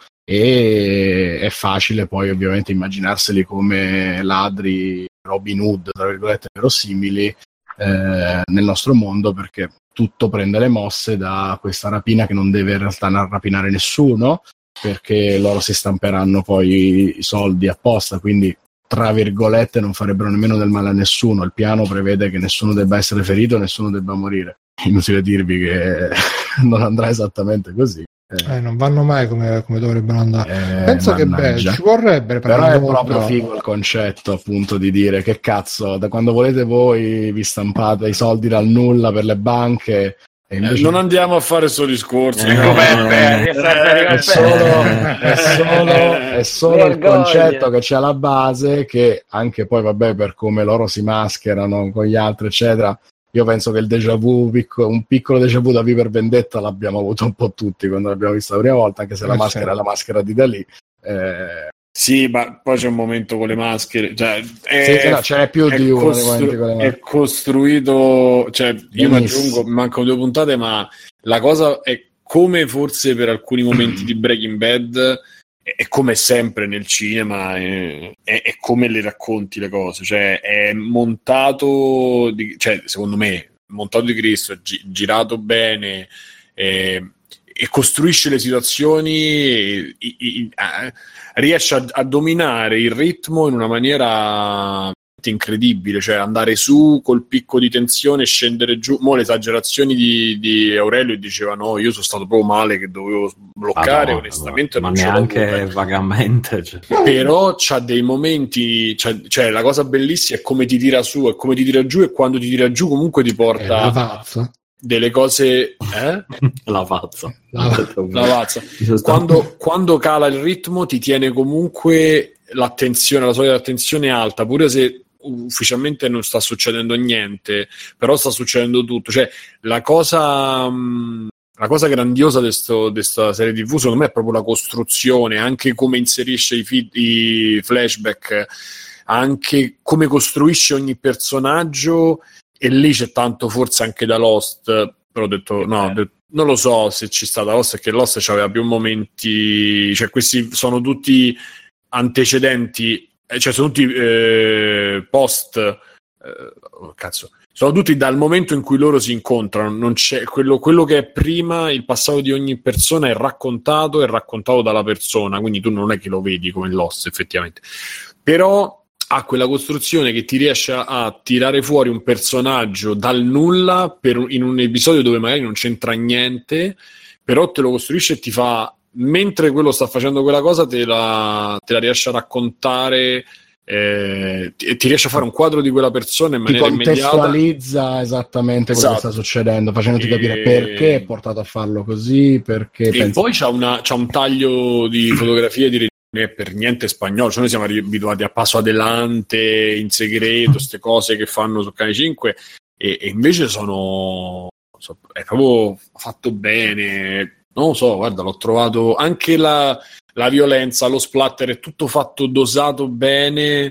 Speaker 6: e è facile poi ovviamente immaginarseli come ladri Robin Hood, tra virgolette, verosimili eh, nel nostro mondo, perché tutto prende le mosse da questa rapina che non deve in realtà rapinare nessuno, perché loro si stamperanno poi i soldi apposta, quindi tra virgolette non farebbero nemmeno del male a nessuno. Il piano prevede che nessuno debba essere ferito, nessuno debba morire. Inutile dirvi che non andrà esattamente così.
Speaker 1: Eh, non vanno mai come, come dovrebbero andare.
Speaker 6: Eh,
Speaker 1: Penso che
Speaker 6: mannaggia.
Speaker 1: bello, ci vorrebbe
Speaker 6: Però è
Speaker 1: prendere
Speaker 6: proprio
Speaker 1: molto-
Speaker 6: figo il concetto, appunto, di dire che cazzo, da quando volete voi vi stampate i soldi dal nulla per le banche, E invece...
Speaker 7: non andiamo a fare solo discorsi.
Speaker 4: Eh, eh,
Speaker 6: è, è solo, è solo, è solo il concetto che c'è alla base, che anche poi, vabbè, per come loro si mascherano con gli altri, eccetera. Io penso che il déjà vu, picco, un piccolo déjà vu da V per Vendetta l'abbiamo avuto un po' tutti quando l'abbiamo vista la prima volta, anche se la maschera è la maschera di Dalì. Eh...
Speaker 7: Sì, ma poi c'è un momento con le maschere, cioè è,
Speaker 6: sì, sì, no, ce n'è più di uno
Speaker 7: costru- con le è costruito, cioè io mi aggiungo, mancano due puntate, ma la cosa è come forse per alcuni momenti di Breaking Bad, è come sempre nel cinema, è, è, è come le racconti le cose, cioè è montato di, cioè secondo me montato di Cristo, è gi- girato bene, è, e costruisce le situazioni, e, e, e, riesce a, a dominare il ritmo in una maniera incredibile, cioè andare su col picco di tensione, scendere giù. Mo' le esagerazioni di, di Aurelio diceva no, io sono stato proprio male che dovevo bloccare, Madonna, onestamente
Speaker 5: ma
Speaker 7: non
Speaker 5: neanche vagamente, cioè.
Speaker 7: Però c'ha dei momenti, c'ha, cioè la cosa bellissima è come ti tira su e come ti tira giù, e quando ti tira giù comunque ti porta delle cose, eh?
Speaker 5: la pazza
Speaker 7: la, la pazza quando, quando cala il ritmo ti tiene comunque l'attenzione, la solita attenzione alta, pure se ufficialmente non sta succedendo niente, però sta succedendo tutto, cioè la cosa mh, la cosa grandiosa di questa serie tivù secondo me è proprio la costruzione, anche come inserisce i, fi- i flashback, anche come costruisce ogni personaggio. E lì c'è tanto forse anche da Lost, però ho detto no, de- non lo so se ci sta da Lost, perché Lost c'aveva più momenti, cioè questi sono tutti antecedenti, cioè sono tutti eh, post eh, oh, cazzo sono tutti dal momento in cui loro si incontrano, non c'è quello, quello che è prima, il passato di ogni persona è raccontato, è raccontato dalla persona, quindi tu non è che lo vedi come Lost effettivamente, però ha quella costruzione che ti riesce a, a tirare fuori un personaggio dal nulla per, in un episodio dove magari non c'entra niente, però te lo costruisce e ti fa, mentre quello sta facendo quella cosa, te la, te la riesce a raccontare, eh, ti, ti riesce a fare un quadro di quella persona in maniera
Speaker 6: immediata. Ti contestualizza
Speaker 7: immediata.
Speaker 6: Esattamente quello
Speaker 7: Esatto.
Speaker 6: che sta succedendo, facendoti
Speaker 7: e...
Speaker 6: capire perché è portato a farlo così, perché
Speaker 7: e
Speaker 6: pensi...
Speaker 7: poi c'ha, una, c'ha un taglio di fotografia di non è per niente spagnolo, cioè noi siamo abituati a Paso Adelante, In Segreto, queste cose che fanno su Canale cinque, e, e invece sono, so, è proprio fatto bene, non lo so, guarda, l'ho trovato anche la, la violenza, lo splatter, è tutto fatto dosato bene,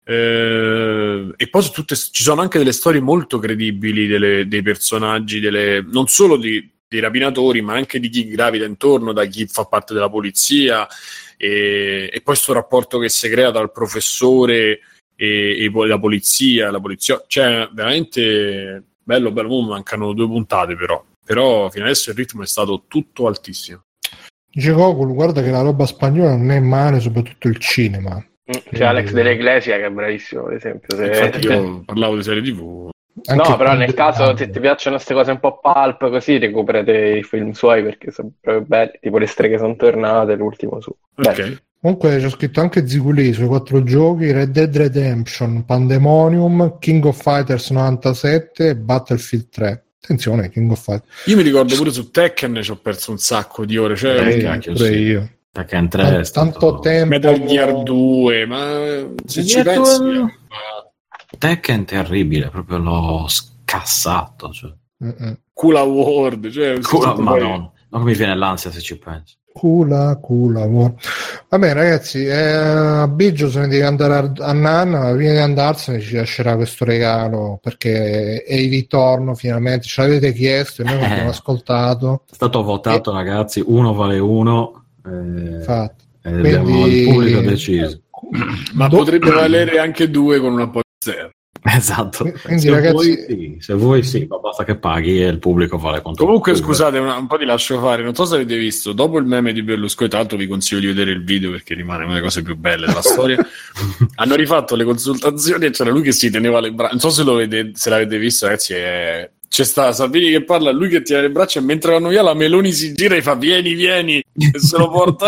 Speaker 7: eh, e poi tutte, ci sono anche delle storie molto credibili delle, dei personaggi, delle, non solo di, dei rapinatori, ma anche di chi gravita intorno, da chi fa parte della polizia. E, e poi questo rapporto che si crea tra il professore e, e poi la polizia, la polizia, cioè veramente bello, bello. Mo mancano due puntate però, però fino adesso il ritmo è stato tutto altissimo.
Speaker 1: Dice Gokul, guarda che la roba spagnola non è male, soprattutto il cinema.
Speaker 4: C'è Quindi... Alex della Iglesia che è bravissimo, per esempio. Se...
Speaker 7: Infatti io parlavo di serie tivù.
Speaker 4: Anche no, però nel caso se ti piacciono queste cose un po' pulp così, recuperate i film suoi perché sono proprio belli, tipo Le streghe sono tornate, l'ultimo su.
Speaker 7: Ok.
Speaker 1: Comunque c'è scritto anche Ziguli sui quattro giochi: Red Dead Redemption, Pandemonium, King of Fighters novantasette e Battlefield tre. Attenzione, King of Fighters.
Speaker 7: Io mi ricordo pure su Tekken ci ho perso un sacco di ore, cioè
Speaker 1: eh,
Speaker 7: cacchio,
Speaker 1: pure
Speaker 7: sì.
Speaker 1: io.
Speaker 5: Tekken tre
Speaker 1: Tant-
Speaker 5: è stato...
Speaker 1: tanto tempo.
Speaker 7: Metal Gear due, ma se
Speaker 5: Gear
Speaker 7: ci pensi
Speaker 5: due...
Speaker 7: ma...
Speaker 5: Tekken è terribile, proprio l'ho scassato, cioè.
Speaker 7: Kula World, cioè
Speaker 5: Kula, madonna, non mi viene l'ansia se ci penso.
Speaker 1: Cula, cula. Vabbè ragazzi, eh, a Biggio se ne deve andare a Nanna, prima di andarsene ci lascerà questo regalo perché è il ritorno finalmente, ce l'avete chiesto e noi
Speaker 5: eh,
Speaker 1: abbiamo ascoltato.
Speaker 5: È stato votato e... ragazzi, uno vale uno eh,
Speaker 1: Infatti.
Speaker 5: e abbiamo il pubblico deciso.
Speaker 7: Ma Do... potrebbe valere anche due con una po' zero.
Speaker 5: Esatto,
Speaker 1: quindi
Speaker 5: se,
Speaker 1: ragazzi...
Speaker 5: vuoi, sì. se vuoi sì, ma basta che paghi e il pubblico vale contro.
Speaker 7: Comunque scusate, una, un po' ti lascio fare, non so se avete visto, dopo il meme di Berlusconi, tra l'altro vi consiglio di vedere il video perché rimane una delle cose più belle della storia, hanno rifatto le consultazioni e c'era lui che si teneva le braccia, non so se, lo vede, se l'avete visto ragazzi, è... c'è sta Salvini che parla, lui che tiene le braccia e mentre vanno via la Meloni si gira e fa vieni vieni e se lo porta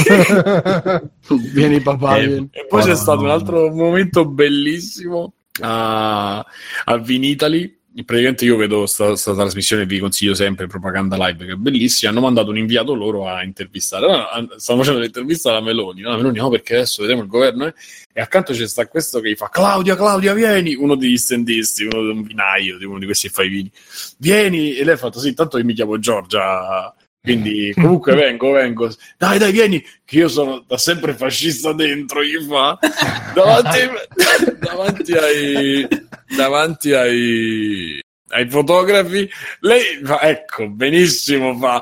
Speaker 6: vieni papà
Speaker 7: e,
Speaker 6: vieni.
Speaker 7: E poi oh, c'è stato un altro momento bellissimo a, a Vinitaly praticamente io vedo sta, sta trasmissione, vi consiglio sempre Propaganda Live, che è bellissima. Hanno mandato un inviato loro a intervistare, no, stanno facendo l'intervista alla Meloni, no, la Meloni no, perché adesso vedremo il governo, eh? E accanto c'è sta questo che gli fa Claudia, Claudia vieni, uno degli stendisti, uno di un vinaio, di uno di questi che fa i vini, vieni, e lei ha fatto sì, tanto io mi chiamo Giorgia, quindi comunque vengo, vengo, dai dai vieni, che io sono da sempre fascista dentro, gli fa davanti, davanti ai davanti ai ai fotografi, lei fa ecco, benissimo, fa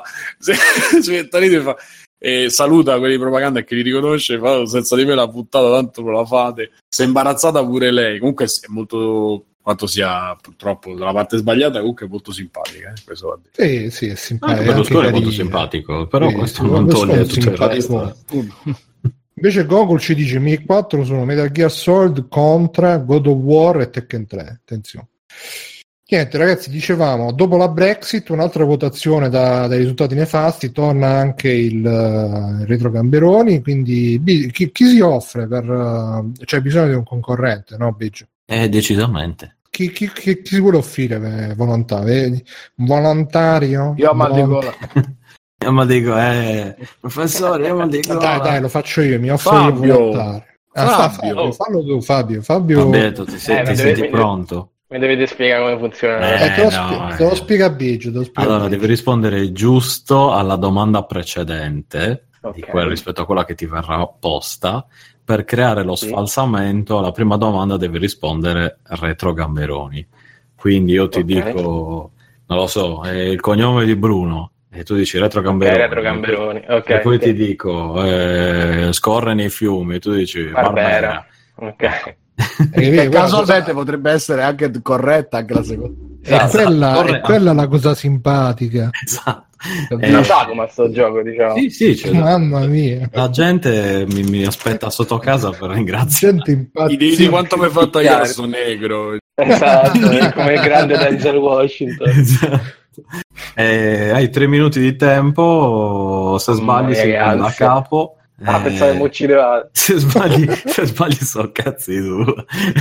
Speaker 7: e fa e saluta quelli di propaganda che li riconosce, fa senza di me la puttana, tanto me la fate, si è imbarazzata pure lei, comunque è molto, quanto sia purtroppo dalla parte sbagliata, comunque è molto simpatica, eh? Questo va
Speaker 1: detto. Sì, sì, è simpatico.
Speaker 5: Anche Berlusconi è molto simpatico, però sì, questo non toglie tutto il resto.
Speaker 1: Invece Gogol ci dice Mi quattro sono Metal Gear Solid, Contra, God of War e Tekken tre. Attenzione. Niente ragazzi, dicevamo, dopo la Brexit, un'altra votazione da, dai risultati nefasti, torna anche il, uh, il Retro Gamberoni, quindi chi, chi si offre per... Uh, c'è bisogno di un concorrente, no Biggio?
Speaker 5: Eh, decisamente.
Speaker 1: Chi, chi, chi, chi si vuole offrire per volontà? Vedi? Un volontario?
Speaker 6: Io ma dico...
Speaker 5: io ma dico, eh, professore, io ma dico...
Speaker 1: Dai, dai, lo faccio io, mi offro il volontario. Ah, Fabio, Fabio, fallo tu Fabio. Fabio...
Speaker 5: Vabbè, ti, sei, eh, ti senti deve... pronto?
Speaker 4: Mi dovete spiegare come funziona.
Speaker 1: Eh, eh, te lo, no, spie- eh. te lo spiega Biggio. Te lo spiega
Speaker 5: allora,
Speaker 1: Biggio.
Speaker 5: devi rispondere giusto alla domanda precedente, okay, di quella, rispetto a quella che ti verrà posta. Per creare lo sì. sfalsamento, alla prima domanda devi rispondere Retro Gamberoni. Quindi io ti okay. dico, non lo so, è il cognome di Bruno. E tu dici Retro Gamberoni.
Speaker 4: Okay, Retro Gamberoni. Okay,
Speaker 5: e poi
Speaker 4: okay.
Speaker 5: ti dico, eh, scorre nei fiumi. E tu dici
Speaker 4: Barbera. Ok.
Speaker 6: E casualmente potrebbe essere anche corretta anche la seconda.
Speaker 1: È quella, è quella la cosa simpatica.
Speaker 5: Esatto.
Speaker 4: È una sagoma sto gioco, diciamo.
Speaker 5: Sì, sì, cioè,
Speaker 1: mamma mia.
Speaker 5: La gente mi, mi aspetta sotto casa per ringraziare.
Speaker 7: I di quanto mi hai fatto tagliare su negro.
Speaker 4: Esatto, come il grande Denzel Washington.
Speaker 5: Esatto. Eh, hai tre minuti di tempo, se sbagli oh, si prende da capo.
Speaker 4: Ah, eh, pensavo che mi uccideva.
Speaker 5: Se sbagli, se sbagli sono cazzi tu.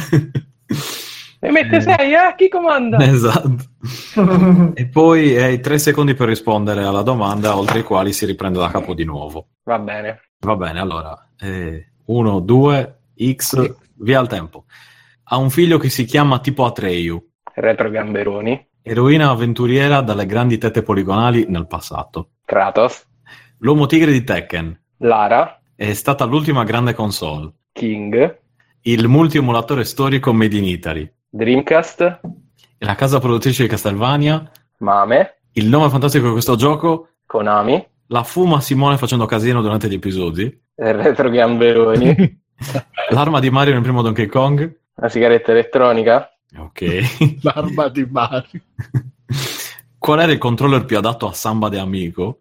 Speaker 4: E mette sei, eh? Chi comanda?
Speaker 5: Esatto. E poi hai tre secondi per rispondere alla domanda, oltre i quali si riprende da capo di nuovo.
Speaker 4: Va bene.
Speaker 5: Va bene, allora. Eh, uno, due, X, via il tempo. Ha un figlio che si chiama tipo Atreyu.
Speaker 4: Retro Gamberoni.
Speaker 5: Eroina avventuriera dalle grandi tette poligonali nel passato.
Speaker 4: Kratos.
Speaker 5: L'uomo tigre di Tekken.
Speaker 4: Lara.
Speaker 5: È stata l'ultima grande console.
Speaker 4: King.
Speaker 5: Il multi-emulatore storico Made in Italy.
Speaker 4: Dreamcast.
Speaker 5: La casa produttrice di Castlevania.
Speaker 4: Mame.
Speaker 5: Il nome fantastico di questo gioco.
Speaker 4: Konami.
Speaker 5: La fuma Simone facendo casino durante gli episodi.
Speaker 4: Il Retro Gamberoni.
Speaker 5: L'arma di Mario nel primo Donkey Kong.
Speaker 4: La sigaretta elettronica.
Speaker 5: Ok.
Speaker 6: L'arma di Mario.
Speaker 5: Qual era il controller più adatto a Samba de Amico?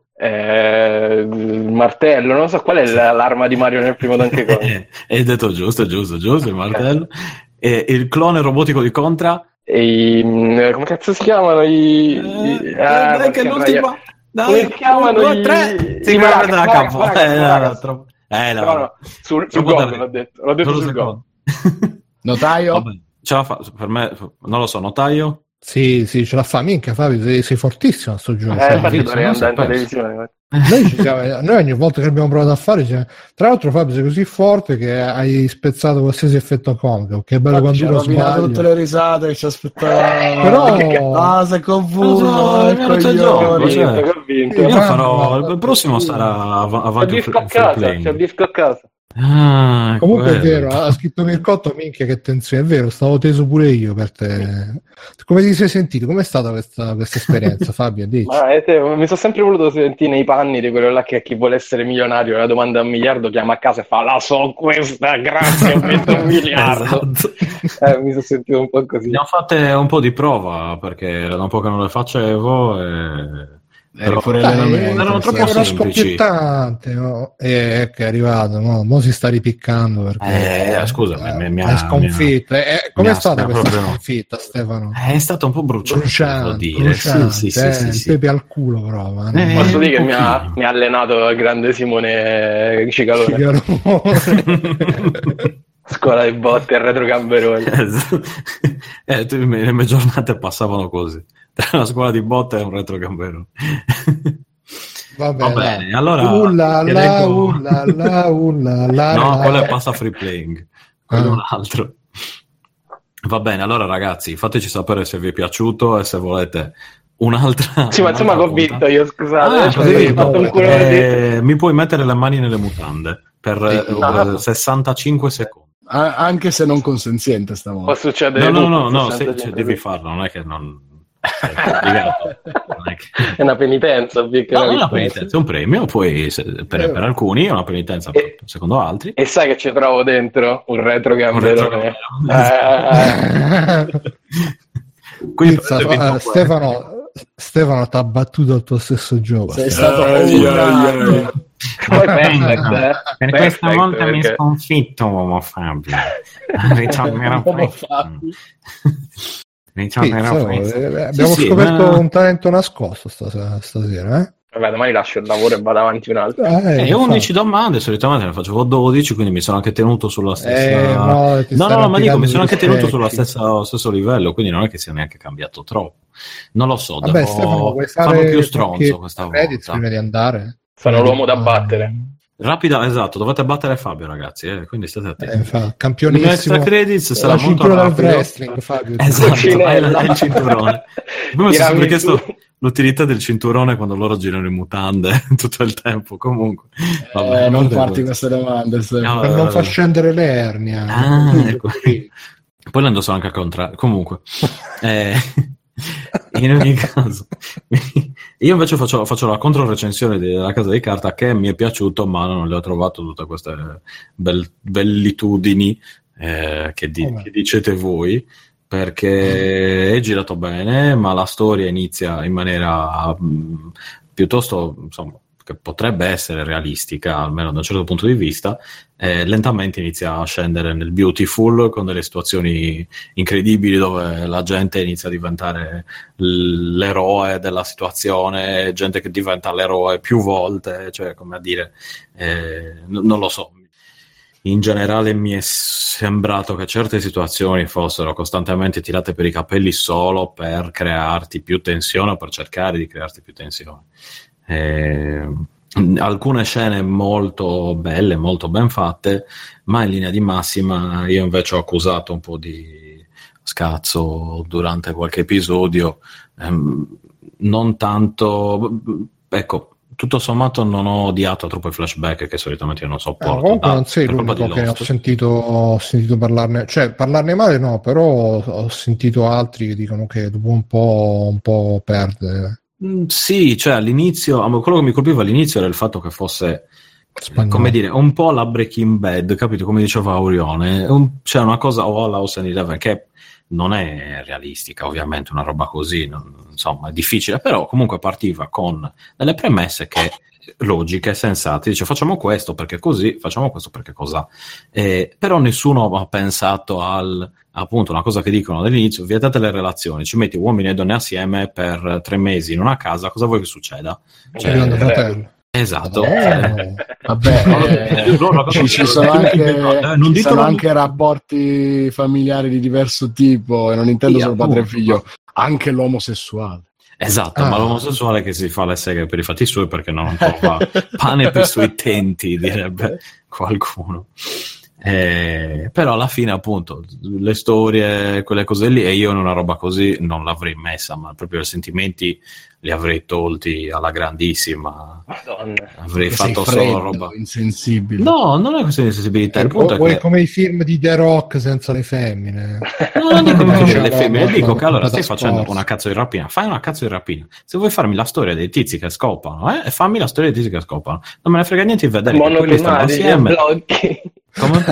Speaker 4: Eh, il martello, non so qual è l'arma di Mario nel primo Donkey Kong.
Speaker 5: Hai detto giusto, giusto, giusto, il martello. E il clone robotico di Contra?
Speaker 4: E i, come cazzo si chiamano i...
Speaker 5: Eh, i ah, dai che l'ultima... Dai,
Speaker 4: come si chiamano
Speaker 5: due,
Speaker 4: i...
Speaker 5: tre? Si chiama da capo. Eh, no, no, troppo... Eh, no,
Speaker 4: no, no. Sul, sul gol l'ho detto, l'ho detto sul gol.
Speaker 6: Notaio?
Speaker 5: Vabbè, ce la fa, per me, non lo so, notaio?
Speaker 1: Sì, sì, ce la fa, minchia Fabio, sei, sei fortissimo a sto gioco.
Speaker 4: Eh, infatti dovrei andare in televisione.
Speaker 1: Noi, ci siamo, noi ogni volta che abbiamo provato a fare, cioè, tra l'altro Fabio sei così forte che hai spezzato qualsiasi effetto comico, che è bello quando uno sbaglia.
Speaker 6: Tutte le risate che ci aspettavamo.
Speaker 1: Però
Speaker 6: ah, sei confuso,
Speaker 5: no, no, gioco, cioè,
Speaker 4: vinto,
Speaker 5: io farò il prossimo sarà av- avanti
Speaker 4: un free playing. C'è il disco a casa.
Speaker 5: Ah,
Speaker 1: comunque
Speaker 5: quello.
Speaker 1: è vero, ha scritto Mircotto, minchia che tensione, è vero, stavo teso pure io per te. Come ti sei sentito? Com'è stata questa, questa esperienza Fabio? Dici.
Speaker 4: Ma te, mi sono sempre voluto sentire nei panni di quello là che chi vuole essere milionario, la domanda a un miliardo chiama a casa e fa la so questa, grazie, ho messo un miliardo. Esatto. Eh, mi sono sentito un po' così.
Speaker 5: Ne ho fatte un po' di prova perché era da un po' che non le facevo e...
Speaker 6: Però,
Speaker 1: dai,
Speaker 5: erano troppo
Speaker 1: era
Speaker 5: semplici.
Speaker 1: Scoppiettante, no? E che è arrivato, no? Mo si sta ripiccando perché
Speaker 5: eh, scusa, eh, mi, mi
Speaker 1: è sconfitta.
Speaker 5: Mi
Speaker 1: eh, com'è stata questa
Speaker 5: proprio...
Speaker 1: sconfitta, Stefano?
Speaker 5: È stata un po' bruciante,
Speaker 1: bruciante,
Speaker 5: dire.
Speaker 1: bruciante
Speaker 5: sì, sì,
Speaker 1: eh,
Speaker 5: sì,
Speaker 1: il
Speaker 5: sì,
Speaker 1: pepe al culo però.
Speaker 4: Eh, posso dire che mi ha, mi ha allenato il grande Simone Cicalone. scuola di botte e retro gamberoni.
Speaker 5: eh, tu, le mie giornate passavano così, tra una scuola di botte e un retro gamberone.
Speaker 1: Va bene,
Speaker 5: Va bene, allora
Speaker 1: ulla la,
Speaker 5: leggo...
Speaker 1: ulla la, ulla la,
Speaker 5: no,
Speaker 1: la.
Speaker 5: quello è Passa Free Playing, quello è
Speaker 1: Ah.
Speaker 5: un altro. Va bene, allora ragazzi, fateci sapere se vi è piaciuto e se volete un'altra.
Speaker 4: Sì, ma insomma,
Speaker 5: un'altra
Speaker 4: ho vinto
Speaker 5: puntata.
Speaker 4: io, scusate.
Speaker 5: Ah,
Speaker 4: cioè,
Speaker 1: sì,
Speaker 4: ho fatto un
Speaker 1: no,
Speaker 4: culo
Speaker 5: Eh, mi puoi mettere le mani nelle mutande per eh,
Speaker 4: Ah.
Speaker 5: sessantacinque secondi.
Speaker 6: A- anche se non consenziente stavolta.
Speaker 4: Può succedere
Speaker 5: No, no, no,
Speaker 4: tutto,
Speaker 5: no, se,
Speaker 4: sessantacinque
Speaker 5: cioè, devi farlo, non è che non è complicato. Non è, che...
Speaker 4: È una penitenza, più che
Speaker 5: no,
Speaker 4: una
Speaker 5: è una
Speaker 4: vittoria.
Speaker 5: penitenza, è un premio, poi se, per, per alcuni è una penitenza,
Speaker 4: E-
Speaker 5: secondo altri.
Speaker 4: E sai che ci trovo dentro? Un retro
Speaker 5: Un
Speaker 4: gamberone.
Speaker 5: retro-
Speaker 4: Eh,
Speaker 5: Quindi
Speaker 1: Pizza,
Speaker 5: avete vinto
Speaker 1: eh,
Speaker 5: questo.
Speaker 1: Stefano, Stefano ti ha battuto al tuo stesso gioco.
Speaker 6: Sei
Speaker 1: Stefano.
Speaker 6: stato
Speaker 7: Ai, ai,
Speaker 6: umiliato.
Speaker 7: ai.
Speaker 4: poi perfect, eh.
Speaker 5: Per
Speaker 4: Perfect,
Speaker 5: questa volta mi
Speaker 4: perché-
Speaker 5: sconfitto, uomo Fabio. Ritornerò
Speaker 6: Uomo
Speaker 5: presto.
Speaker 6: Fabio.
Speaker 5: Ritornerò
Speaker 1: Pizza,
Speaker 5: presto.
Speaker 1: eh, abbiamo
Speaker 5: Sì, sì,
Speaker 1: scoperto
Speaker 5: ma-
Speaker 1: un talento nascosto stas- stasera, eh?
Speaker 4: Vabbè, domani lascio il lavoro e vado avanti un altro.
Speaker 1: Eh,
Speaker 5: Eh,
Speaker 1: infatti.
Speaker 5: undici domande, solitamente ne facevo dodici, quindi mi sono anche tenuto sulla stessa.
Speaker 1: Eh, no, ti
Speaker 5: no,
Speaker 1: stanno
Speaker 5: no, ma dico,
Speaker 1: tirando
Speaker 5: mi sono anche
Speaker 1: gli
Speaker 5: tenuto
Speaker 1: specchi.
Speaker 5: sullo stesso, stesso livello, quindi non è che sia neanche cambiato troppo. Non lo so,
Speaker 1: Vabbè,
Speaker 5: devo
Speaker 1: Stefano, vuoi
Speaker 5: farlo
Speaker 1: fare
Speaker 5: più stronzo
Speaker 1: qualche
Speaker 5: questa
Speaker 1: credits
Speaker 5: volta.
Speaker 1: prima di andare?
Speaker 4: Sono l'uomo da battere.
Speaker 5: Rapida, esatto, dovete battere Fabio, ragazzi, eh, quindi state
Speaker 1: Eh,
Speaker 5: attenti.
Speaker 1: infatti,
Speaker 5: Il mio
Speaker 1: campionissimo.
Speaker 5: extra credits sarà
Speaker 1: La
Speaker 5: molto
Speaker 1: cintura del
Speaker 5: rapido.
Speaker 1: wrestling, Fabio.
Speaker 5: Esatto,
Speaker 4: Cucinella.
Speaker 5: è il cinturone. Poi mi sono sempre
Speaker 4: Tiramisù.
Speaker 5: chiesto l'utilità del cinturone quando loro girano in mutande tutto il tempo. Comunque, vabbè,
Speaker 6: Eh, non
Speaker 5: vabbè,
Speaker 6: farti
Speaker 5: vabbè.
Speaker 6: queste domande. Stefano.
Speaker 5: No,
Speaker 1: Per
Speaker 5: vabbè,
Speaker 1: non
Speaker 5: vabbè.
Speaker 1: far scendere le ernia.
Speaker 5: Ah, ecco. Poi lo indosso anche al contrario. Comunque, eh, in ogni caso, io invece faccio, faccio la controrecensione della Casa di Carta, che mi è piaciuto, ma non le ho trovato tutte queste bel- bellitudini eh, che, di-
Speaker 1: Come?
Speaker 5: che dicete voi, perché è girato bene, ma la storia inizia in maniera mh, piuttosto, insomma, che potrebbe essere realistica, almeno da un certo punto di vista, eh, lentamente inizia a scendere nel beautiful, con delle situazioni incredibili dove la gente inizia a diventare l- l'eroe della situazione, gente che diventa l'eroe più volte, cioè, come a dire, eh, n- non lo so. In generale mi è sembrato che certe situazioni fossero costantemente tirate per i capelli solo per crearti più tensione o per cercare di crearti più tensione. Eh, alcune scene molto belle, molto ben fatte, ma in linea di massima io invece ho accusato un po' di scazzo durante qualche episodio, ehm, non tanto, ecco, tutto sommato non ho odiato troppo i flashback che solitamente io non
Speaker 1: Eh,
Speaker 5: sopporto.
Speaker 1: comunque
Speaker 5: da-
Speaker 1: non sei
Speaker 5: per colpa
Speaker 1: l'unico
Speaker 5: di
Speaker 1: che ho
Speaker 5: Lost.
Speaker 1: sentito, ho sentito parlarne, cioè parlarne male no, però ho sentito altri che dicono che dopo un po', un po' perde.
Speaker 5: Mm, sì, cioè all'inizio, ah, quello che mi colpiva all'inizio era il fatto che fosse,
Speaker 1: Spagnolo.
Speaker 5: come dire, un po' la Breaking Bad, capito? Come diceva Aurione, un, c'è una cosa, o la Ocean Eleven, che non è realistica, ovviamente, una roba così, non- insomma, è difficile, però comunque partiva con delle premesse che logiche, sensate, dice facciamo questo perché così, facciamo questo perché cos'ha. Eh, però nessuno ha pensato al, appunto, una cosa che dicono all'inizio: vietate le relazioni, ci metti uomini e donne assieme per tre mesi in una casa, cosa vuoi che succeda?
Speaker 1: Cioè, Grande Fratello.
Speaker 5: Esatto.
Speaker 1: Eh,
Speaker 6: Vabbè, eh,
Speaker 5: Loro-
Speaker 6: ci, ci sono anche,
Speaker 5: Eh, non
Speaker 6: ci
Speaker 5: ditelo-
Speaker 6: sono anche rapporti familiari di diverso tipo, e non intendo
Speaker 5: Sì,
Speaker 6: solo padre e
Speaker 5: appunto.
Speaker 6: figlio, anche l'omosessuale.
Speaker 5: Esatto,
Speaker 1: Ah.
Speaker 5: ma l'omosessuale che si fa le seghe per i fatti suoi perché non trova pane per i suoi tenti, direbbe qualcuno. Eh, però alla fine, appunto, le storie, quelle cose lì, e io in una roba così non l'avrei messa, ma proprio i sentimenti li avrei tolti alla grandissima.
Speaker 4: Madonna.
Speaker 5: Avrei
Speaker 6: Che
Speaker 5: fatto
Speaker 6: sei
Speaker 5: solo
Speaker 6: freddo,
Speaker 5: roba.
Speaker 6: insensibile.
Speaker 5: No, non è questione di sensibilità. Il
Speaker 1: eh,
Speaker 5: punto è
Speaker 1: vuoi
Speaker 5: che
Speaker 1: come i film di The Rock senza le femmine.
Speaker 5: no, non dico che
Speaker 1: No,
Speaker 5: faccio
Speaker 1: no,
Speaker 5: le
Speaker 1: no,
Speaker 5: femmine,
Speaker 1: no,
Speaker 5: dico
Speaker 1: no,
Speaker 5: che allora
Speaker 1: no,
Speaker 5: stai
Speaker 1: no,
Speaker 5: facendo
Speaker 1: scorso.
Speaker 5: una cazzo di rapina, fai una cazzo di rapina. Se vuoi farmi la storia dei tizi che scopano, eh, fammi la storia dei tizi che scopano. Non me ne frega niente di vedere che quelli stanno
Speaker 4: Monotematici, a
Speaker 5: assieme.
Speaker 4: blocchi.
Speaker 5: Come?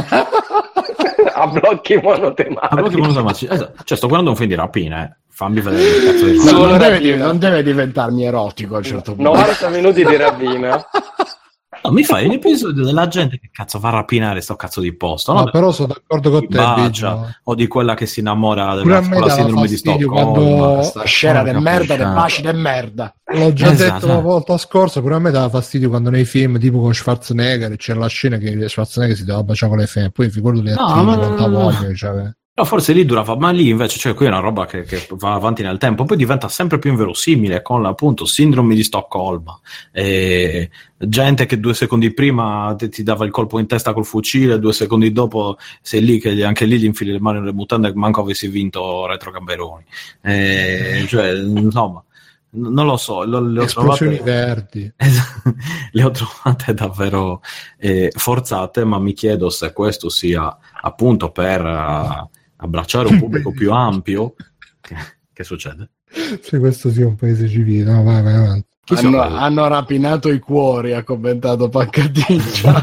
Speaker 4: A blocchi monotematici.
Speaker 5: Ah, blocchi monotematici. Esatto. Cioè, sto guardando un film di rapina, eh. Fammi vedere che cazzo di
Speaker 6: No,
Speaker 4: Solo
Speaker 6: non, deve,
Speaker 4: rapina.
Speaker 6: non deve diventarmi erotico a un certo punto.
Speaker 4: novanta minuti di rapina.
Speaker 5: No, mi fai l'episodio della gente che cazzo va a rapinare sto cazzo di posto, no?
Speaker 1: No, però sono d'accordo con te,
Speaker 5: bacia, o di quella che si innamora
Speaker 1: della
Speaker 5: della sindrome di Stoccolma,
Speaker 1: quando...
Speaker 6: sta scena del merda, del baci del merda.
Speaker 1: L'ho già
Speaker 5: Esatto.
Speaker 1: detto la volta scorsa, pure a me dava fastidio quando nei film tipo con Schwarzenegger c'era la scena che Schwarzenegger si doveva baciare con le femmine, poi figurati le attrici,
Speaker 5: ma...
Speaker 1: quanta voglia che c'aveva.
Speaker 5: No, forse lì durava, ma lì invece cioè, qui è una roba che, che va avanti nel tempo, poi diventa sempre più inverosimile con appunto sindrome di Stoccolma, e gente che due secondi prima ti, ti dava il colpo in testa col fucile, due secondi dopo sei lì che anche lì gli infili le mani nelle mutande, manco avessi vinto Retro Gamberoni, e, cioè insomma non lo so, le, le ho
Speaker 1: esplosioni
Speaker 5: trovate
Speaker 1: verdi,
Speaker 5: le ho trovate davvero eh, forzate, ma mi chiedo se questo sia appunto per uh, abbracciare un pubblico più ampio. Che, che succede?
Speaker 1: Se questo sia un paese civile, no, vai, vai avanti.
Speaker 6: Hanno, hanno rapinato i cuori, ha commentato Paccaticcia.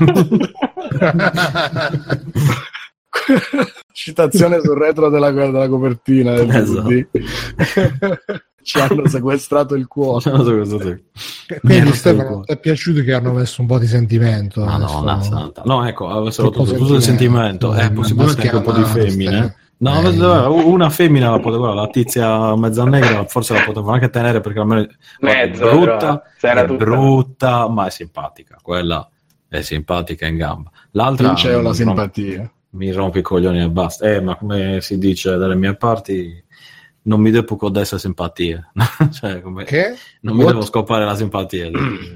Speaker 6: Citazione sul retro della, della copertina del
Speaker 5: esatto.
Speaker 6: D V D. Ci hanno sequestrato il cuore.
Speaker 5: Ci hanno sequestrato il...
Speaker 1: Quindi Stefano, ti è piaciuto che hanno messo un po' di sentimento?
Speaker 5: Ma no, una santa. No, ecco, avessero tutto, tutto il sentimento,
Speaker 1: eh,
Speaker 5: eh, possibilmente anche un po' di femmine. No,
Speaker 1: eh,
Speaker 5: una femmina la poteva, la tizia mezza negra, forse la potevano anche tenere perché almeno
Speaker 4: Mezzo,
Speaker 5: è brutta,
Speaker 4: però,
Speaker 5: è
Speaker 4: tutta...
Speaker 5: brutta, ma è simpatica. Quella è simpatica in gamba. L'altra
Speaker 6: c'è la simpatia.
Speaker 5: Mi rompi i coglioni e basta. Eh, ma come si dice dalle mie parti, non mi depuco adesso simpatia. Cioè, come...
Speaker 1: Che?
Speaker 5: Non mi devo scopare la simpatia.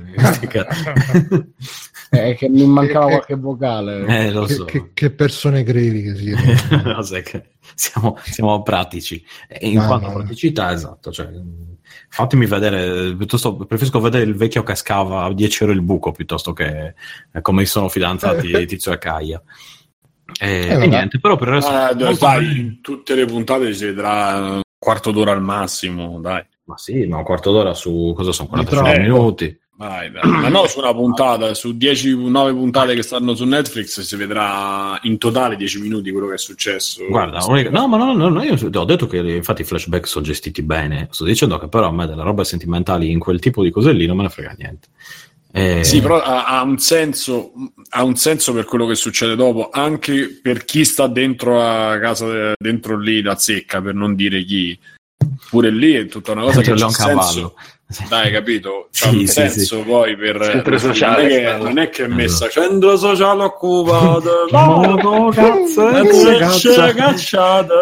Speaker 6: È che mi mancava qualche vocale.
Speaker 5: Eh, lo
Speaker 1: che,
Speaker 5: so.
Speaker 1: che, che persone grevi che siano.
Speaker 5: No, sai che siamo, siamo pratici. E in
Speaker 1: no,
Speaker 5: quanto
Speaker 1: no.
Speaker 5: a praticità, esatto. Cioè, fatemi vedere, piuttosto preferisco vedere il vecchio che scava a dieci euro il buco piuttosto che eh, come sono fidanzati Tizio e Caia. E,
Speaker 1: Eh,
Speaker 5: e niente, però per il resto
Speaker 7: Ah,
Speaker 5: molto
Speaker 7: dai,
Speaker 5: bello.
Speaker 7: in tutte le puntate si vedrà un quarto d'ora al massimo, dai.
Speaker 5: Ma sì, ma un quarto d'ora su cosa sono
Speaker 6: Di
Speaker 5: quarantacinque
Speaker 7: troppo.
Speaker 5: minuti.
Speaker 7: Vai, dai. Ma no, su una puntata, su dieci nove puntate che stanno su Netflix si vedrà in totale dieci minuti quello che è successo.
Speaker 5: Guarda, unica... no, ma no, no, no, io ho detto che infatti i flashback sono gestiti bene. Sto dicendo che però a me delle robe sentimentali in quel tipo di cose lì non me ne frega niente. Eh...
Speaker 7: Sì, però ha, ha un senso, ha un senso per quello che succede dopo, anche per chi sta dentro a casa, dentro lì la zecca, per non dire chi. Pure lì è tutta una cosa che c'ha
Speaker 5: un
Speaker 7: senso.
Speaker 5: Sì.
Speaker 7: Dai, capito? C'ha
Speaker 5: Sì,
Speaker 7: un
Speaker 5: sì,
Speaker 7: senso
Speaker 5: sì.
Speaker 7: poi per
Speaker 4: Centro
Speaker 7: per-
Speaker 4: sociale,
Speaker 7: non, è che,
Speaker 4: stanno.
Speaker 7: non è che è messa
Speaker 5: Esatto.
Speaker 7: centro sociale occupato.
Speaker 5: No, no, cazzo,
Speaker 7: Cazzo,
Speaker 5: cazzo.
Speaker 7: cacciata.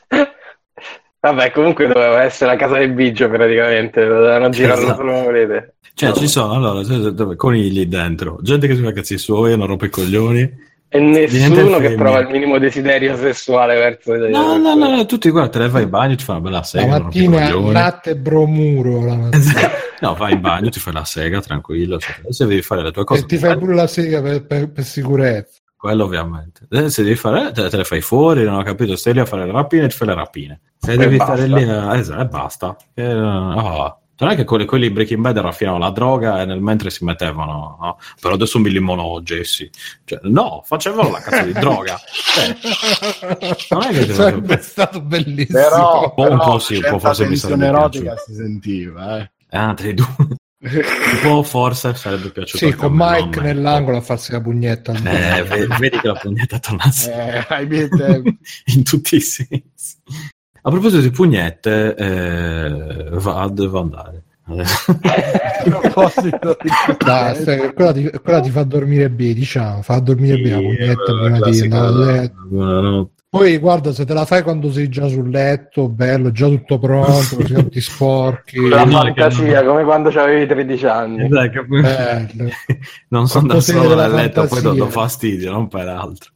Speaker 4: Vabbè, comunque doveva essere la casa del Biggio praticamente, dovevano girarlo
Speaker 5: Esatto.
Speaker 4: solo volete.
Speaker 5: Cioè, ci sono allora cioè, dove- conigli dentro, gente che si fa cazzi suoi, non rompe i coglioni.
Speaker 4: E
Speaker 5: Niente
Speaker 4: nessuno che
Speaker 5: femmine.
Speaker 4: prova il minimo desiderio sessuale verso le
Speaker 5: No, no, no, no, tutti guarda, te ne vai in bagno, ti fai una bella
Speaker 1: La
Speaker 5: sega, non rompi i
Speaker 1: mattina
Speaker 5: coglioni.
Speaker 1: latte e bromuro la mattina.
Speaker 5: No, vai in bagno, ti fai la sega, tranquillo. Cioè, se devi fare le tue cose,
Speaker 1: E ti fai pure la sega per, per, per sicurezza.
Speaker 5: quello ovviamente. Eh, Se devi fare, te, te le fai fuori, non ho capito, stai lì a fare le rapine, ti fai le rapine. Se
Speaker 4: E
Speaker 5: devi
Speaker 4: basta.
Speaker 5: stare lì, a... esatto, e basta. Eh, oh. Non è che quelli, quelli Breaking Bad raffinavano la droga e nel mentre si mettevano, no? Però adesso mi limono Jesse. Cioè, no, facevano la cazzo di droga. Cioè, non è che
Speaker 1: Sarebbe stato bellissimo.
Speaker 6: Però,
Speaker 5: Un
Speaker 6: però
Speaker 5: po' sì, un po'
Speaker 6: certa
Speaker 5: forse mi
Speaker 6: tensione
Speaker 5: sarebbe
Speaker 6: erotica
Speaker 5: piaciuto.
Speaker 6: si sentiva, eh.
Speaker 5: Ah, te due. Un po' forse sarebbe piaciuto.
Speaker 1: Sì,
Speaker 5: anche a
Speaker 1: con
Speaker 5: me,
Speaker 1: Mike
Speaker 5: non a me.
Speaker 1: nell'angolo a farsi la pugnetta.
Speaker 5: Eh, ve- vedi che la pugnetta tornasse
Speaker 6: Eh, ai miei tempi.
Speaker 5: in tutti i sensi. A proposito di pugnette, eh, va, devo andare. Adesso.
Speaker 6: A proposito di-
Speaker 1: Dai, stai- quella, ti, quella ti fa dormire bene, diciamo, fa dormire bene la pugnetta prima di andare a letto.
Speaker 5: Buonanotte.
Speaker 1: Poi guarda, se te la fai quando sei già sul letto, bello, già tutto pronto, così non ti sporchi.
Speaker 4: La
Speaker 5: no,
Speaker 4: fantasia,
Speaker 5: che-
Speaker 4: come quando avevi tredici anni.
Speaker 5: Dai, che-
Speaker 1: Bello.
Speaker 5: non sono da
Speaker 1: Fantasia
Speaker 5: solo
Speaker 1: della
Speaker 5: nel letto, poi do,
Speaker 1: fantasia.
Speaker 5: do fastidio, non per altro.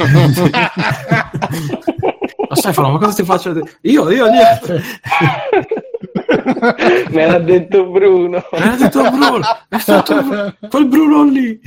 Speaker 5: Ma Stefano, ma cosa ti faccio? Io, io niente.
Speaker 4: Me l'ha detto Bruno.
Speaker 5: Me l'ha detto Bruno, è stato quel Bruno lì.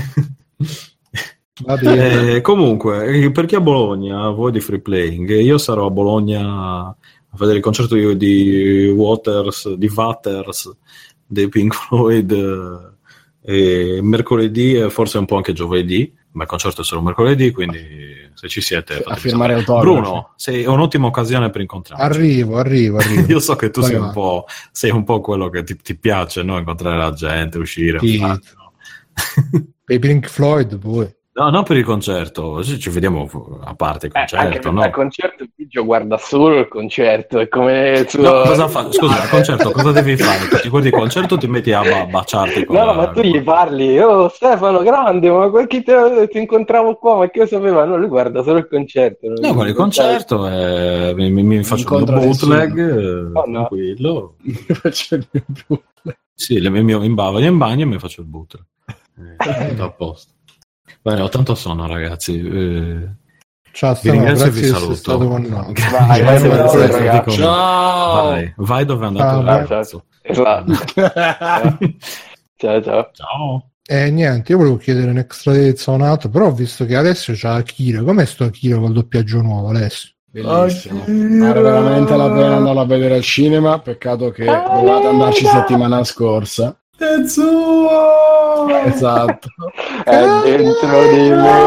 Speaker 1: Va bene.
Speaker 5: Eh, comunque, per chi è a Bologna, voi di Free Playing, io sarò a Bologna a vedere il concerto di, di Waters, di Waters, dei Pink Floyd, eh, mercoledì e forse un po' anche giovedì, ma il concerto è solo mercoledì, quindi se ci siete
Speaker 6: a
Speaker 5: fatemi
Speaker 6: firmare
Speaker 5: sapere.
Speaker 6: autografi.
Speaker 5: Bruno, sei, è un'ottima occasione per incontrarci.
Speaker 1: Arrivo, arrivo, arrivo.
Speaker 5: Io so che tu
Speaker 1: Vai
Speaker 5: sei
Speaker 1: va.
Speaker 5: un po', sei un po' quello che ti, ti piace, no? Incontrare la gente, uscire.
Speaker 1: Sì.
Speaker 5: fare, no?
Speaker 1: Per i Pink Floyd poi.
Speaker 5: No, non per il concerto, ci vediamo a parte il concerto,
Speaker 4: eh,
Speaker 5: no?
Speaker 4: Al concerto Biggio guarda solo il concerto, è come il suo...
Speaker 5: No, cosa fa? Scusa, al concerto cosa devi fare? Ti guardi il concerto o ti metti a ba- baciarti con
Speaker 4: No,
Speaker 5: la...
Speaker 4: ma tu gli parli, oh Stefano, grande, ma quel che te, ti incontravo qua, ma che lo sapeva? No, lui guarda solo il concerto.
Speaker 5: No, guarda il concerto, eh, mi, mi, mi faccio il mio bootleg, eh,
Speaker 4: oh, no.
Speaker 5: tranquillo.
Speaker 6: Mi faccio il mio bootleg.
Speaker 5: Sì, le mie in bavaglio in bagno e mi faccio il bootleg. Eh, tutto a posto. Bene, ho tanto sonno, ragazzi. Eh,
Speaker 1: Ciao,
Speaker 5: vi ringrazio e vi
Speaker 1: grazie
Speaker 5: saluto.
Speaker 1: Stato con noi.
Speaker 4: Vai, vai,
Speaker 5: Grazie per
Speaker 4: vai,
Speaker 5: essere
Speaker 4: vai,
Speaker 5: stati con me.
Speaker 7: Ciao!
Speaker 5: Vai, vai dove è andato
Speaker 1: Ah,
Speaker 5: il
Speaker 1: vai.
Speaker 5: ragazzo.
Speaker 4: Esatto. Ciao, ciao.
Speaker 5: Ciao.
Speaker 1: E niente, io volevo chiedere un extra details a un altro, però ho visto che adesso c'ha Akira. Com'è sto Akira col doppiaggio nuovo, Alessio?
Speaker 6: Bellissimo, vale veramente la pena andarlo a vedere al cinema. Peccato che dovevate andarci settimana scorsa.
Speaker 3: Tetsuo!
Speaker 6: Esatto.
Speaker 4: È dentro di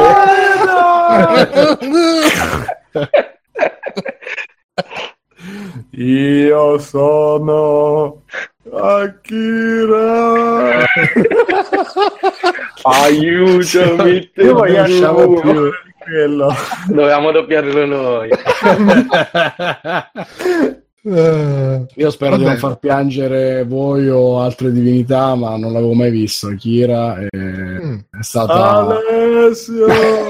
Speaker 4: me.
Speaker 3: Io sono Akira.
Speaker 4: Aiutami,
Speaker 3: Io voglio lasciare
Speaker 4: Tetsuo.
Speaker 3: più quello.
Speaker 4: Dovevamo doppiarlo noi.
Speaker 1: Eh,
Speaker 6: Io spero
Speaker 1: vabbè.
Speaker 6: di non far piangere voi o altre divinità, ma non l'avevo mai visto. Akira e
Speaker 1: Mm.
Speaker 6: è stata
Speaker 3: Alessio!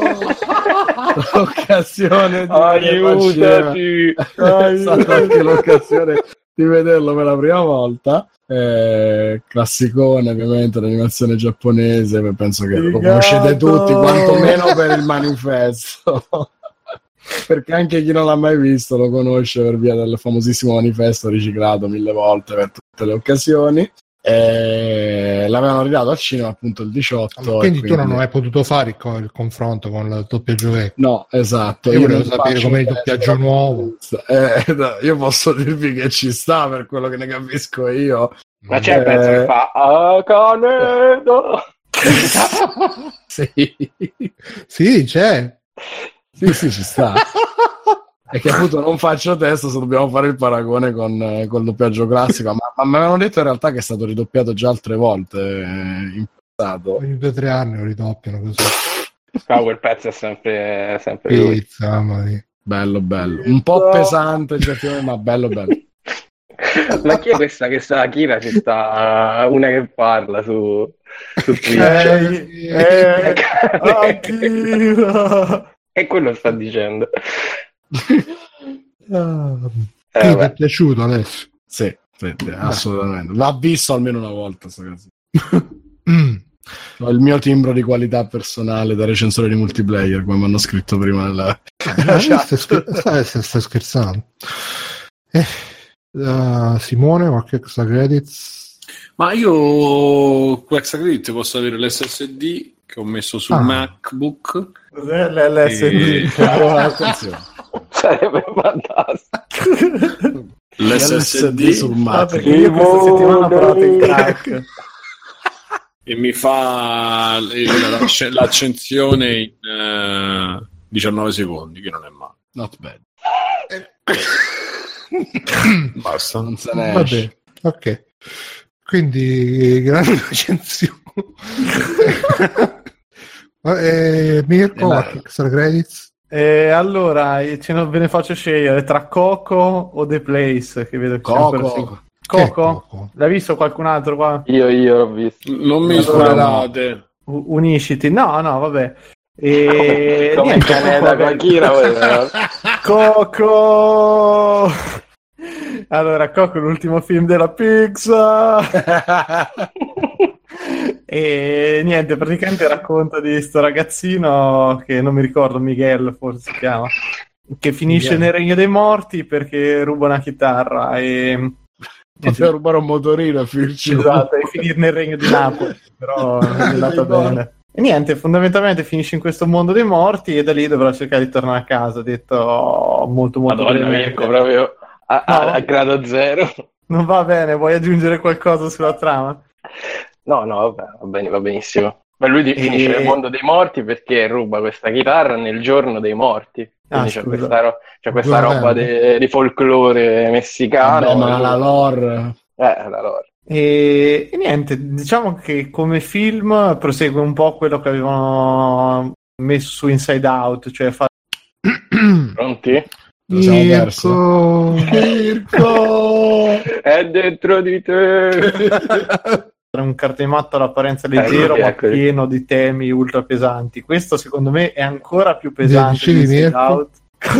Speaker 6: l'occasione di
Speaker 4: Aiutati.
Speaker 6: è stata anche l'occasione di vederlo per la prima volta. Eh, classicone, ovviamente, l'animazione giapponese, penso che lo conoscete tutti, quantomeno per il manifesto. Perché anche chi non l'ha mai visto lo conosce per via del famosissimo manifesto riciclato mille volte per tutte le occasioni. E l'avevano ridato al cinema appunto il diciotto.
Speaker 1: Ma quindi,
Speaker 6: e
Speaker 1: tu non hai potuto fare il, co- il confronto con il doppiaggio vecchio?
Speaker 6: No, esatto.
Speaker 1: Io volevo
Speaker 6: non
Speaker 1: sapere
Speaker 6: faccio
Speaker 1: com'è il
Speaker 6: test.
Speaker 1: doppiaggio nuovo.
Speaker 6: Eh, no, io posso dirvi che ci sta per quello che ne capisco io.
Speaker 4: Ma c'è il
Speaker 6: Eh.
Speaker 4: pezzo che fa "Ah, Canedo".
Speaker 6: Sì.
Speaker 1: Sì, c'è.
Speaker 6: Sì, sì, ci sta. È che appunto non faccio test se dobbiamo fare il paragone con eh, col doppiaggio classico, ma, ma mi avevano detto in realtà che è stato ridoppiato già altre volte eh, in passato.
Speaker 1: Ogni due o tre anni lo ridoppiano così.
Speaker 4: Ah, quel pezzo è sempre, sempre lui.
Speaker 1: Pizza, mamma mia.
Speaker 6: Bello, bello. Un po' pesante, certo, ma bello, bello.
Speaker 4: Ma chi è questa che sta Akira? Ci sta una che parla su, su Twitch.
Speaker 3: Ehi, eh, Akira!
Speaker 4: E quello sta dicendo.
Speaker 1: Ah,
Speaker 4: Eh,
Speaker 1: ti è
Speaker 4: vabbè.
Speaker 1: piaciuto adesso?
Speaker 6: Sì, sì, sì, assolutamente. L'ha visto almeno una volta sta cosa.
Speaker 1: Mm.
Speaker 6: Ho il mio timbro di qualità personale da recensore di multiplayer, come mi hanno scritto prima nella...
Speaker 1: Eh, stai, scher- stai- stai- stai scherzando. Eh, uh, Simone, qualche extra credits?
Speaker 7: Ma io con Extra Credit posso avere l'S S D che ho messo sul
Speaker 1: Ah.
Speaker 7: MacBook.
Speaker 3: Cos'è l'L S D?
Speaker 7: E-
Speaker 6: Attenzione.
Speaker 4: Sarebbe fantastico.
Speaker 7: L'S S D
Speaker 6: sul
Speaker 3: Ah,
Speaker 6: Mac.
Speaker 3: perché io questa settimana ho provato il crack.
Speaker 7: e mi fa il- l'acc- l'accensione in eh, diciannove secondi, che non è male.
Speaker 6: Not bad.
Speaker 7: Basta.
Speaker 6: Non se ne esce.
Speaker 1: Vabbè, ok. Quindi, grande recensione. eh, Mirko,
Speaker 6: Eh,
Speaker 1: qualche extra credits?
Speaker 3: E allora, eh, ce ne- ve ne faccio scegliere tra Coco o The Place, che vedo che c'è ancora sì.
Speaker 6: Coco.
Speaker 1: Che è
Speaker 3: Coco?
Speaker 1: Coco?
Speaker 3: L'ha visto qualcun altro qua?
Speaker 4: Io, io l'ho visto.
Speaker 7: Non mi
Speaker 3: Allora,
Speaker 7: spoilerate.
Speaker 3: U- unisciti. No, no, vabbè. E
Speaker 4: Come
Speaker 3: niente,
Speaker 4: Caneda
Speaker 3: Coco,
Speaker 4: con Akira. volevo-
Speaker 3: Coco! Allora, Coco è l'ultimo film della Pixar. E niente, praticamente racconta di sto ragazzino che non mi ricordo, Miguel forse si chiama, che finisce
Speaker 6: Miguel.
Speaker 3: nel regno dei morti perché ruba una chitarra e
Speaker 6: Poteva rubare un motorino a Fircio.
Speaker 3: esatto, e finire nel regno di Napoli, però non è andata bene. E niente, fondamentalmente finisce in questo mondo dei morti e da lì dovrà cercare di tornare a casa, detto oh, molto molto
Speaker 4: Madonna,
Speaker 3: brevemente.
Speaker 4: Mirko, proprio a, a-
Speaker 3: No.
Speaker 4: a grado zero.
Speaker 3: Non va bene, vuoi aggiungere qualcosa sulla trama?
Speaker 4: No, no, vabbè, va bene, va benissimo. Ma lui di-
Speaker 3: E-
Speaker 4: finisce nel mondo dei morti perché ruba questa chitarra nel giorno dei morti. Quindi
Speaker 3: Ah,
Speaker 4: c'è
Speaker 3: scusa.
Speaker 4: questa, ro- c'è questa
Speaker 1: Vabbè.
Speaker 4: roba de- di folklore messicano.
Speaker 6: Vabbè, ma la lore...
Speaker 4: Eh, la lore.
Speaker 3: E, e niente, diciamo che come film prosegue un po' quello che avevano messo su Inside Out, cioè fa...
Speaker 4: Pronti?
Speaker 1: Mirko, Mirko,
Speaker 4: è dentro di te.
Speaker 3: un cartonimatto all'apparenza leggero
Speaker 4: Eccoci,
Speaker 3: ma
Speaker 4: eccoci.
Speaker 3: pieno di temi ultra pesanti. Questo secondo me è ancora più pesante
Speaker 1: Dicevi,
Speaker 3: di Inside
Speaker 1: Mirko?
Speaker 3: Out.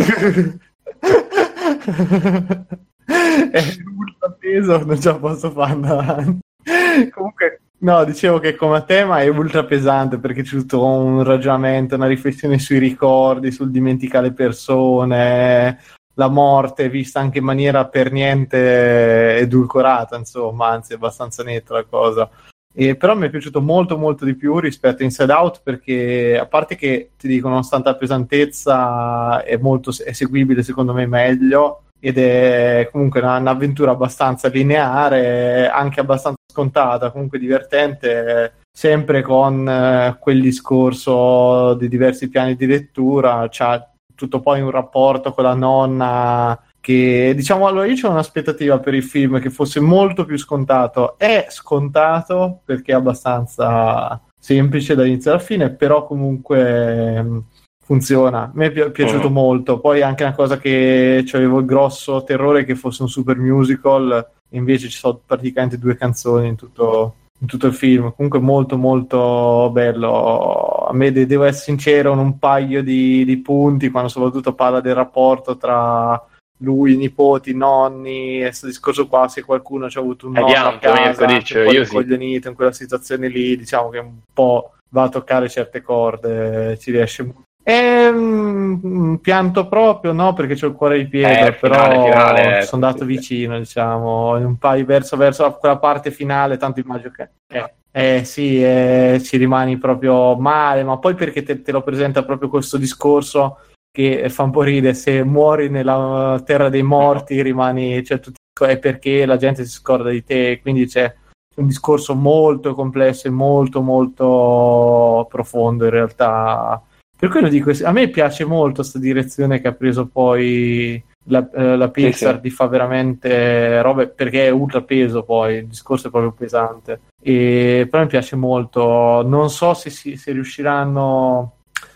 Speaker 3: È ultra peso, non ce la posso fare avanti. Comunque no, dicevo che come tema è ultra pesante perché c'è tutto un ragionamento, una riflessione sui ricordi, sul dimenticare le persone, la morte vista anche in maniera per niente edulcorata, insomma, anzi è abbastanza netta la cosa. E però mi è piaciuto molto molto di più rispetto a Inside Out perché, a parte che ti dico, nonostante la pesantezza è molto è seguibile secondo me meglio, ed è comunque una, un'avventura abbastanza lineare, anche abbastanza scontata, comunque divertente, sempre con eh, quel discorso di diversi piani di lettura. C'ha tutto poi un rapporto con la nonna che, diciamo, allora io c'ho un'aspettativa per il film che fosse molto più scontato. È scontato perché è abbastanza semplice dall'inizio alla fine, però comunque mh, funziona. Mi è pi- piaciuto
Speaker 4: Mm.
Speaker 3: molto. Poi anche una cosa che avevo il grosso terrore che fosse un super musical, invece ci sono praticamente due canzoni in tutto, in tutto il film. Comunque molto molto bello. A me de- devo essere sincero, in un paio di, di punti, quando soprattutto parla del rapporto tra lui, i nipoti, i nonni, questo discorso qua, se qualcuno ci ha avuto un
Speaker 4: Hai
Speaker 3: nonno
Speaker 4: pianto,
Speaker 3: a casa,
Speaker 4: Mirko,
Speaker 3: anche
Speaker 4: dice,
Speaker 3: un po'
Speaker 4: io sì.
Speaker 3: incoglionito in quella situazione lì, diciamo che un po' va a toccare certe corde, ci riesce. È un pianto proprio, no, perché c'ho il cuore di pietra,
Speaker 4: Eh, finale,
Speaker 3: però
Speaker 4: finale,
Speaker 3: sono andato
Speaker 4: sì, sì.
Speaker 3: vicino, diciamo, in un paio verso, verso quella parte finale, tanto immagino che eh, eh sì, eh, ci rimani proprio male, ma poi perché te, te lo presenta proprio questo discorso che fa un po' ridere: se muori nella terra dei morti rimani, cioè, tutti, è perché la gente si scorda di te, quindi c'è un discorso molto complesso e molto molto profondo in realtà. Per quello dico, a me piace molto questa direzione che ha preso poi la, eh, la Pixar,
Speaker 4: sì.
Speaker 3: di fa veramente robe, perché è ultra peso, poi il discorso è proprio pesante, e però mi piace molto. Non so se, si, se riusciranno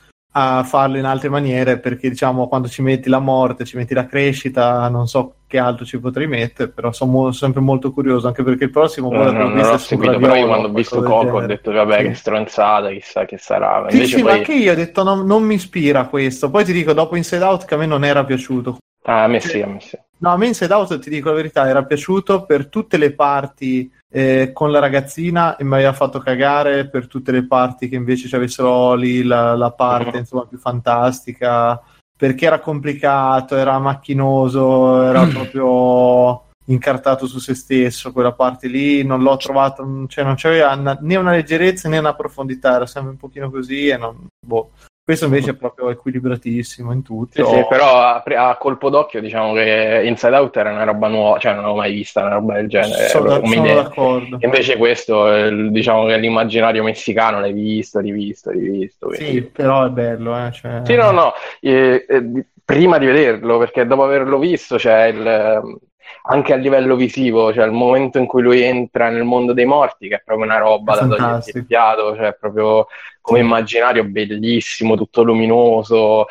Speaker 3: a farlo in altre maniere, perché diciamo quando ci metti la morte, ci metti la crescita, non so che altro ci potrei mettere, però sono mo- sempre molto curioso, anche perché il prossimo
Speaker 4: No, no,
Speaker 3: quello
Speaker 4: non l'ho seguito, però io quando ho visto Coco ho detto vabbè,
Speaker 3: sì.
Speaker 4: che stronzata, chissà che sarà.
Speaker 3: Sì,
Speaker 4: Invece
Speaker 3: sì,
Speaker 4: poi...
Speaker 3: ma anche io ho detto no, non mi ispira questo. Poi ti dico, dopo Inside Out, che a me non era piaciuto.
Speaker 4: Ah, a me sì, a me sì.
Speaker 3: No, a me Inside Out, ti dico la verità, era piaciuto per tutte le parti eh, con la ragazzina, e mi aveva fatto cagare per tutte le parti che invece ci avessero lì la, la parte, insomma, più fantastica, perché era complicato, era macchinoso, era proprio incartato su se stesso. Quella parte lì non l'ho trovato, cioè non c'aveva né una leggerezza né una profondità, era sempre un pochino così e non, boh. Questo invece è proprio equilibratissimo in tutto.
Speaker 4: Sì, sì, però a, a colpo d'occhio diciamo che Inside Out era una roba nuova, cioè non avevo mai vista una roba del genere.
Speaker 3: Sono, da,
Speaker 4: come
Speaker 3: sono
Speaker 4: idea.
Speaker 3: d'accordo.
Speaker 4: Invece questo, eh, diciamo che l'immaginario messicano l'hai visto, rivisto, rivisto. Quindi...
Speaker 3: Sì, però è bello. Eh, cioè...
Speaker 4: Sì, no, no, eh, eh, prima di vederlo, perché dopo averlo visto c'è il... anche a livello visivo, cioè il momento in cui lui entra nel mondo dei morti, che è proprio una roba da toglierti il fiato, cioè proprio come sì. Immaginario bellissimo, tutto luminoso,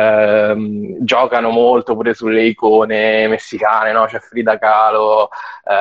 Speaker 4: ehm, giocano molto pure sulle icone messicane, no? C'è Frida Kahlo,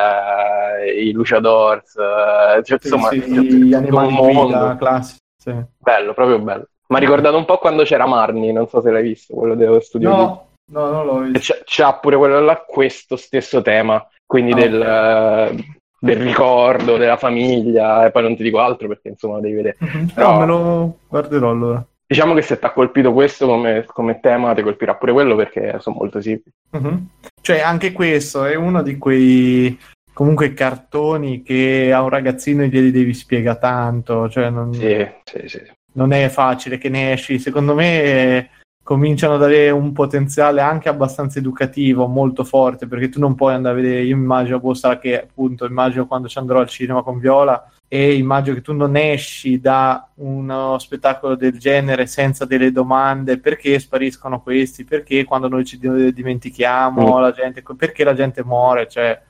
Speaker 4: eh, i Luchadors, eh, cioè,
Speaker 3: sì,
Speaker 4: insomma,
Speaker 3: sì,
Speaker 4: c'è
Speaker 3: gli animali di guida classici, sì.
Speaker 4: Bello, proprio bello. Mi ha ricordato un po' quando c'era Marnie, non so se l'hai visto, quello dello studio.
Speaker 3: No. No, non l'ho visto.
Speaker 4: C'ha, c'ha pure quello là, questo stesso tema, quindi oh. del, uh, del ricordo, della famiglia, e poi non ti dico altro perché insomma lo devi vedere.
Speaker 3: Mm-hmm.
Speaker 4: Però,
Speaker 3: no, me lo guarderò allora.
Speaker 4: Diciamo che se ti ha colpito questo come, come tema, ti colpirà pure quello perché sono molto simili.
Speaker 3: Mm-hmm. Cioè anche questo è uno di quei comunque cartoni che a un ragazzino glieli devi spiegare tanto, cioè non,
Speaker 4: sì, sì, sì.
Speaker 3: non è facile che ne esci, secondo me cominciano ad avere un potenziale anche abbastanza educativo molto forte, perché tu non puoi andare a vedere, io immagino, boh, sarà che appunto immagino quando ci andrò al cinema con Viola, e immagino che tu non esci da uno spettacolo del genere senza delle domande: perché spariscono questi, perché quando noi ci dimentichiamo mm. la gente, perché la gente muore, cioè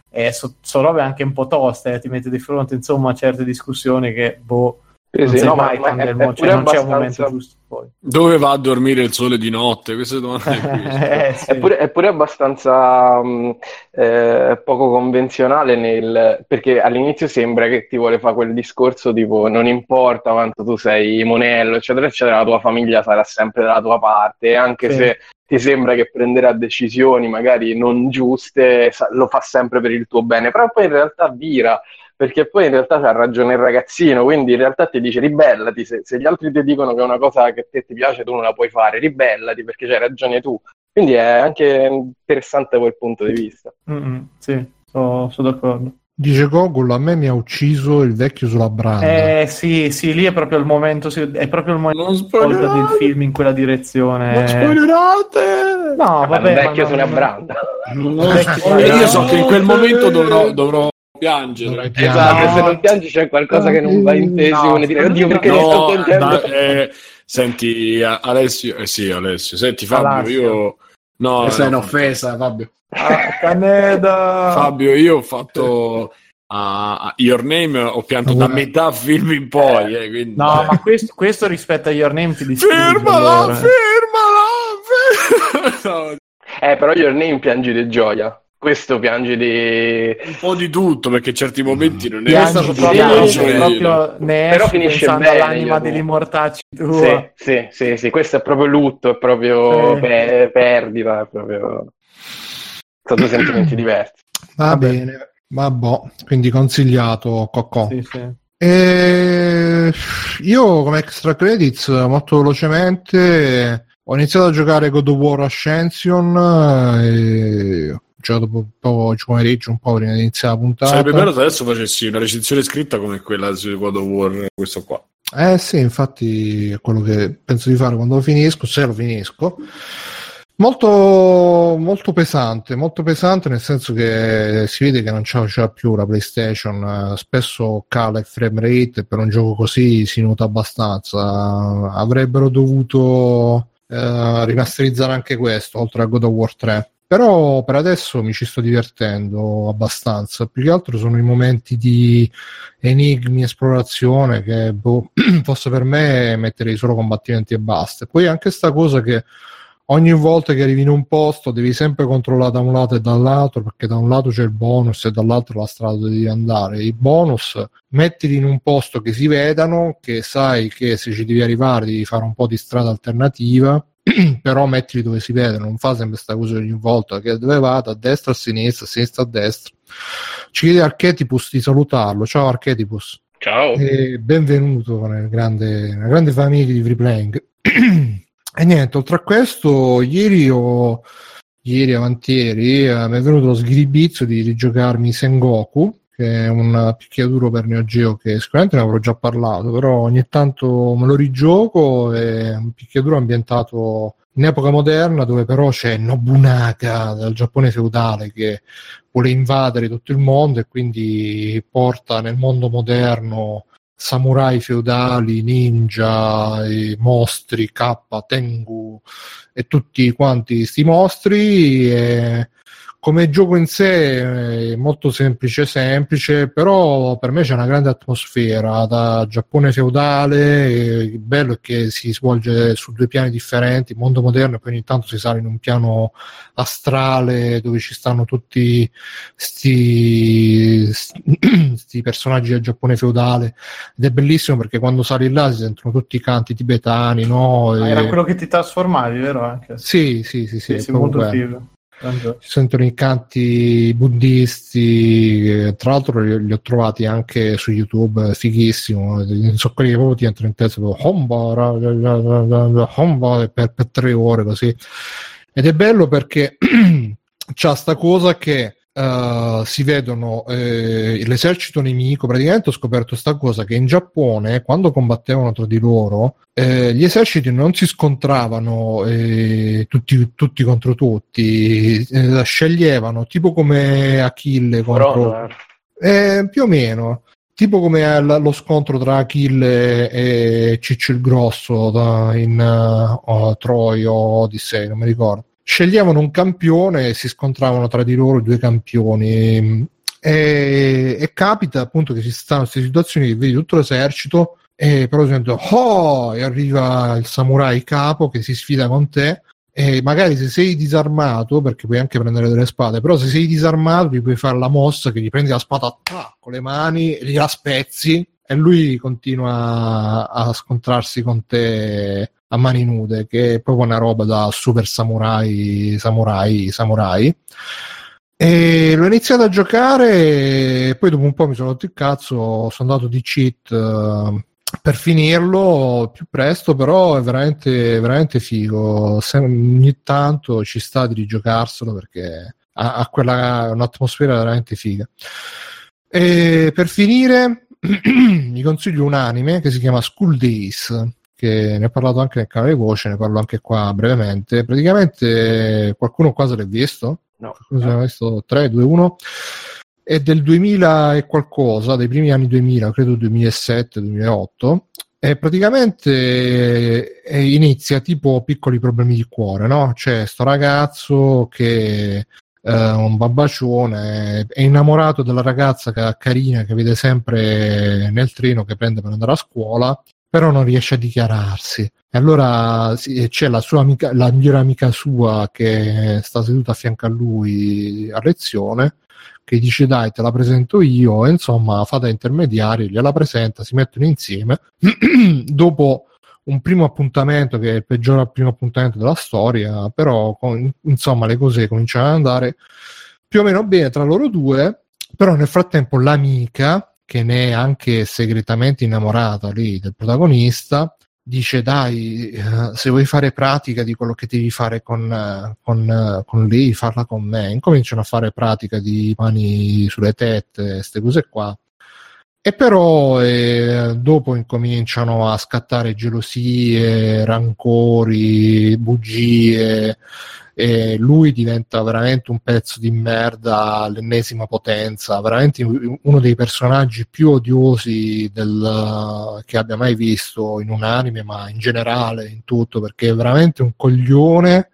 Speaker 3: e so, sono robe anche un po' toste, eh, ti mette di fronte insomma a certe discussioni che boh.
Speaker 4: Sì,
Speaker 3: non
Speaker 4: sì,
Speaker 3: sei
Speaker 4: no,
Speaker 3: mai
Speaker 4: ma,
Speaker 3: fan
Speaker 4: ma
Speaker 3: del
Speaker 4: è,
Speaker 3: mo-
Speaker 4: è
Speaker 3: cioè non c'è un
Speaker 4: abbastanza...
Speaker 3: momento giusto poi.
Speaker 7: Dove va a dormire il sole di notte? Queste domande qui.
Speaker 3: eh, sì.
Speaker 4: è, pure, è pure abbastanza mh, eh, poco convenzionale nel, perché all'inizio sembra che ti vuole fare quel discorso tipo non importa quanto tu sei monello eccetera eccetera, la tua famiglia sarà sempre dalla tua parte, anche
Speaker 3: Sì.
Speaker 4: se ti sembra che prenderà decisioni magari non giuste, sa- lo fa sempre per il tuo bene, però poi in realtà vira, perché poi in realtà c'ha ragione il ragazzino, quindi in realtà ti dice ribellati, se, se gli altri ti dicono che è una cosa che a te ti piace tu non la puoi fare, ribellati perché c'hai ragione tu, quindi è anche interessante quel punto di vista.
Speaker 3: Mm-mm, sì, sono, sono d'accordo.
Speaker 1: Dice Gogol, a me mi ha ucciso il vecchio sulla branda.
Speaker 3: Eh sì, sì, lì è proprio il momento, sì, è proprio il momento
Speaker 7: Non spoilerate!
Speaker 3: del film in quella direzione.
Speaker 7: Non spoilerate!
Speaker 3: No,
Speaker 4: Ma
Speaker 3: vabbè,
Speaker 4: un
Speaker 3: ma
Speaker 4: vecchio
Speaker 3: non-
Speaker 4: su una branda.
Speaker 7: Non
Speaker 3: Vecchio
Speaker 7: spoilerate! Io so che in quel
Speaker 1: spoilerate!
Speaker 7: momento dovrò, dovrò piangere.
Speaker 1: Dovrai
Speaker 4: Esatto,
Speaker 1: piangere.
Speaker 4: se non piangi c'è qualcosa che non va in te,
Speaker 3: No,
Speaker 4: vuole dire oddio perché
Speaker 3: no,
Speaker 4: ne sto
Speaker 7: No,
Speaker 4: piangendo.
Speaker 7: da- eh, senti A- Alessio, eh sì Alessio, senti Fabio,
Speaker 3: Alessio.
Speaker 7: io no,
Speaker 6: Questa è
Speaker 7: no,
Speaker 6: un'offesa, Fabio.
Speaker 3: Ah, Caneda.
Speaker 7: Fabio, io ho fatto a a Your Name, ho pianto da metà film in poi, eh, quindi...
Speaker 3: No, ma questo, questo rispetto a Your Name ti distrugge.
Speaker 7: fermala,
Speaker 3: allora.
Speaker 7: fermala, fermala! No,
Speaker 4: Eh, però Your Name piangi di gioia. Questo piangi di...
Speaker 7: un po' di tutto, perché certi momenti non è
Speaker 3: Piangi
Speaker 7: stato
Speaker 3: proprio,
Speaker 4: piangi,
Speaker 3: proprio ne
Speaker 4: Però
Speaker 3: esci
Speaker 4: finisce
Speaker 3: pensando
Speaker 4: bene,
Speaker 3: all'anima
Speaker 4: Your
Speaker 3: degli
Speaker 4: Name.
Speaker 3: mortacci tua.
Speaker 4: Sì, sì, sì, sì, questo è proprio lutto, è proprio
Speaker 3: Sì.
Speaker 4: pe- perdita, è proprio... Sono due sentimenti diversi.
Speaker 1: Va
Speaker 3: Vabbè.
Speaker 1: bene, ma boh, quindi consigliato Cocco.
Speaker 3: Sì, sì.
Speaker 1: E io come extra credits molto velocemente ho iniziato a giocare God of War Ascension e ho giocato un po' oggi pomeriggio, un po' prima di iniziare la puntata.
Speaker 7: Sarebbe bello se adesso facessi una recensione scritta come quella su God of War, questo qua.
Speaker 1: Eh sì, infatti è quello che penso di fare quando lo finisco, se lo finisco. Molto, molto pesante, molto pesante nel senso che si vede che non ce la faceva più la PlayStation, spesso cala il frame rate e per un gioco così si nota abbastanza. Avrebbero dovuto eh, rimasterizzare anche questo, oltre a God of War tre. Però per adesso mi ci sto divertendo abbastanza, più che altro sono i momenti di enigmi, esplorazione che boh, fosse per me metterei solo combattimenti e basta. E poi anche sta cosa che ogni volta che arrivi in un posto devi sempre controllare da un lato e dall'altro, perché da un lato c'è il bonus e dall'altro la strada dove devi andare. I bonus mettili in un posto che si vedano, che sai che se ci devi arrivare devi fare un po' di strada alternativa, però mettili dove si vedono, non fa sempre questa cosa ogni volta che dove vado, a destra, a sinistra, a sinistra, a destra. Ci chiede Archetipus di salutarlo. Ciao Archetipus.
Speaker 4: Ciao.
Speaker 1: E benvenuto nel grande, nella grande famiglia di Free Playing. E niente, oltre a questo, ieri o ieri avantieri eh, mi è venuto lo sghiribizio di rigiocarmi Sengoku, che è un picchiaduro per Neo Geo che sicuramente ne avrò già parlato, però ogni tanto me lo rigioco. È un picchiaduro ambientato in epoca moderna, dove però c'è Nobunaga dal Giappone feudale che vuole invadere tutto il mondo e quindi porta nel mondo moderno samurai feudali, ninja, e mostri, Kappa, Tengu e tutti quanti sti mostri. E come gioco in sé è molto semplice semplice, però per me c'è una grande atmosfera da Giappone feudale. E il bello è che si svolge su due piani differenti, mondo moderno, e poi ogni tanto si sale in un piano astrale dove ci stanno tutti sti, sti personaggi del Giappone feudale, ed è bellissimo perché quando sali là si sentono tutti i canti tibetani, no?
Speaker 3: Ah,
Speaker 1: E...
Speaker 3: era quello che ti trasformavi, vero? Anche?
Speaker 1: Sì, sì, sì, sì,
Speaker 3: Sì,
Speaker 1: è
Speaker 3: sì,
Speaker 1: proprio
Speaker 3: molto
Speaker 1: quello.
Speaker 3: figo. Tanto.
Speaker 1: Si sentono i canti buddisti, eh, tra l'altro li, li ho trovati anche su YouTube, fighissimo. Sono quelli che proprio ti entrano in testa, Homba, Homba per, per tre ore così. Ed è bello perché c'ha sta cosa che Uh, si vedono eh, l'esercito nemico. Praticamente ho scoperto sta cosa che in Giappone quando combattevano tra di loro eh, gli eserciti non si scontravano eh, tutti, tutti contro tutti, eh, sceglievano tipo come Achille contro eh, più o meno tipo come lo scontro tra Achille e Ciccio il Grosso da, in uh, uh, Troy o Odyssey, non mi ricordo. Sceglievano un campione e si scontravano tra di loro due campioni. e, e capita appunto che ci stanno queste situazioni che vedi tutto l'esercito e però sento oh e arriva il samurai capo che si sfida con te e magari se sei disarmato, perché puoi anche prendere delle spade, però se sei disarmato gli puoi fare la mossa che gli prendi la spada ah, con le mani e gliela spezzi e lui continua a scontrarsi con te a mani nude, che è proprio una roba da super samurai samurai samurai. E l'ho iniziato a giocare e poi dopo un po' mi sono rotto il cazzo, sono andato di cheat uh, per finirlo più presto, però è veramente veramente figo. Se, ogni tanto ci sta di rigiocarselo perché ha, ha quella un'atmosfera veramente figa. E per finire vi consiglio un anime che si chiama School Days, che ne ho parlato anche nel canale Voce, ne parlo anche qua brevemente. Praticamente qualcuno qua se l'è visto?
Speaker 4: No.
Speaker 1: no. Visto tre, due, uno è del duemila e qualcosa, dei primi anni duemila, credo duemilasette duemilaotto, e praticamente è, inizia tipo Piccoli problemi di cuore, no? C'è sto ragazzo che Uh, un babbacione è innamorato della ragazza carina che vede sempre nel treno che prende per andare a scuola, però non riesce a dichiararsi e allora sì, c'è la sua amica, la migliore amica sua che sta seduta a fianco a lui a lezione, che dice dai te la presento io e insomma fa da intermediario, gliela presenta, si mettono insieme dopo un primo appuntamento che è il peggior primo appuntamento della storia, però con, insomma le cose cominciano ad andare più o meno bene tra loro due, però nel frattempo l'amica, che ne è anche segretamente innamorata lì del protagonista, dice dai se vuoi fare pratica di quello che devi fare con, con, con lei, farla con me. Incominciano a fare pratica di mani sulle tette, queste cose qua. E però eh, dopo incominciano a scattare gelosie, rancori, bugie e lui diventa veramente un pezzo di merda all'ennesima potenza, veramente uno dei personaggi più odiosi del, che abbia mai visto in un anime, ma in generale in tutto, perché è veramente un coglione,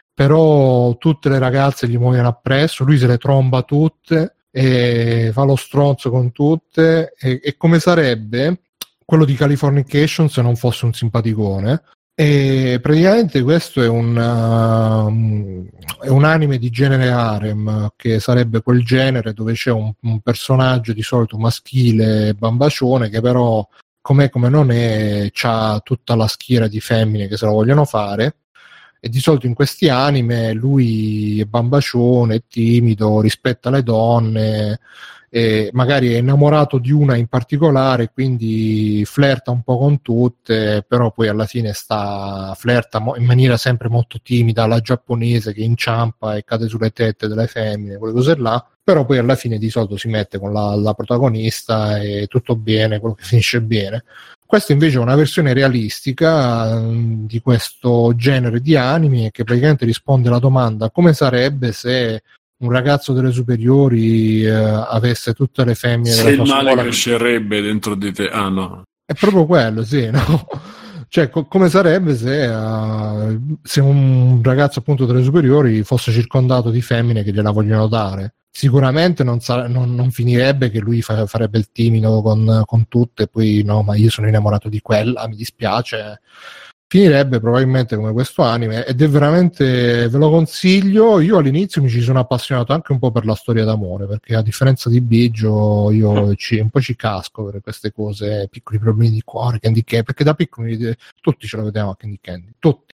Speaker 1: però tutte le ragazze gli muoiono appresso, lui se le tromba tutte e fa lo stronzo con tutte e, e come sarebbe quello di Californication se non fosse un simpaticone. E praticamente questo è un uh, è un anime di genere harem, che sarebbe quel genere dove c'è un, un personaggio di solito maschile bambacione che però com'è come non è c'ha tutta la schiera di femmine che se lo vogliono fare. E di solito in questi anime lui è bambacione, è timido, rispetta le donne, e magari è innamorato di una in particolare, quindi flirta un po' con tutte, però poi alla fine sta flirta in maniera sempre molto timida, alla giapponese, che inciampa e cade sulle tette delle femmine, quelle cose là. Però poi alla fine di solito si mette con la, la protagonista e tutto bene, quello che finisce bene. Questa invece è una versione realistica uh, di questo genere di anime che praticamente risponde alla domanda come sarebbe se un ragazzo delle superiori uh, avesse tutte le femmine
Speaker 7: se
Speaker 1: della sua
Speaker 7: il male
Speaker 1: scuola.
Speaker 7: Crescerebbe dentro di te. Ah no.
Speaker 1: È proprio quello, sì, no? Cioè, co- come sarebbe se, uh, se un ragazzo appunto delle superiori fosse circondato di femmine che gliela vogliono dare. Sicuramente non, sa- non, non finirebbe che lui fa- farebbe il timido con, con tutte e poi no, ma io sono innamorato di quella, mi dispiace. Finirebbe probabilmente come questo anime ed è veramente, ve lo consiglio. Io all'inizio mi ci sono appassionato anche un po' per la storia d'amore, perché a differenza di Biggio io ci, un po' ci casco per queste cose, piccoli problemi di cuore, Candy Candy, perché da piccoli tutti ce la vediamo a Candy Candy, tutti.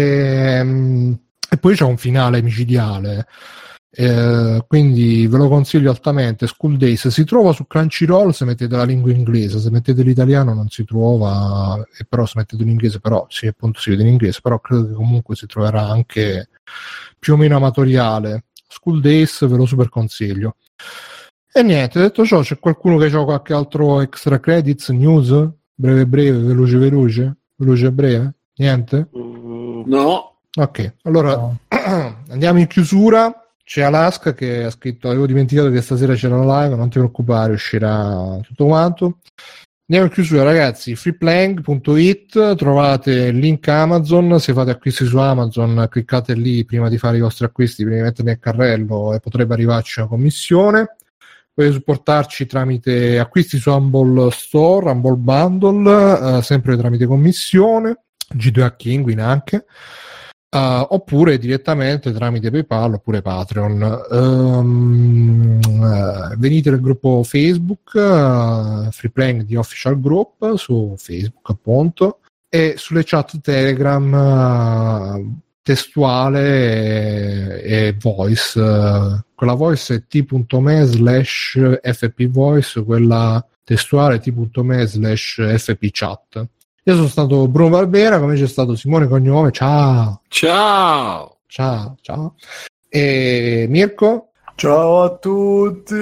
Speaker 1: E, e poi c'è un finale micidiale. Eh, quindi ve lo consiglio altamente. School Days si trova su Crunchyroll se mettete la lingua inglese, se mettete l'italiano non si trova, e però se mettete l'inglese però sì, appunto si vede in inglese, però credo che comunque si troverà anche più o meno amatoriale. School Days ve lo super consiglio. E niente, detto ciò, c'è qualcuno che ha qualche altro extra credits, news? Breve breve, veloce veloce, veloce breve? Niente?
Speaker 7: No.
Speaker 1: Ok, allora no. Andiamo in chiusura. C'è Alaska che ha scritto: avevo dimenticato che stasera c'era la live, non ti preoccupare, uscirà tutto quanto. Andiamo in chiusura, ragazzi. freeplaying punto it, trovate il link Amazon. Se fate acquisti su Amazon cliccate lì prima di fare i vostri acquisti, prima di metterli nel carrello e potrebbe arrivarci una commissione. Potete supportarci tramite acquisti su Humble Store, Humble Bundle, eh, sempre tramite commissione, G due H Kinguin anche, uh, oppure direttamente tramite PayPal oppure Patreon. Um, uh, venite nel gruppo Facebook, uh, Free Playing di Official Group su Facebook appunto, e sulle chat Telegram uh, testuale e, e voice. Uh, quella voice è t.me slash fpvoice, quella testuale t.me slash fpchat. Io sono stato Bruno Barbera, come c'è stato Simone Cognome. Ciao
Speaker 5: ciao
Speaker 1: ciao ciao. E Mirko,
Speaker 3: ciao a tutti.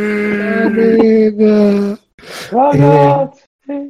Speaker 4: Ragazzi.
Speaker 1: E...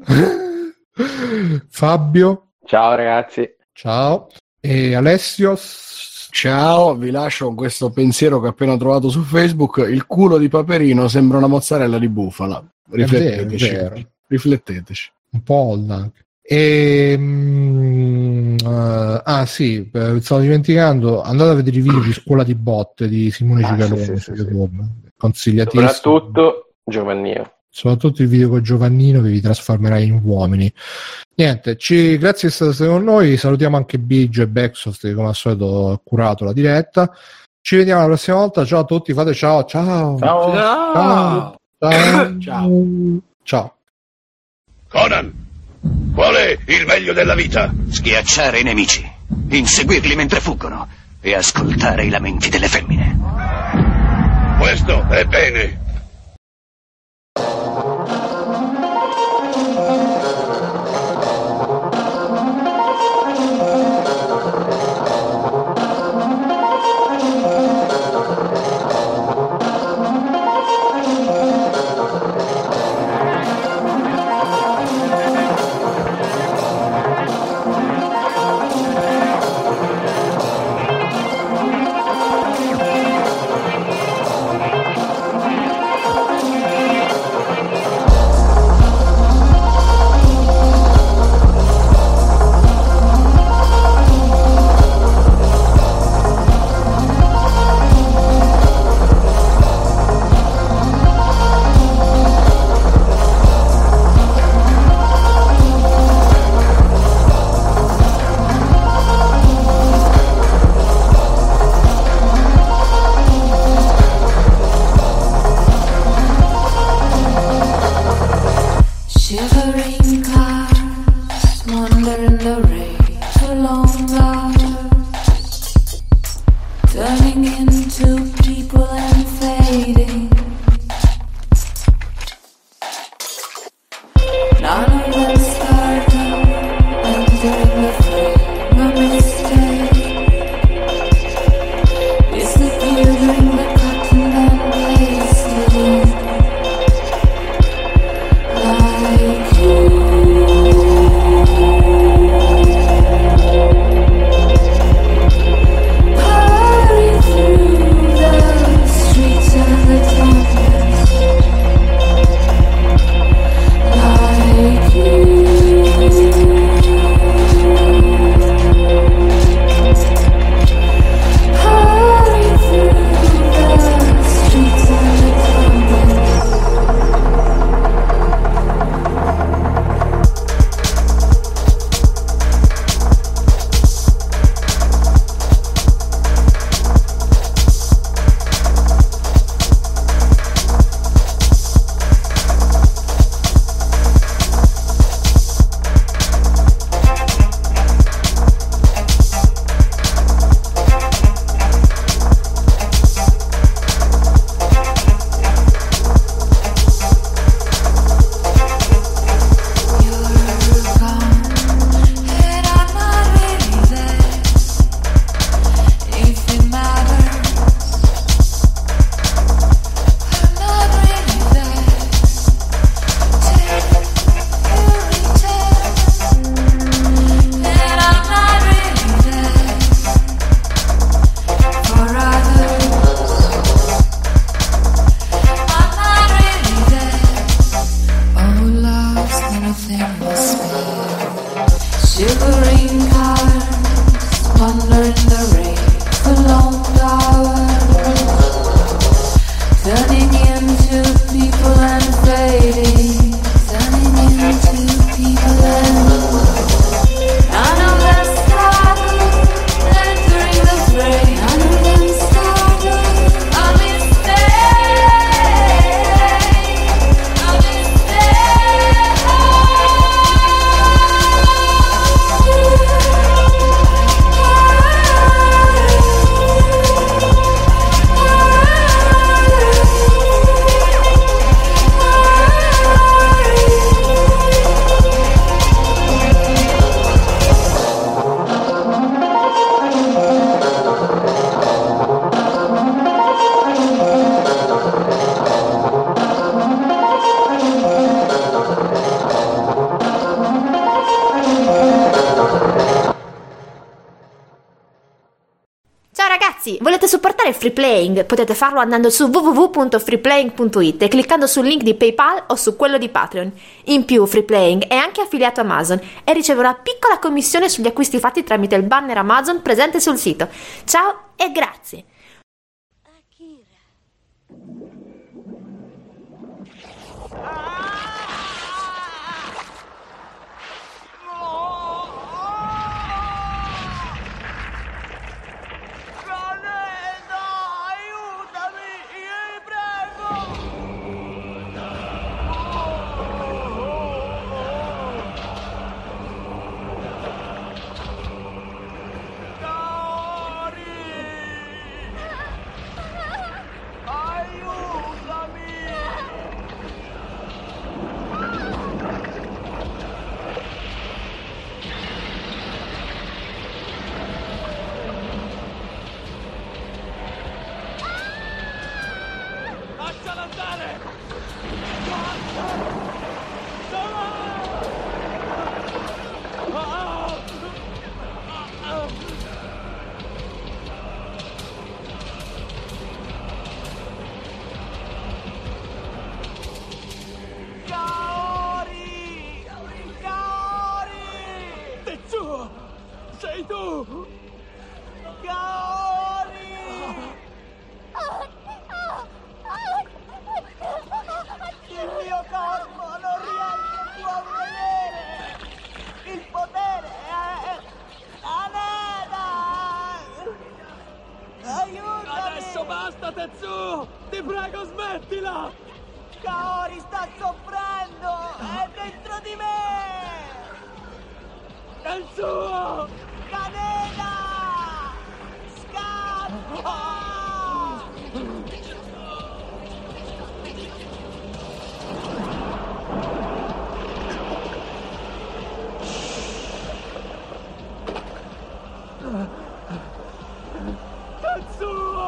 Speaker 1: Fabio,
Speaker 4: ciao ragazzi.
Speaker 1: Ciao. E Alessio,
Speaker 6: ciao. Vi lascio con questo pensiero che ho appena trovato su Facebook: il culo di Paperino sembra una mozzarella di bufala. Rifletteteci,
Speaker 1: è vero, è vero.
Speaker 6: Rifletteteci
Speaker 1: Un po' anche. E, um, uh, ah sì, stavo dimenticando, andate a vedere i video di Scuola di Botte di Simone ah, Cicalone sì, sì, su YouTube, sì. Consigliatissimo.
Speaker 4: Soprattutto Giovannino.
Speaker 1: Soprattutto il video con Giovannino che vi trasformerà in uomini. Niente, ci, grazie di essere stati con noi, salutiamo anche Biggio e Backsoft che come al solito ha curato la diretta. Ci vediamo la prossima volta, ciao a tutti, fate ciao, ciao.
Speaker 3: Ciao.
Speaker 1: Ciao. Ciao. Ciao. Ciao.
Speaker 8: Conan, qual è il meglio della vita?
Speaker 9: Schiacciare i nemici, inseguirli mentre fuggono e ascoltare i lamenti delle femmine.
Speaker 8: Questo è bene.
Speaker 10: Ciao ragazzi, volete supportare il Free Playing? Potete farlo andando su w w w punto freeplaying punto it e cliccando sul link di PayPal o su quello di Patreon. In più, Free Playing è anche affiliato a Amazon e riceve una piccola commissione sugli acquisti fatti tramite il banner Amazon presente sul sito. Ciao e grazie!
Speaker 11: Sei tu! Il mio corpo non riesce più a vedere! Il potere è... Aneda! Aiutami! Adesso basta, Tetsuo! Ti prego, smettila! Kaori sta soffrendo! È dentro di me! Tetsuo! Kaneda! Scappa! Tetsuo!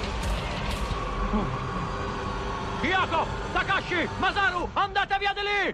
Speaker 12: Kyoko! Takashi! Masaru! Andate via di lì!